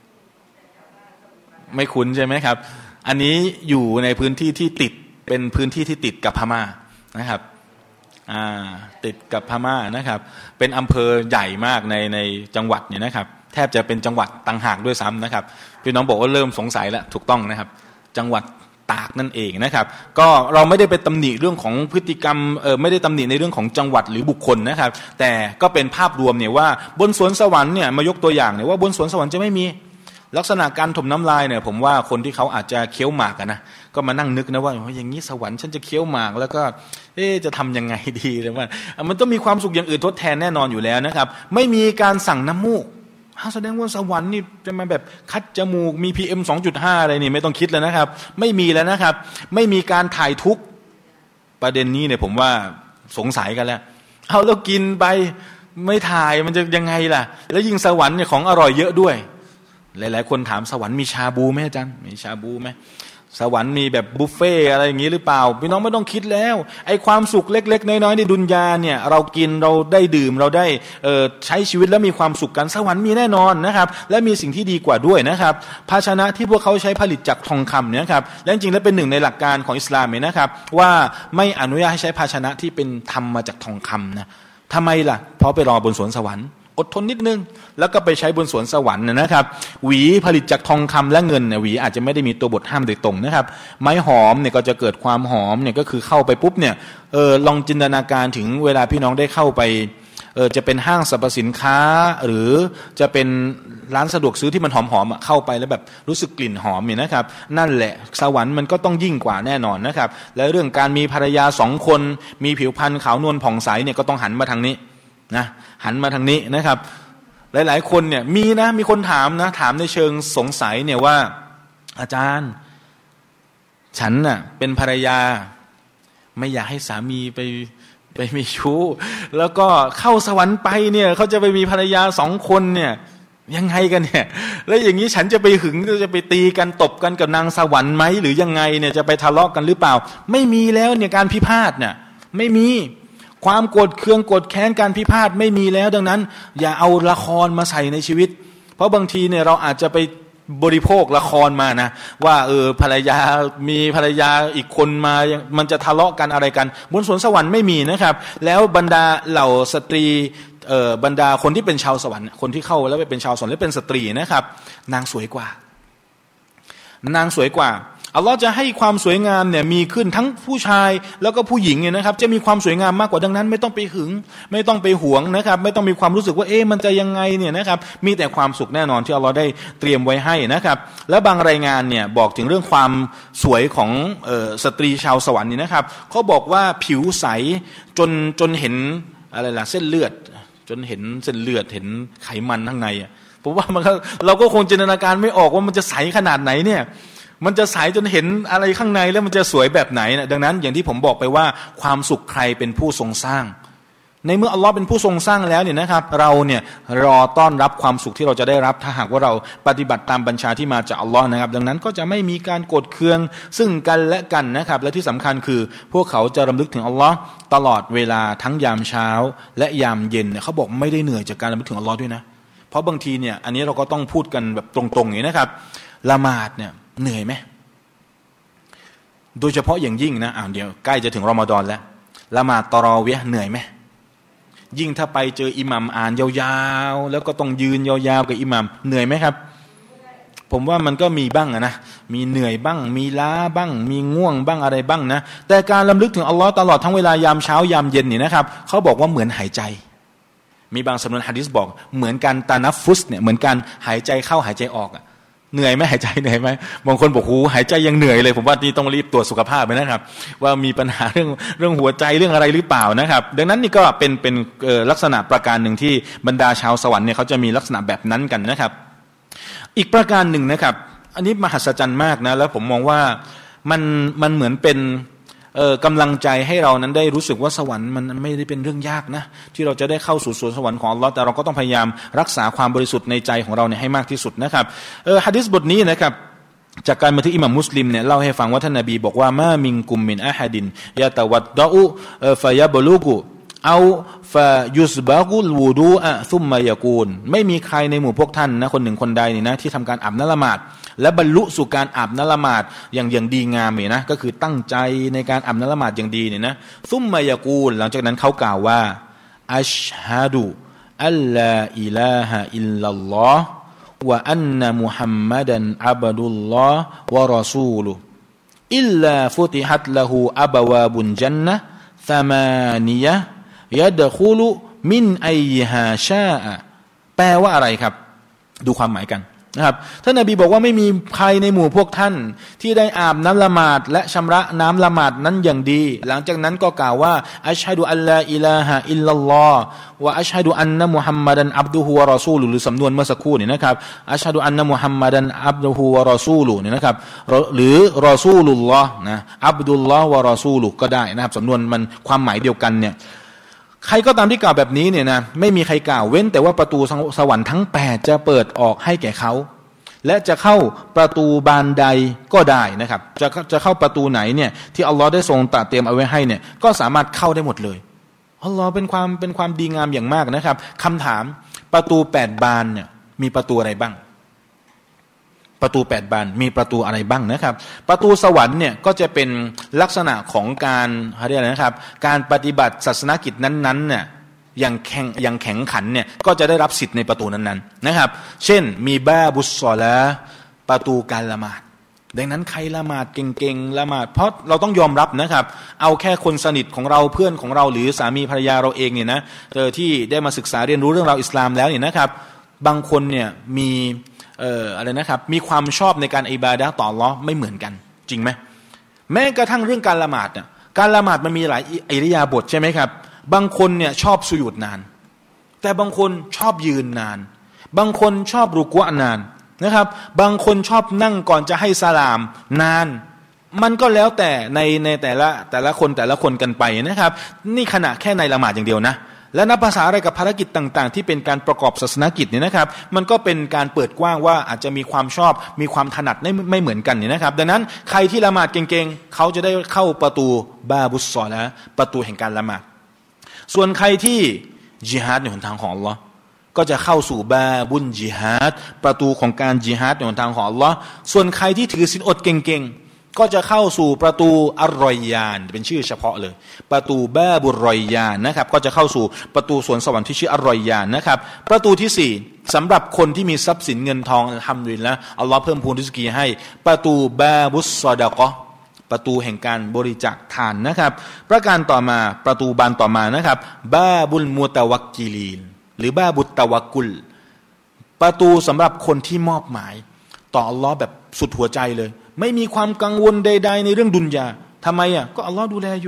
ไม่คุ้นใช่ไหมครับอันนี้อยู่ในพื้นที่ที่ติดเป็นพื้นที่ที่ติดกับพม่านะครับอ่าติดกับพม่านะครับเป็นอำเภอใหญ่มากในในจังหวัดเนี่ยนะครับแทบจะเป็นจังหวัดต่างหากด้วยซ้ำนะครับพี่น้องบอกว่าเริ่มสงสัยแล้วถูกต้องนะครับจังหวัดตากนั่นเองนะครับก็เราไม่ได้ไปตำหนิเรื่องของพฤติกรรมเออไม่ได้ตำหนิในเรื่องของจังหวัดหรือบุคคลนะครับแต่ก็เป็นภาพรวมเนี่ยว่าบนสวนสวรรค์เนี่ยมายกตัวอย่างเนี่ยว่าบนสวนสวรรค์จะไม่มีลักษณะการถมน้ำลายเนี่ยผมว่าคนที่เขาอาจจะเคี้ยวหมากนะก็มานั่งนึกนะว่าอย่างนี้สวรรค์ฉันจะเคี้ยวหมากแล้วก็เอ๊ะจะทำยังไงดีเลยว่ามันต้องมีความสุขอย่างอื่นทดแทนแน่นอนอยู่แล้วนะครับไม่มีการสั่งน้ำมูกแสดงว่าสวรรค์นี่จะมาแบบคัดจมูกมี พี เอ็ม สองจุดห้า อะไรนี่ไม่ต้องคิดแล้วนะครับไม่มีแล้วนะครับไม่มีการถ่ายทุกข์ประเด็นนี้เนี่ยผมว่าสงสัยกันแล้วเอาแล้วกินไปไม่ถ่ายมันจะยังไงล่ะแล้วยิ่งสวรรค์เนี่ยของอร่อยเยอะด้วยหลายๆคนถามสวรรค์มีชาบูไหมอาจารย์มีชาบูไหมสวรรค์มีแบบบุฟเฟ่อะไรอย่างนี้หรือเปล่าพี่น้องไม่ต้องคิดแล้วไอ้ความสุขเล็กๆน้อยๆในดุนยาเนี่ยเรากินเราได้ดื่มเราได้เอ่อใช้ชีวิตแล้วมีความสุขกันสวรรค์มีแน่นอนนะครับและมีสิ่งที่ดีกว่าด้วยนะครับภาชนะที่พวกเขาใช้ผลิตจากทองคำเนี่ยครับและจริงๆแล้วเป็นหนึ่งในหลักการของอิสลามเนี่ยนะครับว่าไม่อนุญาตให้ใช้ภาชนะที่เป็นทำมาจากทองคำนะทำไมล่ะเพราะไปรอบนสวนสวรรค์อดทนนิดนึงแล้วก็ไปใช้บนสวนสวรรค์นะครับหวีผลิตจากทองคำและเงินเนี่ยหวีอาจจะไม่ได้มีตัวบทห้ามโดยตรงนะครับไม้หอมเนี่ยก็จะเกิดความหอมเนี่ยก็คือเข้าไปปุ๊บเนี่ยเออลองจินตนาการถึงเวลาพี่น้องได้เข้าไปเออจะเป็นห้างสรรพสินค้าหรือจะเป็นร้านสะดวกซื้อที่มันหอมๆเข้าไปแล้วแบบรู้สึกกลิ่นหอมเนี่ยนะครับนั่นแหละสวรรค์มันก็ต้องยิ่งกว่าแน่นอนนะครับและเรื่องการมีภรรยาสองคนมีผิวพรรณขาวนวลผ่องใสเนี่ยก็ต้องหันมาทางนี้นะหันมาทางนี้นะครับหลายๆคนเนี่ยมีนะมีคนถามนะถามในเชิงสงสัยเนี่ยว่าอาจารย์ฉันน่ะเป็นภรรยาไม่อยากให้สามีไปไปมีชู้แล้วก็เข้าสวรรค์ไปเนี่ยเขาจะไปมีภรรยาสองคนเนี่ยยังไงกันเนี่ยแล้วอย่างนี้ฉันจะไปหึงจะไปตีกันตบกันกับนางสวรรค์ไหมหรือยังไงเนี่ยจะไปทะเลาะกันหรือเปล่าไม่มีแล้วเนี่ยการพิพาทเนี่ยไม่มีความโกรธเคืองโกรธแค้นการพิพาทไม่มีแล้วดังนั้นอย่าเอาละครมาใส่ในชีวิตเพราะบางทีเนี่ยเราอาจจะไปบริโภคละครมานะว่าเออภรรยามีภรรยาอีกคนมามันจะทะเลาะกันอะไรกันบนสวนสวรรค์ไม่มีนะครับแล้วบรรดาเหล่าสตรีเอ่อบรรดาคนที่เป็นชาวสวรรค์คนที่เข้าแล้วไปเป็นชาวสวรรค์และเป็นสตรีนะครับนางสวยกว่านางสวยกว่าอัลลอฮ์จะให้ความสวยงามเนี่ยมีขึ้นทั้งผู้ชายแล้วก็ผู้หญิงเนี่ยนะครับจะมีความสวยงามมากกว่าดังนั้นไม่ต้องไปหึงไม่ต้องไปหวงนะครับไม่ต้องมีความรู้สึกว่าเอ๊ะมันจะยังไงเนี่ยนะครับมีแต่ความสุขแน่นอนที่อัลลอฮ์ได้เตรียมไว้ให้นะครับและบางรายงานเนี่ยบอกถึงเรื่องความสวยของเอ่อสตรีชาวสวรรค์นี่นะครับเขาบอกว่าผิวใสจนจนเห็นอะไรล่ะเส้นเลือดจนเห็นเส้นเลือดเห็นไขมันข้างในอ่ะผมว่ามันเราก็คงจินตนาการไม่ออกว่ามันจะใสขนาดไหนเนี่ยมันจะใสจนเห็นอะไรข้างในแล้วมันจะสวยแบบไหนนะดังนั้นอย่างที่ผมบอกไปว่าความสุขใครเป็นผู้ทรงสร้างในเมื่ออัลลอฮ์เป็นผู้ทรงสร้างแล้วเนี่ยนะครับเราเนี่ยรอต้อนรับความสุขที่เราจะได้รับถ้าหากว่าเราปฏิบัติตามบัญชาที่มาจากอัลลอฮ์นะครับดังนั้นก็จะไม่มีการโกรธเคืองซึ่งกันและกันนะครับและที่สำคัญคือพวกเขาจะรำลึกถึงอัลลอฮ์ตลอดเวลาทั้งยามเช้าและยามเย็นเนี่ยเขาบอกไม่ได้เหนื่อยจากการรำลึกถึงอัลลอฮ์ด้วยนะเพราะบางทีเนี่ยอันนี้เราก็ต้องพูดกันแบบตรงๆอย่างนี้นะครับละหมาดเนี่ยเหนื่อยไหมโดยเฉพาะอย่างยิ่งนะอ้าวเดี๋ยวใกล้จะถึงรอมฎอนแล้วละหมาดตะรอเวียห์เหนื่อยไหมยิ่งถ้าไปเจออิหมัมอ่านยาวๆแล้วก็ต้องยืนยาวๆกับอิหมัมเหนื่อยไหมครับผมว่ามันก็มีบ้างนะมีเหนื่อยบ้างมีล้าบ้างมีง่วงบ้างอะไรบ้างนะแต่การรำลึกถึงอัลลอฮ์ตลอดทั้งเวลายามเช้ายามเย็นนี่นะครับเขาบอกว่าเหมือนหายใจมีบางสำนวนหะดีษบอกเหมือนการตานัฟฟุสเนี่ยเหมือนการหายใจเข้าหายใจออกอะเหนื่อยไหมหายใจเหนื่อยไหมบางคนบอกหูหายใจยังเหนื่อยเลยผมว่านี่ต้องรีบตรวจสุขภาพไปนะครับว่ามีปัญหาเรื่องเรื่องหัวใจเรื่องอะไรหรือเปล่านะครับดังนั้นนี่ก็เป็นเป็นลักษณะประการหนึ่งที่บรรดาชาวสวรรค์เนี่ยเขาจะมีลักษณะแบบนั้นกันนะครับอีกประการหนึ่งนะครับอันนี้มหัศจรรย์มากนะแล้วผมมองว่ามันมันเหมือนเป็นเอ่อกำลังใจให้เรานั้นได้รู้สึกว่าสวรรค์มันไม่ได้เป็นเรื่องยากนะที่เราจะได้เข้าสู่สวนสวรรค์ของอัลลอฮ์แต่เราก็ต้องพยายามรักษาความบริสุทธิ์ในใจของเราเนี่ยให้มากที่สุดนะครับเออหะดีษบทนี้นะครับจากการบันทึกอิหม่ามมุสลิมเนี่ยเล่าให้ฟังว่าท่านนบีบอกว่ามามินกุมมินอะฮัดินยะตะวัดดะอุฟะยะบลุกุเอาฟะยุสบะกุลวูดูอะซุมมะยะกูลไม่มีใครในหมู่พวกท่านนะคนหนึ่งคนใดนี่นะที่ทำการอาบน้ำละหมาดและบรรลุสู่การอาบน้ำละหมาดอย่างอย่างดีงามเนี่ยนะก็คือตั้งใจในการอาบน้ำละหมาดอย่างดีเนี่ยนะซุมมะยะกูลหลังจากนั้นเขากล่าวว่าอัชฮะดุอัลลาอิลาฮะอิลลัลลอฮ์วะอันนะมุฮัมมัดันอับดุลลอฮ์วะรอซูลุอิลลาฟุติฮัตละฮูอับวาบุนญันนะฮ์ซะมานียะห์ยัดคุลุมินอัยฮาชาอะแปลว่าอะไรครับดูความหมายกันนะครับท่านนบีบอกว่าไม่มีใครในหมู่พวกท่านที่ได้อาบน้ำละหมาดและชำระน้ำละหมาดนั้นอย่างดีหลังจากนั้นก็กล่าวว่าอัชฮะดุอัลลาอิลาฮะอิลลัลลอฮ์วะอัชฮะดุอันนะมุฮัมมัดันอับดุฮุวะรอซูลุหรือสำนวนเมื่อสักครู่นี่นะครับอัชฮะดุอันนะมุฮัมมัดันอับดุฮุวะรอซูลุนี่นะครับหรือรอซูลุลลอฮ์นะอับดุลลอฮ์วะรอซูลุก็ได้นะครับสำนวนมันความหมายเดียวกันเนี่ยใครก็ตามที่กล่าวแบบนี้เนี่ยนะไม่มีใครกล่าวเว้นแต่ว่าประตูสวรรค์ทั้งแปดจะเปิดออกให้แก่เขาและจะเข้าประตูบานใดก็ได้นะครับจะจะเข้าประตูไหนเนี่ยที่อัลลอฮ์ได้ทรงตรัสเตรียมเอาไว้ให้เนี่ยก็สามารถเข้าได้หมดเลยอัลลอฮ์เป็นความเป็นความดีงามอย่างมากนะครับคำถามประตูแปดบานเนี่ยมีประตูอะไรบ้างประตูแปดบานมีประตูอะไรบ้างนะครับประตูสวรรค์เนี่ยก็จะเป็นลักษณะของการเขาเรียกอะไรนะครับการปฏิบัติศาสนกิจนั้นๆเนี่ยอย่างแข่งอย่างแข็งขันเนี่ยก็จะได้รับสิทธิ์ในประตูนั้นๆนะครับเช่นมีบาบุสซอลาประตูการละหมาดดังนั้นใครละหมาดเก่งๆละหมาดเพราะเราต้องยอมรับนะครับเอาแค่คนสนิทของเราเพื่อนของเราหรือสามีภรรยาเราเองเนี่ยนะเออที่ได้มาศึกษาเรียนรู้เรื่องราวอิสลามแล้วเนี่ยนะครับบางคนเนี่ยมีเอ่ออะไรนะครับมีความชอบในการอิบาดะห์ต่ออัลเลาะห์ไม่เหมือนกันจริงไหมแม้กระทั่งเรื่องการละหมาดเนี่ยการละหมาดมันมีหลายอิริยาบถใช่ไหมครับบางคนเนี่ยชอบสุญูดนานแต่บางคนชอบยืนนานบางคนชอบรุกูอ์นานนะครับบางคนชอบนั่งก่อนจะให้สลามนานมันก็แล้วแต่ในในแต่ละแต่ละคนแต่ละคนกันไปนะครับนี่ขณะแค่ในละหมาดอย่างเดียวนะและนับภาษาอะไรกับภารกิจต่างๆที่เป็นการประกอบศาสนกิจเนี่ยนะครับมันก็เป็นการเปิดกว้างว่าอาจจะมีความชอบมีความถนัดไม่ไม่เหมือนกันเนี่ยนะครับดังนั้นใครที่ละหมาดเก่งๆเขาจะได้เข้าประตูบาบุสซอลาประตูแห่งการละหมาดส่วนใครที่ญิฮาดในหนทางของอัลลอฮ์ก็จะเข้าสู่บาบุนญิฮาดประตูของการญิฮาดในหนทางของอัลลอฮ์ส่วนใครที่ถือศีลอดเก่งๆก็จะเข้าสู่ประตูอัรรอยยานเป็นชื่อเฉพาะเลยประตูบาบุรรอยยานนะครับก็จะเข้าสู่ประตูสวนสวรรค์ที่ชื่ออัรรอยยานนะครับประตูที่สี่สำหรับคนที่มีทรัพย์สินเงินทองอัลฮัมดุลิลละห์อัลลอฮ์เพิ่มพูนริสกีให้ประตูบาบุสซอดะกอฮ์ประตูแห่งการบริจาคทานนะครับประการต่อมาประตูบานต่อมานะครับบาบุลมุตะวักกิลีนหรือบ้าบุตตะวักกุลประตูสำหรับคนที่มอบหมายต่ออัลลอฮ์แบบสุดหัวใจเลยไม่มีความกังวลใดๆในเรื่องดุนยาทำไมอ่ะก็อัลลอฮ์ดูแลอยู่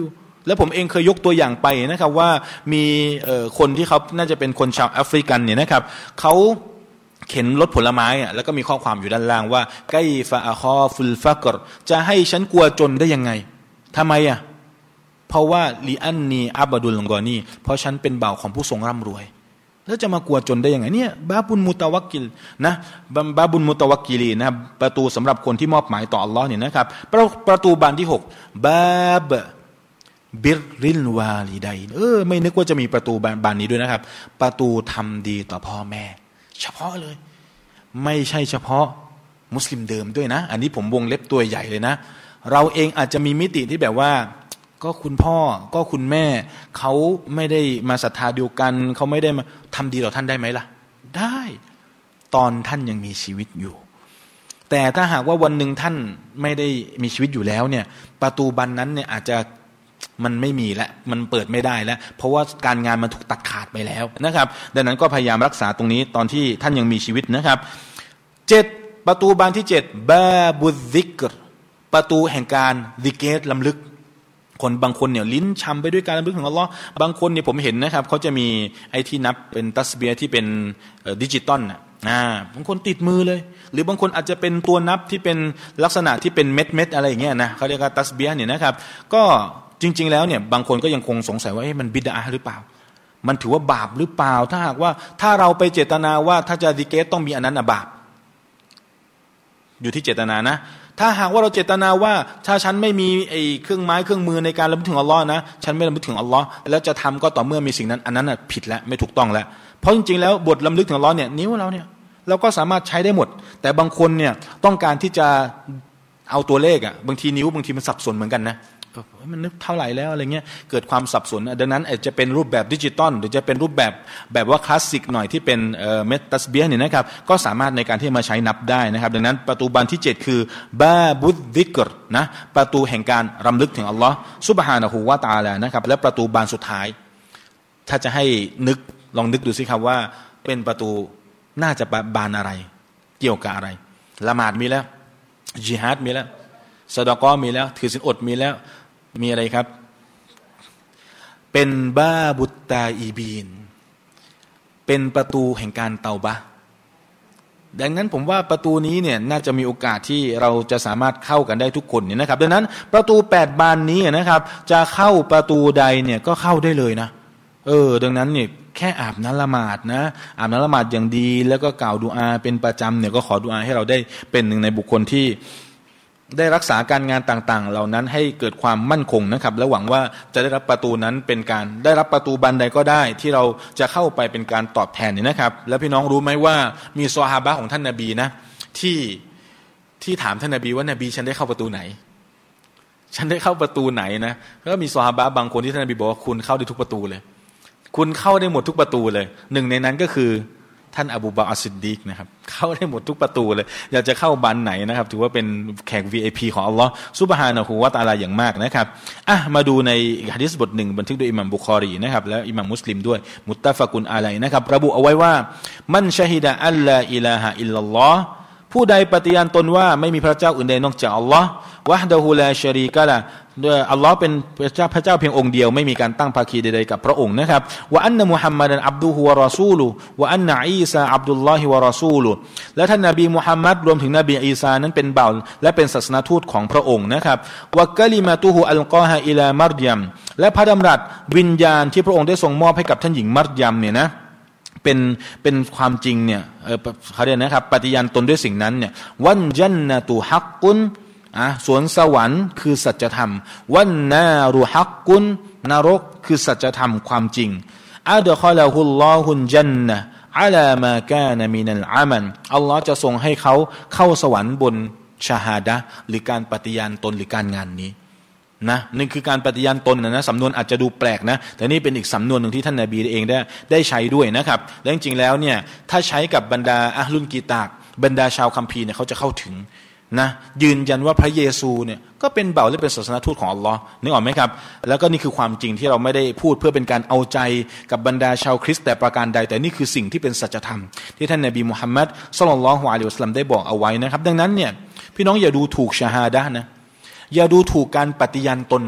แล้วผมเองเคยยกตัวอย่างไปนะครับว่ามีคนที่เขาน่าจะเป็นคนชาวแอฟริกันเนี่ยนะครับเขาเข็นรถผลไม้อ่ะแล้วก็มีข้อความอยู่ด้านล่างว่าไกฟะอะคอฟุลฟักรจะให้ฉันกลัวจนได้ยังไงทำไมอ่ะเพราะว่าลีอันนีอับดุลกอนีเพราะฉันเป็นบ่าวของผู้ทรงร่ำรวยแล้วจะมากลัวจนได้ยังไงเนี่ยบาบุญมุตะวักกิลนะบาบุญมุตะวักกิลีนะประตูสำหรับคนที่มอบหมายต่ออัลลอฮ์เนี่ยนะครับประประตูบานที่หกบาบบิรริลวาลิดัยเออไม่นึกว่าจะมีประตูบานนี้ด้วยนะครับประตูทำดีต่อพ่อแม่เฉพาะเลยไม่ใช่เฉพาะมุสลิมเดิมด้วยนะอันนี้ผมวงเล็บตัวใหญ่เลยนะเราเองอาจจะมีมิติที่แบบว่าก็คุณพ่อก็คุณแม่เขาไม่ได้มาศรัทธาเดียวกันเขาไม่ได้มาทำดีต่อท่านได้ไหมล่ะได้ตอนท่านยังมีชีวิตอยู่แต่ถ้าหากว่าวันหนึ่งท่านไม่ได้มีชีวิตอยู่แล้วเนี่ยประตูบานนั้นเนี่ยอาจจะมันไม่มีแล้วมันเปิดไม่ได้แล้วเพราะว่าการงานมันถูกตัดขาดไปแล้วนะครับดังนั้นก็พยายามรักษาตรงนี้ตอนที่ท่านยังมีชีวิตนะครับเจ็ดประตูบานที่เจ็ดบาบุซิกรประตูแห่งการซิกเกตลำลึกคนบางคนเนี่ยลิ้นชำไปด้วยการรำลึกถึงอัลลอฮ์บางคนเนี่ยผมเห็นนะครับเขาจะมีไอ้ที่นับเป็นตัสเบียที่เป็นดิจิตอลน่ะอ่าบางคนติดมือเลยหรือบางคนอาจจะเป็นตัวนับที่เป็นลักษณะที่เป็นเม็ดเม็ดอะไรอย่างเงี้ยนะเขาเรียกว่าตัสเบียเนี่ยนะครับก็จริงๆแล้วเนี่ยบางคนก็ยังคงสงสัยว่าเอ๊ะมันบิดอะห์หรือเปล่ามันถือว่าบาปหรือเปล่าถ้าหากว่าถ้าเราไปเจตนาว่าถ้าจะดิเกตต้องมีอันนั้นนะบาปอยู่ที่เจตนานะถ้าหากว่าเราเจตนาว่าถ้าฉันไม่มีไอ้เครื่องไม้เครื่องมือในการรำลึกถึงอัลลอฮ์นะฉันไม่รำลึกถึงอัลลอฮ์แล้วจะทำก็ต่อเมื่อมีสิ่งนั้นอันนั้นน่ะผิดแล้วไม่ถูกต้องแล้วเพราะจริงๆแล้วบทรำลึกถึงอัลลอฮ์เนี่ยนิ้วเราเนี่ยเราก็สามารถใช้ได้หมดแต่บางคนเนี่ยต้องการที่จะเอาตัวเลขอ่ะบางทีนิ้วบางทีมันสับสนเหมือนกันนะมันนึกเท่าไหร่แล้วอะไรเงี้ยเกิดความสับสนดังนั้นอาจจะเป็นรูปแบบดิจิตอลหรือจะเป็นรูปแบบแบบว่าคลาสสิกหน่อยที่เป็นเอ่อเมตตัสเบียเนี่ยนะครับก็สามารถในการที่มาใช้นับได้นะครับดังนั้นประตูบานที่เจ็ดคือบาบุดดิกรนะประตูแห่งการรำลึกถึงอัลลอฮ์ซุบฮานะฮูวะตะอาลานะครับและประตูบานสุดท้ายถ้าจะให้นึกลองนึกดูสิครับว่าเป็นประตูน่าจะบานอะไรเกี่ยวกับอะไรละหมาดมีแล้วญิฮาดมีแล้วซะดะกอฮ์มีแล้วถือศีลอดมีแล้วมีอะไรครับเป็นบาบุตตาอีบีนเป็นประตูแห่งการเตาบะดังนั้นผมว่าประตูนี้เนี่ยน่าจะมีโอกาสที่เราจะสามารถเข้ากันได้ทุกคนเนี่ยนะครับดังนั้นประตูแปดบานนี้นะครับจะเข้าประตูใดเนี่ยก็เข้าได้เลยนะเออดังนั้นเนี่ยแค่อาบน้ำละหมาดนะอาบน้ำละหมาดอย่างดีแล้วก็กล่าวดุอาเป็นประจำเนี่ยก็ขอดุอาให้เราได้เป็นหนึ่งในบุคคลที่ได้รักษาการงานต่างๆเหล่านั้นให้เกิดความมั่นคงนะครับและหวังว่าจะได้รับประตูนั้นเป็นการได้รับประตูบานใดก็ได้ที่เราจะเข้าไปเป็นการตอบแทนนี่นะครับแล้วพี่น้องรู้ไหมว่ามีซอฮาบะห์ของท่านนบีนะที่ที่ถามท่านนบีว่านบีฉันได้เข้าประตูไหนฉันได้เข้าประตูไหนนะแล้วก็มีซอฮาบะห์บางคนที่ท่านนบีบอกว่าคุณเข้าได้ทุกประตูเลยคุณเข้าได้หมดทุกประตูเลยหนึ่งในนั้นก็คือท่านอบูบะอัสซิดดีกนะครับเข้าได้หมดทุกประตูเลยอยากจะเข้าบานไหนนะครับถือว่าเป็นแขก วี ไอ พี ของอัลลอฮ์ซุบฮานะฮูวะตะอาลาอย่างมากนะครับอ่ะมาดูในหะดีษบทหนึ่งบันทึกโดยอิหม่ามบุคอรีนะครับและอิหม่ามมุสลิมด้วยมุตตะฟะกุนอะลัยนะครับระบุเอาไว้ว่ามันชะฮิดะอัลลาอิลาฮะอิลลัลลอฮ์ผู้ใดปฏิญาณตนว่าไม่มีพระเจ้าอื่นใดนอกจากอัลลอฮ์วะฮ์ดะฮูลาชะรีกะละด้วยอัลลอฮ์เป็นพระเจ้าพระเจ้าเพียงองค์เดียวไม่มีการตั้งภาคีใดๆกับพระองค์นะครับวะอันนะมุฮัมมัดันอับดุฮุวะรอซูลุวะอันนะอีซาอับดุลลอฮิวะรอซูลุและท่านนบีมุฮัมมัดรวมถึงนบีอีซานั้นเป็นบ่าวและเป็นศาสนทูตของพระองค์นะครับวะกะลิมะตุฮุอัลกอฮะอิลามัรยัมและพระดำรัสวิญญาณที่พระองค์ได้ทรงมอบให้กับท่านหญิงมัรยัมเนี่ยนะเป็นเป็นความจริงเนี่ยเออเขาเรียกนะครับปฏิญาณตนด้วยสิ่งนั้นเนี่ยวันญันนะตุฮักกุนอ่ะสวนสวรรค์คือสัจธรรมวันนารุฮักกุนนรกคือสัจธรรมความจริงอัดคอลาฮุลลอฮุนญันนะอะลามากานะมินัลอามัลอัลลอฮ์จะทรงให้เขาเข้าสวรรค์บนชาฮาดะห์หรือการปฏิญาณตนหรือการงานนี้นะนี่คือการปฏิญาณตนนะนะสำนวนอาจจะดูแปลกนะแต่นี่เป็นอีกสำนวนหนึ่งที่ท่านนบีเองได้ได้ใช้ด้วยนะครับและจริงๆแล้วเนี่ยถ้าใช้กับบรรดาอะห์ลุลกีตาบบรรดาชาวคัมภีร์เนี่ยเขาจะเข้าถึงนะยืนยันว่าพระเยซูเนี่ยก็เป็นบ่าวและเป็นศาสนทูตของอัลลอฮ์นึกออกไหมครับแล้วก็นี่คือความจริงที่เราไม่ได้พูดเพื่อเป็นการเอาใจกับบรรดาชาวคริสต์แต่ประการใดแต่นี่คือสิ่งที่เป็นสัจธรรมที่ท่านนบีมุฮัมมัดศ็อลลัลลอฮุอะลัยฮิวะซัลลัมได้บอกเอาไว้นะครับดังนั้นเนี่ยพี่น้องอย่าดูถูกชาฮาดะห์นะอย่าดูถูกการปฏิญาณตนนะ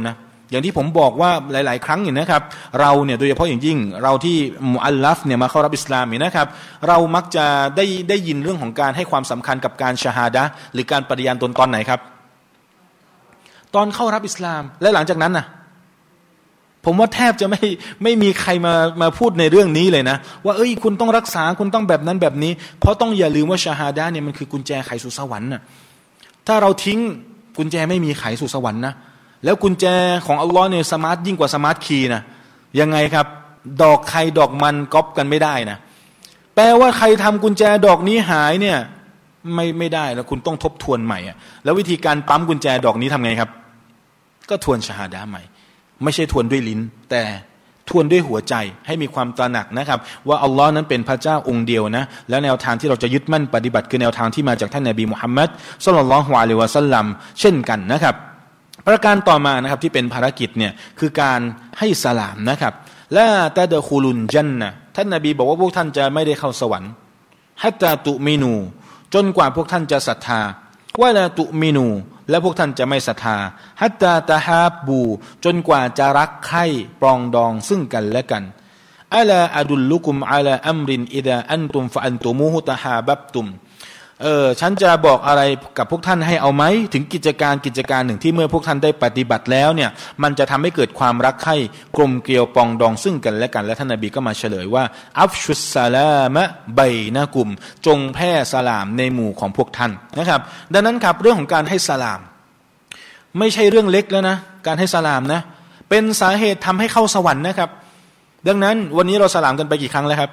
อย่างที่ผมบอกว่าหลายๆครั้งเนี่ยนะครับเราเนี่ยโดยเฉพาะอย่างยิ่งเราที่มุอัลลัฟเนี่ยมาเข้ารับอิสลามเนี่ยนะครับเรามักจะได้ได้ยินเรื่องของการให้ความสำคัญกับการชะฮาดะห์หรือการปฏิญาณตนตอนไหนครับตอนเข้ารับอิสลามและหลังจากนั้นน่ะผมว่าแทบจะไม่ไม่มีใครมามาพูดในเรื่องนี้เลยนะว่าเอ้ยคุณต้องรักษาคุณต้องแบบนั้นแบบนี้เพราะต้องอย่าลืมว่าชะฮาดะห์เนี่ยมันคือกุญแจไขสู่สวรรค์น่ะถ้าเราทิ้งกุญแจไม่มีไขสู่สวรรค์นะแล้วกุญแจของอัลลอฮ์เนี่ยสมาร์ทยิ่งกว่าสมาร์ทคีย์นะยังไงครับดอกใครดอกมันก๊อปกันไม่ได้นะแปลว่าใครทำกุญแจดอกนี้หายเนี่ยไม่ไม่ได้แล้วคุณต้องทบทวนใหม่อ่ะแล้ววิธีการปั๊มกุญแจดอกนี้ทำไงครับก็ทวนชะฮาดะห์ใหม่ไม่ใช่ทวนด้วยลิ้นแต่ทวนด้วยหัวใจให้มีความตระหนักนะครับว่าอัลลอฮ์นั้นเป็นพระเจ้าองค์เดียวนะแล้วแนวทางที่เราจะยึดมั่นปฏิบัติคือแนวทางที่มาจากท่านนบีมุฮัมมัดศ็อลลัลลอฮุอะลัยฮิวะซัลลัมเช่นกันนะครับประการต่อมานะครับที่เป็นภารกิจเนี่ยคือการให้สลามนะครับละตะดะคุลุนญันนะห์ท่านนบีบอกว่าพวกท่านจะไม่ได้เข้าสวรรค์ฮัตตาตุมินูจนกว่าพวกท่านจะศรัทธาวะลาตุมินูและพวกท่านจะไม่ศรัทธาฮัตตาตะฮาบบูจนกว่าจะรักใคร่ปรองดองซึ่งกันและกันอะลาอะดุลลุกุมอะลาอัมรินอิดาอันตุมฟะอันตุมูฮุตะฮาบับตุมเออฉันจะบอกอะไรกับพวกท่านให้เอาไหมถึงกิจการกิจการหนึ่งที่เมื่อพวกท่านได้ปฏิบัติแล้วเนี่ยมันจะทำให้เกิดความรักใคร่กลมเกลียวปองดองซึ่งกันและกันและท่านนบีก็มาเฉลยว่าอัฟชุสซาลามะบัยนะกุมจงแพร่สลามในหมู่ของพวกท่านนะครับดังนั้นครับเรื่องของการให้สลามไม่ใช่เรื่องเล็กแล้วนะการให้สลามนะเป็นสาเหตุทำให้เข้าสวรรค์นะครับดังนั้นวันนี้เราสลามกันไปกี่ครั้งแล้วครับ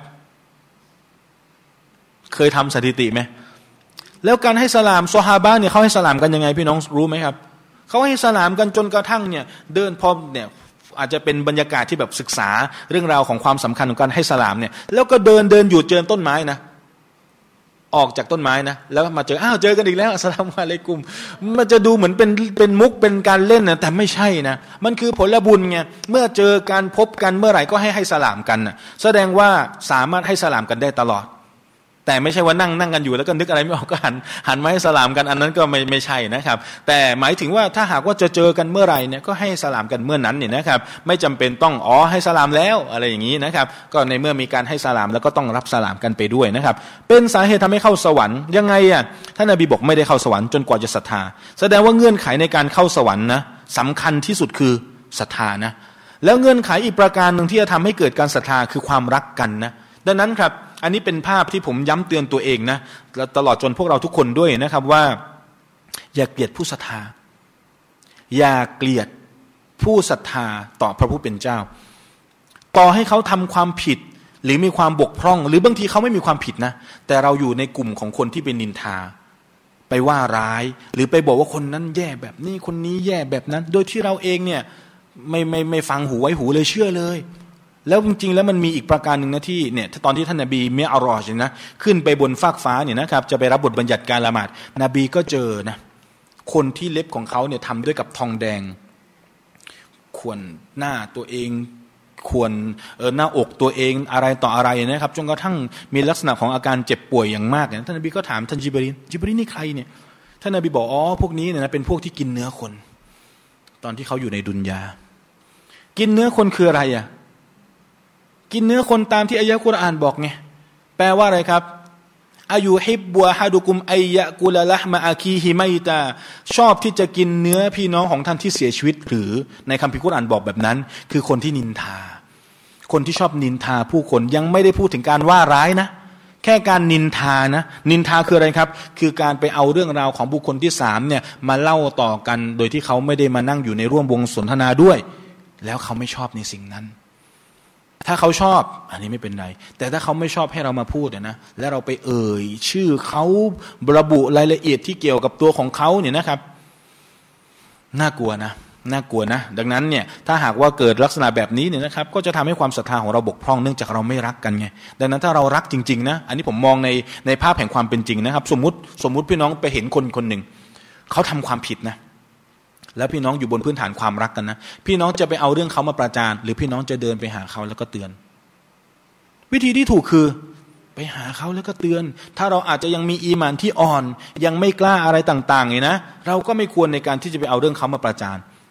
เคยทำสถิติไหมแล้วการให้สลามซอฮาบะห์เนี่ยเขาให้สลามกันยังไงพี่น้องรู้ไหมครับเขาให้สลามกันจนกระทั่งเนี่ยเดินพอเนี่ยอาจจะเป็นบรรยากาศที่แบบศึกษาเรื่องราวของความสำคัญของการให้สลามเนี่ยแล้วก็เดินเดินอยู่เจอต้นไม้นะออกจากต้นไม้นะแล้วมาเจออ้าวเจอกันอีกแล้วอัสสลามุอะลัยกุมมันจะดูเหมือนเป็นเป็นมุกเป็นการเล่นนะแต่ไม่ใช่นะมันคือผลบุญไงเมื่อเจอการพบกันเมื่อไหร่ก็ให้ให้สลามกันนะแสดงว่าสามารถให้สลามกันได้ตลอดแต่ไม่ใช่ว่านั่งนั่งกันอยู่แล้วก็นึกอะไรไม่ออกก็หันหันมาให้สลามกันอันนั้นก็ไม่ไม่ใช่นะครับแต่หมายถึงว่าถ้าหากว่าจะเจอกันเมื่อไหร่เนี่ยก็ให้สลามกันเมื่อนั้นเนี่ยนะครับไม่จำเป็นต้องอ๋อให้สลามแล้วอะไรอย่างนี้นะครับก็ในเมื่อมีการให้สลามแล้วก็ต้องรับสลามกันไปด้วยนะครับเป็นสาเหตุทำให้เข้าสวรรค์ยังไงอ่ะท่านนบีบอกไม่ได้เข้าสวรรค์จนกว่าจะศรัทธาแสดงว่าเงื่อนไขในการเข้าสวรรค์นะสำคัญที่สุดคือศรัทธานะแล้วเงื่อนไขอีกประการหนึ่งที่จะทำให้เกิดการศรัทธาคือความรักกันนะดังนั้นครับอันนี้เป็นภาพที่ผมย้ำเตือนตัวเองนะและตลอดจนพวกเราทุกคนด้วยนะครับว่าอย่าเกลียดผู้ศรัทธาอย่าเกลียดผู้ศรัทธาต่อพระผู้เป็นเจ้าต่อให้เขาทำความผิดหรือมีความบกพร่องหรือบางทีเขาไม่มีความผิดนะแต่เราอยู่ในกลุ่มของคนที่เป็นนินทาไปว่าร้ายหรือไปบอกว่าคนนั้นแย่แบบนี้คนนี้แย่แบบนั้นโดยที่เราเองเนี่ยไม่ไม่ไม่ฟังหูไว้หูเลยเชื่อเลยแล้วจริงๆแล้วมันมีอีกประการหนึ่งนะที่เนี่ยตอนที่ท่านนบีเมียอารอชนะขึ้นไปบนฟากฟ้าเนี่ยนะครับจะไปรับบทบัญญัติการละหมาดนบีก็เจอนะคนที่เล็บของเขาเนี่ยทำด้วยกับทองแดงข่วนหน้าตัวเองข่วนเออหน้าอกตัวเองอะไรต่ออะไรนะครับจนกระทั่งมีลักษณะของอาการเจ็บป่วยอย่างมากเนี่ยท่านนบีก็ถามท่านจิบรีลจิบรีลนี่ใครเนี่ยท่านนบีบอกอ๋อพวกนี้เนี่ยนะเป็นพวกที่กินเนื้อคนตอนที่เขาอยู่ในดุนยากินเนื้อคนคืออะไรอ่ะกินเนื้อคนตามที่อายะห์กุรอานบอกไงแปลว่าอะไรครับอายุฮิบบัวฮาดุกุมอัยยะกุลละห์มะอาคีฮิมัยตาชอบที่จะกินเนื้อพี่น้องของท่านที่เสียชีวิตหรือในคัมภีร์กุรอานบอกแบบนั้นคือคนที่นินทาคนที่ชอบนินทาผู้คนยังไม่ได้พูดถึงการว่าร้ายนะแค่การนินทานะนินทาคืออะไรครับคือการไปเอาเรื่องราวของบุคคลที่สามเนี่ยมาเล่าต่อกันโดยที่เขาไม่ได้มานั่งอยู่ในร่วมวงสนทนาด้วยแล้วเขาไม่ชอบในสิ่งนั้นถ้าเขาชอบอันนี้ไม่เป็นไรแต่ถ้าเขาไม่ชอบให้เรามาพูดนะแล้วเราไปเอ่ยชื่อเขาระบุรายละเอียดที่เกี่ยวกับตัวของเขาเนี่ยนะครับน่ากลัวนะน่ากลัวนะดังนั้นเนี่ยถ้าหากว่าเกิดลักษณะแบบนี้เนี่ยนะครับก็จะทำให้ความศรัทธาของเราบกพร่องเนื่องจากเราไม่รักกันไงดังนั้นถ้าเรารักจริงๆนะอันนี้ผมมองในในภาพแห่งความเป็นจริงนะครับสมมุติสมมุติพี่น้องไปเห็นคนคนหนึ่งเขาทำความผิดนะแล้วพี่น้องอยู่บนพื้นฐานความรักกันนะพี่น้องจะไปเอาเรื่องเขามาประจานหรือพี่น้องจะเดินไปหาเขาแล้วก็เตือนวิธีที่ถูกคือไปหาเขาแล้วก็เตือนถ้าเราอาจจะยังมีอีหม่านที่อ่อนยังไม่กล้าอะไรต่างๆเนี่ยนะเราก็ไม่ควรในการที่จะไปเอาเรื่องเขามาประจาน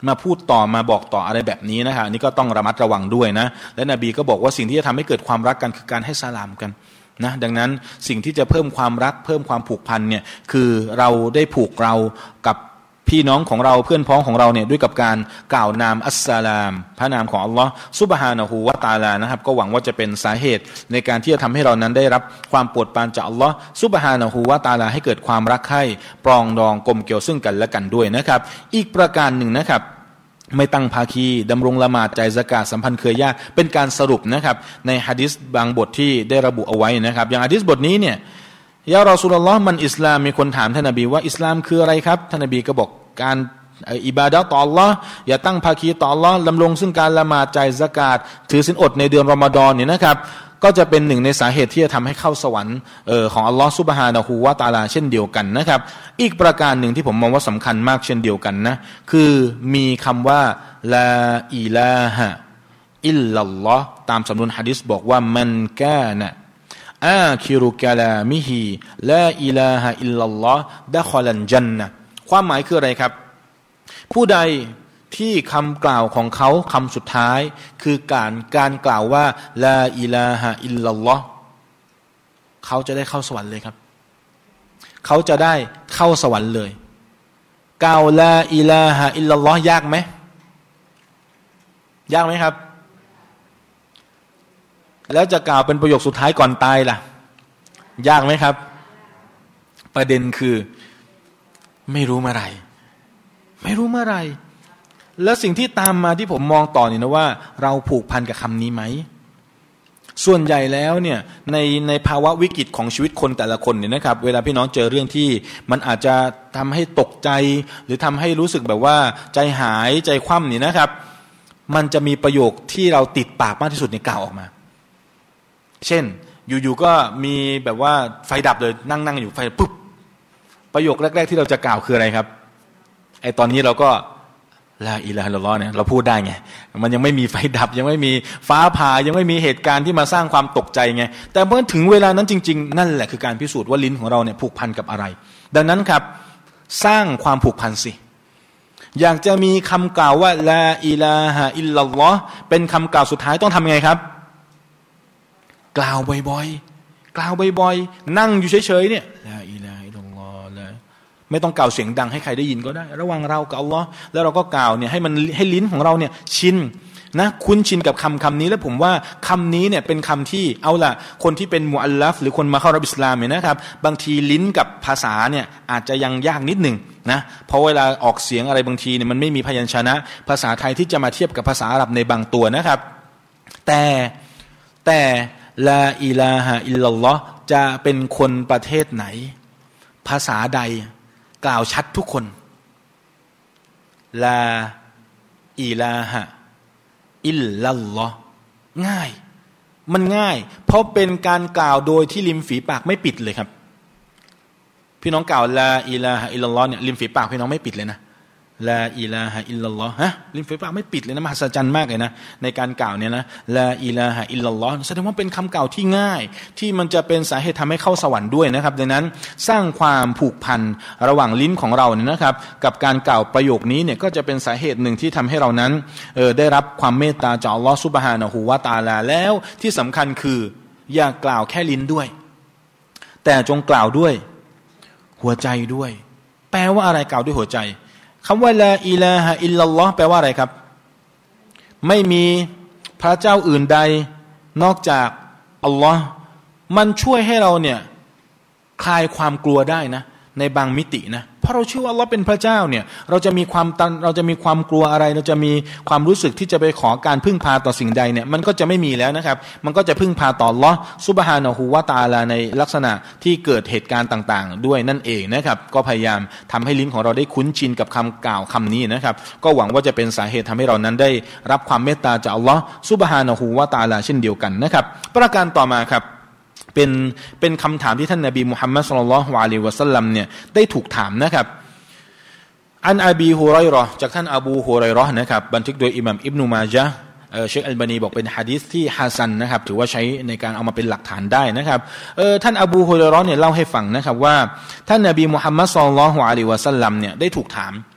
มาพูดต่อมาบอกต่ออะไรแบบนี้นะครับนี่ก็ต้องระมัดระวังด้วยนะและนบีก็บอกว่าสิ่งที่จะทำให้เกิดความรักกันคือการให้สลามกันนะดังนั้นสิ่งที่จะเพิ่มความรักเพิ่มความผูกพันเนี่ยคือเราได้ผูกเรากับพี่น้องของเราเพื่อนพ้องของเราเนี่ยด้วยกับการกล่าวนามอัสสลามพระนามของอัลลอฮ์ซุบฮานะฮูวะตะอาลานะครับก็หวังว่าจะเป็นสาเหตุในการที่จะทำให้เรานั้นได้รับความโปรดปรานจากอัลลอฮ์ซุบฮานะฮูวะตะอาลาให้เกิดความรักใคร่ปรองดองกลมเกลียวซึ่งกันและกันด้วยนะครับอีกประการหนึ่งนะครับไม่ตั้งภาคีดำรงละหมาดจ่ายซะกาตสัมพันธ์เครือญาติเป็นการสรุปนะครับในหะดีษบางบทที่ได้ระบุเอาไว้นะครับอย่างหะดีษบทนี้เนี่ยยารอซูลุลลอฮ์มันอิสลามมีคนถามท่านนบีว่าอิสลามคืออะไรครับท่านนบีก็บอกการอิบาดะห์ต่ออัลลอฮ์อย่าตั้งภาคีต่ออัลลอฮ์ดำรงซึ่งการละหมาดจ่ายซะกาตถือศีลอดในเดือนรอมฎอนเนี่ยนะครับก็จะเป็นหนึ่งในสาเหตุที่จะทำให้เข้าสวรรค์เอ่อของอัลลอฮ์ซุบฮานะฮูวะตะอาลาเช่นเดียวกันนะครับอีกประการหนึ่งที่ผมมองว่าสำคัญมากเช่นเดียวกันนะคือมีคำว่าลาอิลาฮะอิลลัลลอฮ์ตามสำนวนหะดีษบอกว่ามันกานะอาคิรุกะลามิฮิลาอิลาฮะอิลลัลลอฮ์ดะคอลันญันนะห์ความหมายคืออะไรครับผู้ใดที่คำกล่าวของเขาคำสุดท้ายคือการการกล่าวว่าลาอิลาฮะอิลลัลลอฮ์เขาจะได้เข้าสวรรค์เลยครับเขาจะได้เข้าสวรรค์เลยกล่าวลาอิลาฮะอิลลัลลอฮ์ยากไหมยากไหมครับแล้วจะกล่าวเป็นประโยคสุดท้ายก่อนตายล่ะยากไหมครับประเด็นคือไม่รู้เมื่อไหร่ไม่รู้เมื่อไหร่แล้วสิ่งที่ตามมาที่ผมมองต่อเนี่ยนะว่าเราผูกพันกับคำนี้ไหมส่วนใหญ่แล้วเนี่ยในในภาวะวิกฤตของชีวิตคนแต่ละคนเนี่ยนะครับเวลาพี่น้องเจอเรื่องที่มันอาจจะทำให้ตกใจหรือทำให้รู้สึกแบบว่าใจหายใจคว่ำเนี่ยนะครับมันจะมีประโยคที่เราติดปากมากที่สุดในกล่าวออกมาเช่นอยู่ๆก็มีแบบว่าไฟดับเลยนั่งนั่งอยู่ไฟปุ๊บประโยคแรกๆที่เราจะกล่าวคืออะไรครับไอตอนนี้เราก็ลาอิลาฮะอิลลัลลอฮ์เนี่ยเราพูดได้ไงมันยังไม่มีไฟดับยังไม่มีฟ้าผ่ายังไม่มีเหตุการณ์ที่มาสร้างความตกใจไงแต่เมื่อถึงเวลานั้นจริงๆนั่นแหละคือการพิสูจน์ว่าลิ้นของเราเนี่ยผูกพันกับอะไรดังนั้นครับสร้างความผูกพันสิอยากจะมีคำกล่าวว่าลาอิลาฮะอิลลัลลอฮ์เป็นคำกล่าวสุดท้ายต้องทำไงครับกล่าวบ่อยๆกล่าวบ่อยๆนั่งอยู่เฉยๆเนี่ยลาอิลาฮะอิลลัลลอฮ์ไม่ต้องกล่าวเสียงดังให้ใครได้ยินก็ได้ระหว่างเรากับอัลลอฮ์แล้วเราก็กล่าวเนี่ยให้มันให้ลิ้นของเราเนี่ยชินนะคุ้นชินกับคำคำนี้แล้วผมว่าคำนี้เนี่ยเป็นคำที่เอาล่ะคนที่เป็นมุอัลลัฟหรือคนมาเข้ารับอิสลามเนี่ยนะครับบางทีลิ้นกับภาษาเนี่ยอาจจะยังยากนิดหนึ่งนะเพราะเวลาออกเสียงอะไรบางทีเนี่ยมันไม่มีพยัญชนะภาษาไทยที่จะมาเทียบกับภาษาอาหรับในบางตัวนะครับแต่แต่ลาอิลาฮะอิลลัลลอฮ์จะเป็นคนประเทศไหนภาษาใดกล่าวชัดทุกคนลาอิลาฮะอิลลัลลอฮ์ง่ายมันง่ายเพราะเป็นการกล่าวโดยที่ริมฝีปากไม่ปิดเลยครับพี่น้องกล่าวลาอิลาฮะอิลลัลลอฮ์เนี่ยริมฝีปากพี่น้องไม่ปิดเลยนะลาอิลาฮะอิลลัลลอฮ์ฮะริมฝีปากไม่ปิดเลยนะมหัศจรรย์มากเลยนะในการกล่าวเนี่ยนะลาอิลาฮะอิลลัลลอฮ์แสดงว่าเป็นคำกล่าวที่ง่ายที่มันจะเป็นสาเหตุทำให้เข้าสวรรค์ด้วยนะครับดังนั้นสร้างความผูกพันระหว่างลิ้นของเราเนี่ยนะครับกับการกล่าวประโยคนี้เนี่ยก็จะเป็นสาเหตุหนึ่งที่ทำให้เรานั้นเออได้รับความเมตตาจากอัลลอฮ์ซุบฮานะฮูวะตะอาลาแล้วที่สำคัญคืออย่ากล่าวแค่ลิ้นด้วยแต่จงกล่าวด้วยหัวใจด้วยแปลว่าอะไรกล่าวด้วยหัวใจคำว่าลาอิลาฮะอิลลัลลอฮ์แปลว่าอะไรครับไม่มีพระเจ้าอื่นใดนอกจากอัลลอฮ์มันช่วยให้เราเนี่ยคลายความกลัวได้นะในบางมิตินะเพราะเราเชื่อว่าอัลลอฮ์เป็นพระเจ้าเนี่ยเราจะมีความตันเราจะมีความกลัวอะไรเราจะมีความรู้สึกที่จะไปขอการพึ่งพาต่อสิ่งใดเนี่ยมันก็จะไม่มีแล้วนะครับมันก็จะพึ่งพาต่ออัลลอฮ์ซุบฮานะฮูวะตะอาลาในลักษณะที่เกิดเหตุการณ์ต่างๆด้วยนั่นเองนะครับก็พยายามทำให้ลิ้นของเราได้คุ้นชินกับคำกล่าวคำนี้นะครับก็หวังว่าจะเป็นสาเหตุทำให้เรานั้นได้รับความเมตตาจากอัลลอฮ์ซุบฮานะฮูวะตะอาลาเช่นเดียวกันนะครับประการต่อมาครับเป็นเป็นคำถามที่ท่านนบีมุฮัมมัดศ็อลลัลลอฮุอะลัยฮิวะซัลลัมเนี่ยได้ถูกถามนะครับอันอบีฮุรอยเราะห์จากท่านอบูฮุรอยเราะห์นะครับบันทึกโดยอิหม่ามอิบนุมาญะห์เอ่อเชคอัลบานีบอกเป็นหะดีษที่ฮะซันนะครับถือว่าใช้ในการเอามาเป็นหลักฐานได้นะครับเอ่อท่านอบูฮุรอยเราะห์เนี่ยเล่าให้ฟังนะครับว่าท่านนบีมุฮัมมัดศ็อลลัลลอฮุอะลัยฮิวะซัลลัมเนี่ยได้ถูกถาม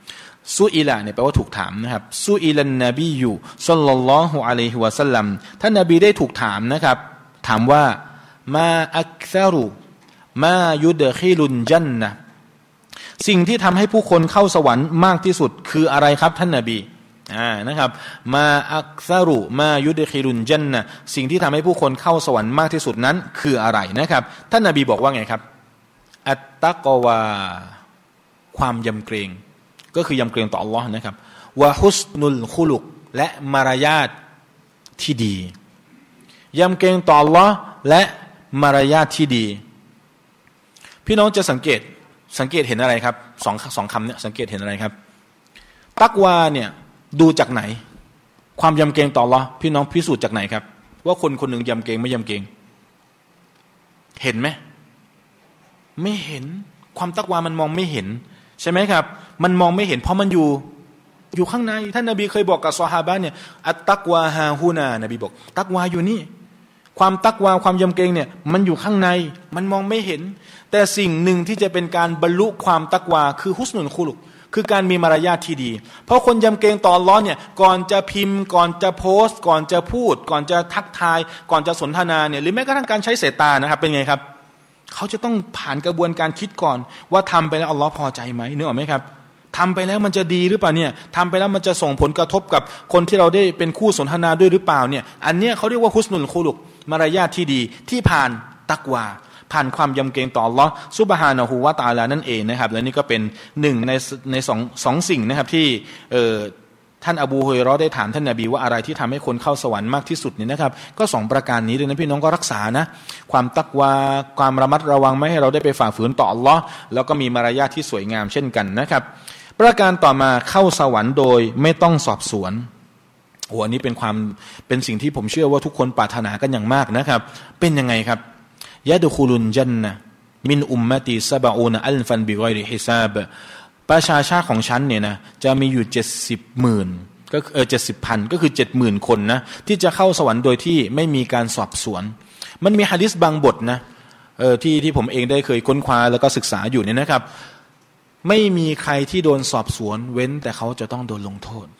ซุอิละเนี่ยแปลว่าถูกถามนะครับซุอิลันนบียูศ็อลลัลลอฮุอะลัยฮิวะซัลลัมท่านนบีได้ถูกถามนะครับถามว่ามาอักซารุมายุดคิลุนญันนะสิ่งที่ทำให้ผู้คนเข้าสวรรค์มากที่สุดคืออะไรครับท่านนบีอ่านะครับมาอักซารุมายุดคิลุนญันนะสิ่งที่ทำให้ผู้คนเข้าสวรรค์มากที่สุดนั้นคืออะไรนะครับท่านนบีบอกว่าไงครับอัตตักวาความยำเกรงก็คือยำเกรงต่ออัลลอฮ์นะครับวะฮุสนุลคุลุกและมารยาทที่ดียำเกรงต่ออัลลอฮ์และมารยาทที่ดีพี่น้องจะสังเกตสังเกตเห็นอะไรครับสองสองคำเนี่ยสังเกตเห็นอะไรครับตักวาเนี่ยดูจากไหนความยำเกรงต่ออัลลอฮ์พี่น้องพิสูจน์จากไหนครับว่าคนคนหนึ่งยำเกรงไม่ยำเกรงเห็นไหมไม่เห็นความตักวามันมองไม่เห็นใช่ไหมครับมันมองไม่เห็นเพราะมันอยู่อยู่ข้างในท่านนบีเคยบอกกับซอฮาบะห์เนี่ยอัตตักวาฮาฮูนานบีบอกตักวาอยู่นี่ความตักวาความยำเกรงเนี่ยมันอยู่ข้างในมันมองไม่เห็นแต่สิ่งหนึ่งที่จะเป็นการบรรลุความตักวาคือฮุสนุลคุลุกคือการมีมารยาทที่ดีเพราะคนยำเกรงต่ออัลเลาะห์เนี่ยก่อนจะพิมพ์ก่อนจะโพสต์ก่อนจะพูดก่อนจะทักทายก่อนจะสนทนาเนี่ยหรือแม้กระทั่งการใช้สายตานะครับเป็นไงครับเขาจะต้องผ่านกระบวนการคิดก่อนว่าทำไปแล้วอัลเลาะห์พอใจไหมนึกออกไหมครับทำไปแล้วมันจะดีหรือเปล่าเนี่ยทำไปแล้วมันจะส่งผลกระทบกับคนที่เราได้เป็นคู่สนทนาด้วยหรือเปล่าเนี่ยอันเนี้ยเขาเรียกว่าฮุสนุลคุลุกมารยาทที่ดีที่ผ่านตักวาผ่านความยำเกรงต่ออัลเลาะห์ซุบฮานะฮูวะตะอาลานั่นเองนะครับและนี่ก็เป็นหนึ่งในในสองสองสิ่งนะครับที่เอ่อท่านอบูฮุรอยเราะห์ได้ถามท่านนบีว่าอะไรที่ทำให้คนเข้าสวรรค์มากที่สุดเนี่ยนะครับก็สองประการนี้เลยนะพี่น้องก็รักษานะความตักวาความระมัดระวังไม่ให้เราได้ไปฝ่าฝืนต่ออัลเลาะห์แล้วก็มีมารยาทที่สวยงามเช่นกันนะครับประการต่อมาเข้าสวรรค์โดยไม่ต้องสอบสวนโอ้อันนี้เป็นความเป็นสิ่งที่ผมเชื่อว่าทุกคนปรารถนากันอย่างมากนะครับเป็นยังไงครับยะดุคุลุนญันนะมินอุมมะตีซะบะอูนะอัลฟันบิฆอยริฮิซาบประชาชาติของฉันเนี่ยนะจะมีอยู่เจ็ดสิบหมื่นก็เออเจ็ดสิบพันก็คือเจ็ดหมื่นคนนะที่จะเข้าสวรรค์โดยที่ไม่มีการสอบสวนมันมีหะดีษบางบทนะเออที่ที่ผมเองได้เคยค้นคว้าแล้วก็ศึกษาอยู่เนี่ยนะครับไม่มีใครที่โดนสอบสวนเว้นแต่เขาจะต้องโดนลงโทษ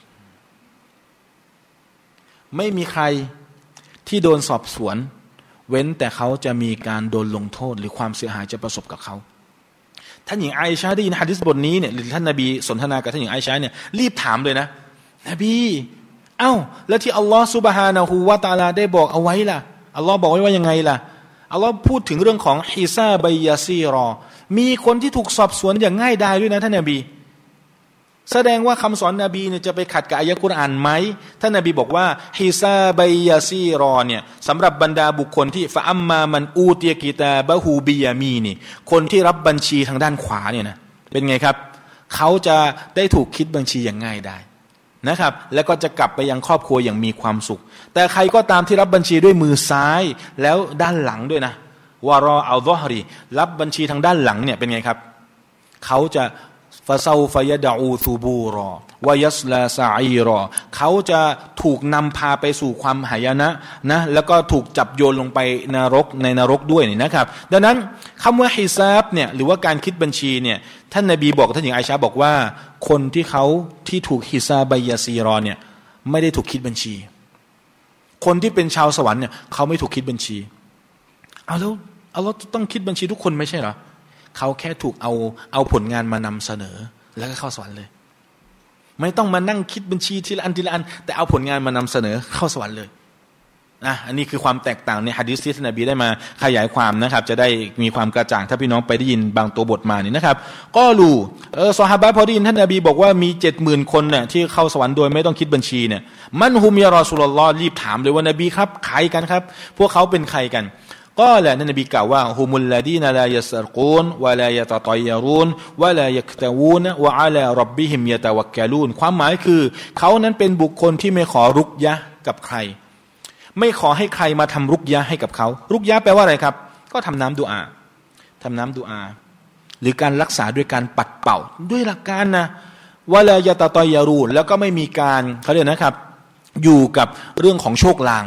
ไม่มีใครที่โดนสอบสวนเว้นแต่เขาจะมีการโดนลงโทษหรือความเสียหายจะประสบกับเขาท่านหญิงไอชาได้ยินหะดีษบทนี้เนี่ยหรือท่านนบีสนทนากับท่านหญิงไอชาเนี่ยรีบถามเลยนะนบีเอ้าแล้วที่อัลลอฮฺซุบฮานะฮูวะตะอาลาได้บอกเอาไว้ล่ะอัลลอฮ์บอกไว้ว่ายังไงล่ะอัลลอฮ์พูดถึงเรื่องของฮิซาบัยยาซีรอมีคนที่ถูกสอบสวนอย่างง่ายดายด้วยนะท่านนบีแสดงว่าคำสอนนบีเนี่ยจะไปขัดกับอายะกุรอานไหมท่านนบีบอกว่าฮิซาบัยยาซีรอเนี่ยสำหรับบรรดาบุคคลที่ฟะอัมมามันอูติยกิตาบะฮูบิยามีนี่คนที่รับบัญชีทางด้านขวาเนี่ยนะเป็นไงครับเขาจะได้ถูกคิดบัญชีอย่างง่ายได้นะครับแล้วก็จะกลับไปยังครอบครัวอย่างมีความสุขแต่ใครก็ตามที่รับบัญชีด้วยมือซ้ายแล้วด้านหลังด้วยนะวารออัลซอฮรีรับบัญชีทางด้านหลังเนี่ยเป็นไงครับเขาจะฟาซาฟยดะอูซูบูรอวายัสลาซาอีรอเขาจะถูกนำพาไปสู่ความหายนะนะแล้วก็ถูกจับโยนลงไปนรกในนรกด้วยนี่นะครับดังนั้นคำว่าฮิซาบเนี่ยหรือว่าการคิดบัญชีเนี่ยท่านนบีบอกท่านหญิงไอชาบอกว่าคนที่เขาที่ถูกฮิซาบัยยาซีรอเนี่ยไม่ได้ถูกคิดบัญชีคนที่เป็นชาวสวรรค์เนี่ยเขาไม่ถูกคิดบัญชีเอาแล้วเอาแล้วต้องคิดบัญชีทุกคนไม่ใช่เหรอเขาแค่ถูกเอาเอาผลงานมานำเสนอแล้วก็เข้าสวรรค์เลยไม่ต้องมานั่งคิดบัญชีทีละอันทีละอันแต่เอาผลงานมานำเสนอเข้าสวรรค์เลยนะอันนี้คือความแตกต่างในหะดีษที่ท่านนบีได้มาขยายความนะครับจะได้มีความกระจ่างถ้าพี่น้องไปได้ยินบางตัวบทมานี่นะครับก็รู้เออซอฮาบะห์พอได้ยินท่านนบีบอกว่ามีเจ็ดหมื่นคนเนี่ยที่เข้าสวรรค์โดยไม่ต้องคิดบัญชีเนี่ยมันฮุมยารอซูลุลลอฮ์รีบถามเลยว่านบีครับใครกันครับพวกเขาเป็นใครกันก็แหละท่านนบีกล่าวว่าฮุมุลลาดีนลายัสรกูนวะลายะตะฏอยยารูนวะลายักตะวูนวะอะลาร็อบบิฮิมยะตะวักกะลูนความหมายคือเขานั้นเป็นบุคคลที่ไม่ขอรุกยะกับใครไม่ขอให้ใครมาทำรุกยะให้กับเขารุกยะแปลว่าอะไรครับก็ทำน้ำดุอาทำน้ำดุอาหรือการรักษาด้วยการปัดเป่าด้วยหลักการนะวะลายะตะฏอยยารูนแล้วก็ไม่มีการเขาเรียกนะครับอยู่กับเรื่องของโชคลาง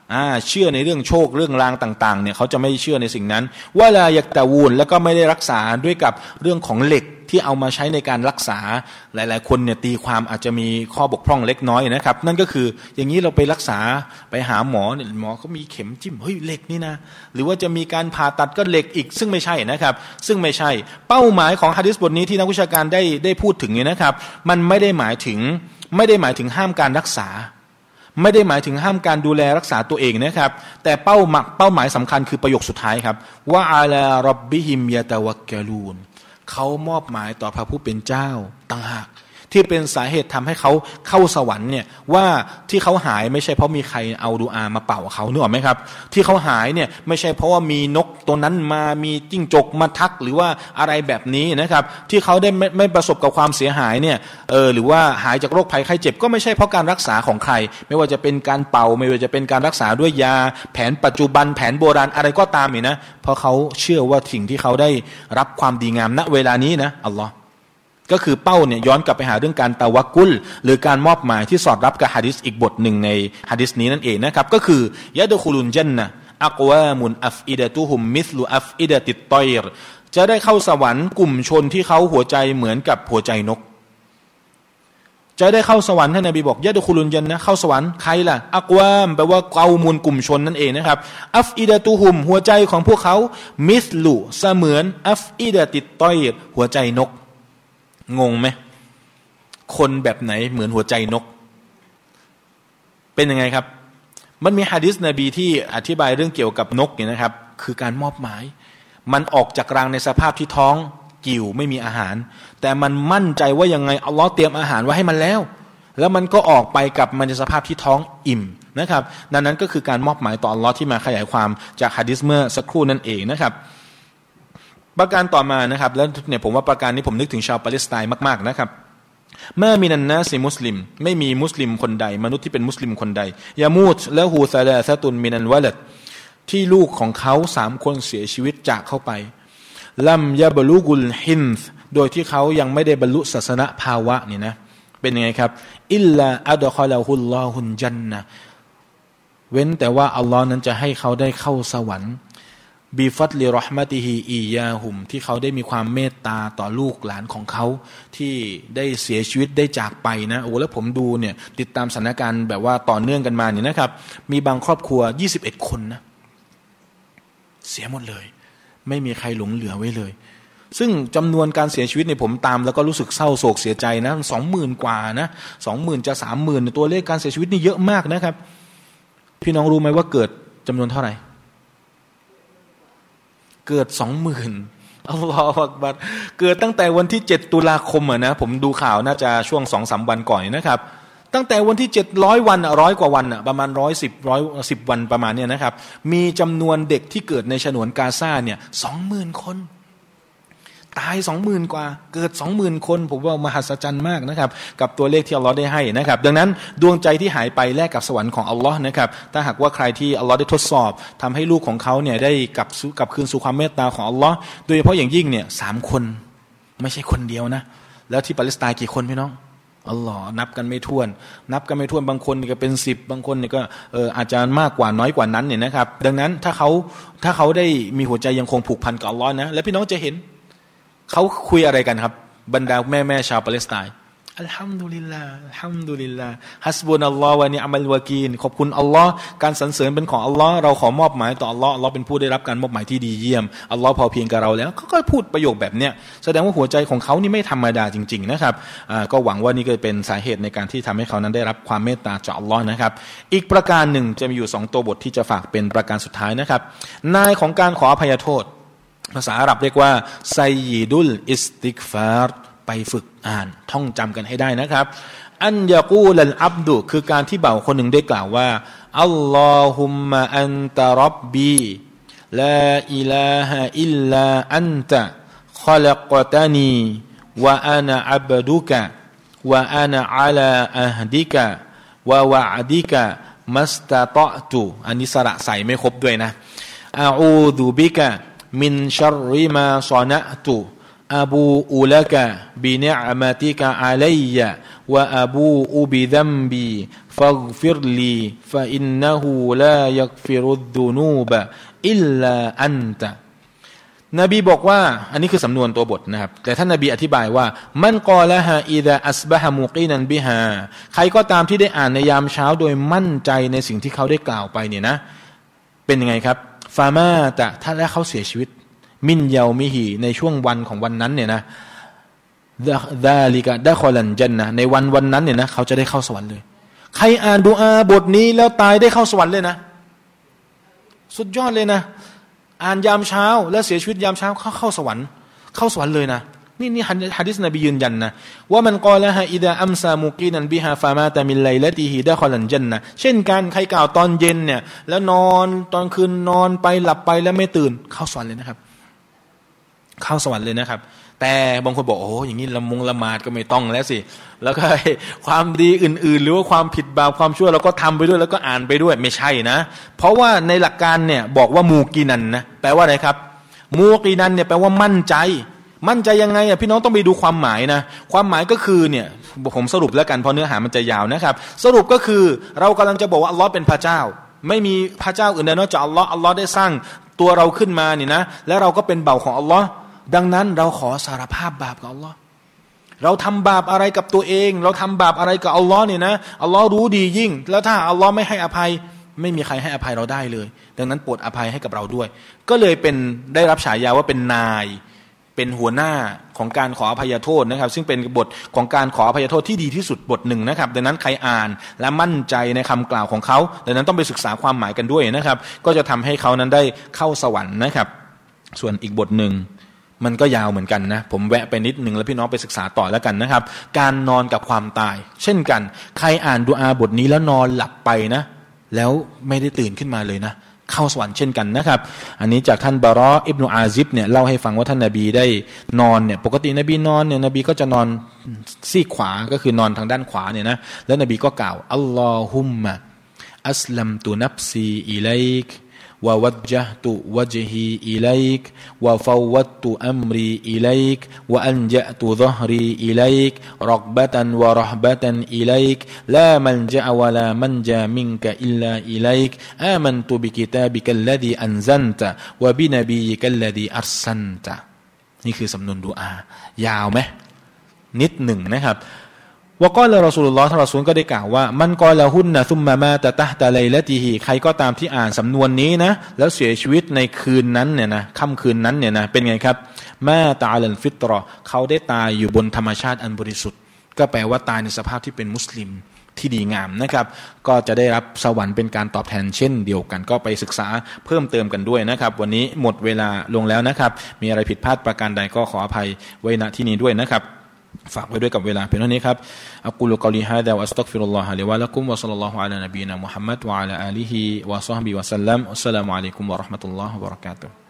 อ่าเชื่อในเรื่องโชคเรื่องรางต่างๆเนี่ยเขาจะไม่เชื่อในสิ่งนั้นวะลายักตะวูนแล้วก็ไม่ได้รักษาด้วยกับเรื่องของเหล็กที่เอามาใช้ในการรักษาหลายๆคนเนี่ยตีความอาจจะมีข้อบกพร่องเล็กน้อยนะครับนั่นก็คืออย่างนี้เราไปรักษาไปหาหมอเนี่ยหมอเขามีเข็มจิ้มเฮ้ยเหล็กนี่นะหรือว่าจะมีการผ่าตัดก็เหล็กอีกซึ่งไม่ใช่นะครับซึ่งไม่ใช่เป้าหมายของหะดีษบทนี้ที่นักวิชาการได้ได้พูดถึงเนี่ยนะครับมันไม่ได้หมายถึงไม่ได้หมายถึงห้ามการรักษาไม่ได้หมายถึงห้ามการดูแลรักษาตัวเองนะครับแต่เป้าหมายเป้าหมายสำคัญคือประโยคสุดท้ายครับว่าอาลาร็อบบิฮิมยะตะวักกะลูนเขามอบหมายต่อพระผู้เป็นเจ้าต่างหากที่เป็นสาเหตุทำให้เขาเข้าสวรรค์เนี่ยว่าที่เขาหายไม่ใช่เพราะมีใครเอาดุอามาเป่าเขานึกออกไหมครับที่เขาหายเนี่ยไม่ใช่เพราะว่ามีนกตัวนั้นมามีจิ้งจกมาทักหรือว่าอะไรแบบนี้นะครับที่เขาได้ไม่ไม่ประสบกับความเสียหายเนี่ยเออหรือว่าหายจากโรคภัยไข้เจ็บก็ไม่ใช่เพราะการรักษาของใครไม่ว่าจะเป็นการเป่าไม่ว่าจะเป็นการรักษาด้วยยาแผนปัจจุบันแผนโบราณอะไรก็ตามนี่นะเพราะเขาเชื่อว่าสิ่งที่เขาได้รับความดีงามณเวลานี้นะอัลลอฮ์ก็คือเป้าเนี่ยย้อนกลับไปหาเรื่องการตะวักกุลหรือการมอบหมายที่สอดรับกับหะดีษอีกบทหนึ่งในหะดีษนี้นั่นเองนะครับก็คือยะดุคุลุนญันนะห์อักวามุนอัฟอิดะตุฮุมมิสลุอัฟอิดะติตฏอยรจะได้เข้าสวรรค์กลุ่มชนที่เขาหัวใจเหมือนกับหัวใจนกจะได้เข้าสวรรค์ท่านนบีบอกยะดุคุลุนญันนะห์เข้าสวรรค์ใครล่ะอักวามแปลว่าเกามุนกลุ่มชนนั่นเองนะครับอัฟอิดะตุฮุมหัวใจของพวกเขามิสลุเสมือนอัฟอิดะติตฏอยรหัวใจนกงงไหมคนแบบไหนเหมือนหัวใจนกเป็นยังไงครับมันมีหะดีษนบีที่อธิบายเรื่องเกี่ยวกับนกเนี่ยนะครับคือการมอบหมายมันออกจากรังในสภาพที่ท้องกิ่วไม่มีอาหารแต่มันมั่นใจว่ายังไงอัลลอฮ์เตรียมอาหารไว้ให้มันแล้วแล้วมันก็ออกไปกับมันในสภาพที่ท้องอิ่มนะครับดังนั้นก็คือการมอบหมายต่ออัลลอฮ์ที่มาขยายความจากหะดีษเมื่อสักครู่นั่นเองนะครับประการต่อมานะครับแล้วเนี่ยผมว่าประการนี้ผมนึกถึงชาวปาเลสไตน์มากๆนะครับเมื่อมีนันนาสิมุสลิมไม่มีมุสลิมคนใดมนุษย์ที่เป็นมุสลิมคนใดยามูตและฮูซาลาซะตุนมินันวะลัดที่ลูกของเขาสามคนเสียชีวิตจากเข้าไปลัมยะบลูกุลฮินส์โดยที่เขายังไม่ได้บรรลุศาสนภาวะนี่นะเป็นยังไงครับอิลลาอัดคอลาฮุลลอฮุนญันนะเว้นแต่ว่าอัลลอฮ์นั้นจะให้เขาได้เข้าสวรรค์บิฟัตลิรอห์มะติฮิอียาฮุมที่เขาได้มีความเมตตาต่อลูกหลานของเขาที่ได้เสียชีวิตได้จากไปนะโอ้แล้วผมดูเนี่ยติดตามสถานการณ์แบบว่าต่อเนื่องกันมาเนี่ยนะครับมีบางครอบครัวยี่สิบเอ็ดคนนะเสียหมดเลยไม่มีใครหลงเหลือไว้เลยซึ่งจำนวนการเสียชีวิตเนี่ยผมตามแล้วก็รู้สึกเศร้าโศกเสียใจนะสองหมื่นกว่านะสองหมื่นจะสามหมื่นตัวเลขการเสียชีวิตนี่เยอะมากนะครับพี่น้องรู้ไหมว่าเกิดจำนวนเท่าไหร่เกิดสองหมื่นอัลลอฮฺอักบัรเกิดตั้งแต่วันที่เจ็ดตุลาคมอ่ะนะผมดูข่าวน่าจะช่วงสองสามวันก่อนนะครับตั้งแต่วันที่เจ็ดร้อยวันร้อยกว่าวันอ่ะประมาณร้อยสิบร้อยสิบวันประมาณเนี้ยนะครับมีจำนวนเด็กที่เกิดในฉนวนกาซาเนี่ยสองหมื่นคนตายสองหมื่นกว่าเกิดสองหมื่นคนผมว่ามหัศจรรย์มากนะครับกับตัวเลขที่อัลลอฮ์ได้ให้นะครับดังนั้นดวงใจที่หายไปแลกกับสวรรค์ของอัลลอฮ์นะครับถ้าหากว่าใครที่อัลลอฮ์ได้ทดสอบทำให้ลูกของเขาเนี่ยได้กลับกลับคืนสู่ความเมตตาของอัลลอฮ์โดยเฉพาะอย่างยิ่งเนี่ยสามคนไม่ใช่คนเดียวนะแล้วที่ปาเลสไตน์กี่คนพี่น้องอัลลอฮ์นับกันไม่ถ้วนนับกันไม่ถ้วนบางคนก็เป็นสิบบางคนเนี่ยก็เอออาจจะมากกว่าน้อยกว่านั้นเนี่ยนะครับดังนั้นถ้าเขาถ้าเขาได้มีหัวใจยังคงผูกพันกับอัลลอฮ์นะและพี่น้องจะเห็นเขาคุยอะไรกันครับบรรดาแม่แม่ชาวปาเลสไตน์อัลฮัมดุลิลลาห์อัลฮัมดุลิลลาห์ฮัสบุนัลลอฮ์วะนิอ์มัลวะกีลขอบคุณอัลลอฮ์การสรรเสริญเป็นของอัลลอฮ์เราขอมอบหมายต่ออัลลอฮ์อัลลอฮ์เป็นผู้ได้รับการมอบหมายที่ดีเยี่ยมอัลลอฮ์พอเพียงกับเราแล้วเขาก็พูดประโยคแบบเนี้ยแสดงว่าหัวใจของเขานี่ไม่ธรรมดาจริงๆนะครับอ่าก็หวังว่านี่ก็เป็นสาเหตุในการที่ทำให้เขานั้นได้รับความเมตตาจากอัลลอฮ์นะครับอีกประการหนึ่งจะมีอยู่สองตัวบทที่จะฝากเป็นประการสุดท้ายนะครับนายของการขออภัยโทษภาษาอาหรับเรียกว่าไซยิดุลอิสติกฟาร์ไปฝึกอ่านท่องจำกันให้ได้นะครับอันยากูลันอับดุคือการที่บ่าวคนหนึ่งได้กล่าวว่าอัลลอฮุมมะอันตะร็อบบีลาอิลาฮะอิลลาอันตะขอลักตานีวะอานะอับดุกะวะอานะอะลาอะฮดิกะวะวะอดิกะมัสตะตอตุอันนี้สระใส่ไม่ครบด้วยนะอาอูดุบิกะมินชัรริมาซอนะตุอบูอุลกะบินิอ์มะติกะอะลัยยะวะอบูอุบิดัมบีฟัฆฟิรลีฟะอินนะฮูลายักฟิรุดดุนูบะอิลลาอันตะนบีบอกว่าอันนี้คือสำนวนตัวบทนะครับแต่ท่านนบีอธิบายว่ามันกอละฮะอิดะอัสบะฮะมุกีนันบิฮาใครก็ตามที่ได้อ่านในยามเช้าโดยมั่นใจในสิ่งที่เขาได้กล่าวไปเนี่ยนะเป็นยังไงครับฟามาตะถ้าแล้วเขาเสียชีวิตมินเยามิฮีในช่วงวันของวันนั้นเนี่ยนะดาลิกะดะคอลันญันนะในวันวันนั้นเนี่ยนะเขาจะได้เข้าสวรรค์เลยใครอ่านดุอาบทนี้แล้วตายได้เข้าสวรรค์เลยนะสุดยอดเลยนะอ่านยามเช้าแล้วเสียชีวิตยามเช้าเข้าเข้าสวรรค์เข้าสวรรค์เลยนะนี่นี่หะดีษนบียืนยันนะว่ามันกอละฮะอิดะอัมซามุกีนันบิฮาฟามาตะมินไลละติฮิดะคอลันญันนะเช่นกันใครกล่าวตอนเย็นเนี่ยแล้วนอนตอนคืนนอนไปหลับไปแล้วไม่ตื่นเข้าสวรรค์เลยนะครับเข้าสวรรค์เลยนะครับแต่บางคนบอกโอ้อย่างนี้ละมงละหมาดก็ไม่ต้องแล้วสิแล้วก็ความดีอื่นๆหรือว่าความผิดบาปความชั่วเราก็ทำไปด้วยแล้วก็อ่านไปด้วยไม่ใช่นะเพราะว่าในหลักการเนี่ยบอกว่ามูกีนันนะแปลว่าอะไรครับมูกีนันเนี่ยแปลว่ามั่นใจมั่นใจยังไงอ่ะพี่น้องต้องไปดูความหมายนะความหมายก็คือเนี่ยผมสรุปแล้วกันเพราะเนื้อหามันจะยาวนะครับสรุปก็คือเรากำลังจะบอกว่าอัลลอฮ์เป็นพระเจ้าไม่มีพระเจ้าอื่นใดนอกจากอัลลอฮ์อัลลอฮ์ได้สร้างตัวเราขึ้นมานี่นะและเราก็เป็นเบ่าของอัลลอฮ์ดังนั้นเราขอสารภาพบาปกับอัลลอฮ์เราทำบาปอะไรกับตัวเองเราทำบาปอะไรกับอัลลอฮ์เนี่ยนะอัลลอฮ์รู้ดียิ่งแล้วถ้าอัลลอฮ์ไม่ให้อภัยไม่มีใครให้อภัยเราได้เลยดังนั้นโปรดอภัยให้กับเราด้วยก็เลยเป็นได้รับฉายาว่าเป็นนายเป็นหัวหน้าของการขออภัยโทษนะครับซึ่งเป็นบทของการขออภัยโทษที่ดีที่สุดบทหนึ่งนะครับดังนั้นใครอ่านและมั่นใจในคำกล่าวของเขาดังนั้นต้องไปศึกษาความหมายกันด้วยนะครับก็จะทำให้เขานั้นได้เข้าสวรรค์นะครับส่วนอีกบทหนึ่งมันก็ยาวเหมือนกันนะผมแวะไปนิดหนึ่งแล้วพี่น้องไปศึกษาต่อแล้วกันนะครับการนอนกับความตายเช่นกันใครอ่านดุอาบทนี้แล้วนอนหลับไปนะแล้วไม่ได้ตื่นขึ้นมาเลยนะเข้าสวรรค์เช่นกันนะครับอันนี้จากท่านบารออิบนุอาซิบเนี่ยเล่าให้ฟังว่าท่านนบีได้นอนเนี่ยปกตินบีนอนเนี่ยนบีก็จะนอนซีกขวาก็คือนอนทางด้านขวาเนี่ยนะแล้วนบีก็กล่าวอัลลอฮุมมะอัสลัมตุนับซีอิลัยกووجهت وجهي إليك وفوضت أمري إليك وألجأت ظهري إليك رغبة ورهبة إليك لا ملجأ ولا منجا منك إلا إليك آمنت بكتابك الذي أنزلت وبنبيك الذي أرسلت นี่คือสำนวนดุอายาวไหมนิดหนึ่งนะครับวะกอลรอซูลุลลอฮ์ท่านรอซูลก็ได้กล่าวว่ามันกอละหุนนะซุมมามาตะตะตะไลละติฮีใครก็ตามที่อ่านสำนวนนี้นะแล้วเสียชีวิตในคืนนั้นเนี่ยนะค่ำคืนนั้นเนี่ยนะเป็นไงครับมาตะอัลฟิตรอเขาได้ตายอยู่บนธรรมชาติอันบริสุทธิ์ก็แปลว่าตายในสภาพที่เป็นมุสลิมที่ดีงามนะครับก็จะได้รับสวรรค์เป็นการตอบแทนเช่นเดียวกันก็ไปศึกษาเพิ่มเติมกันด้วยนะครับวันนี้หมดเวลาลงแล้วนะครับมีอะไรผิดพลาดประการใดก็ขออภัยไว้ณที่นี้ด้วยนะครับฝากไว้ด้วยกับเวลาเพียงเท่านี้ครับอักูลุกอลีฮาดะวะอัสตัฆฟิรุลลอฮะลิวะละกุมวะศ็อลลัลลอฮุอะลานบีนะมุฮัมมัดวะอะลาอาลิฮิวะศอฮบิวะซัลลัมอัสสลามุอะลัยกุมวะเราะห์มะตุลลอฮิวะบะเราะกาตุฮ์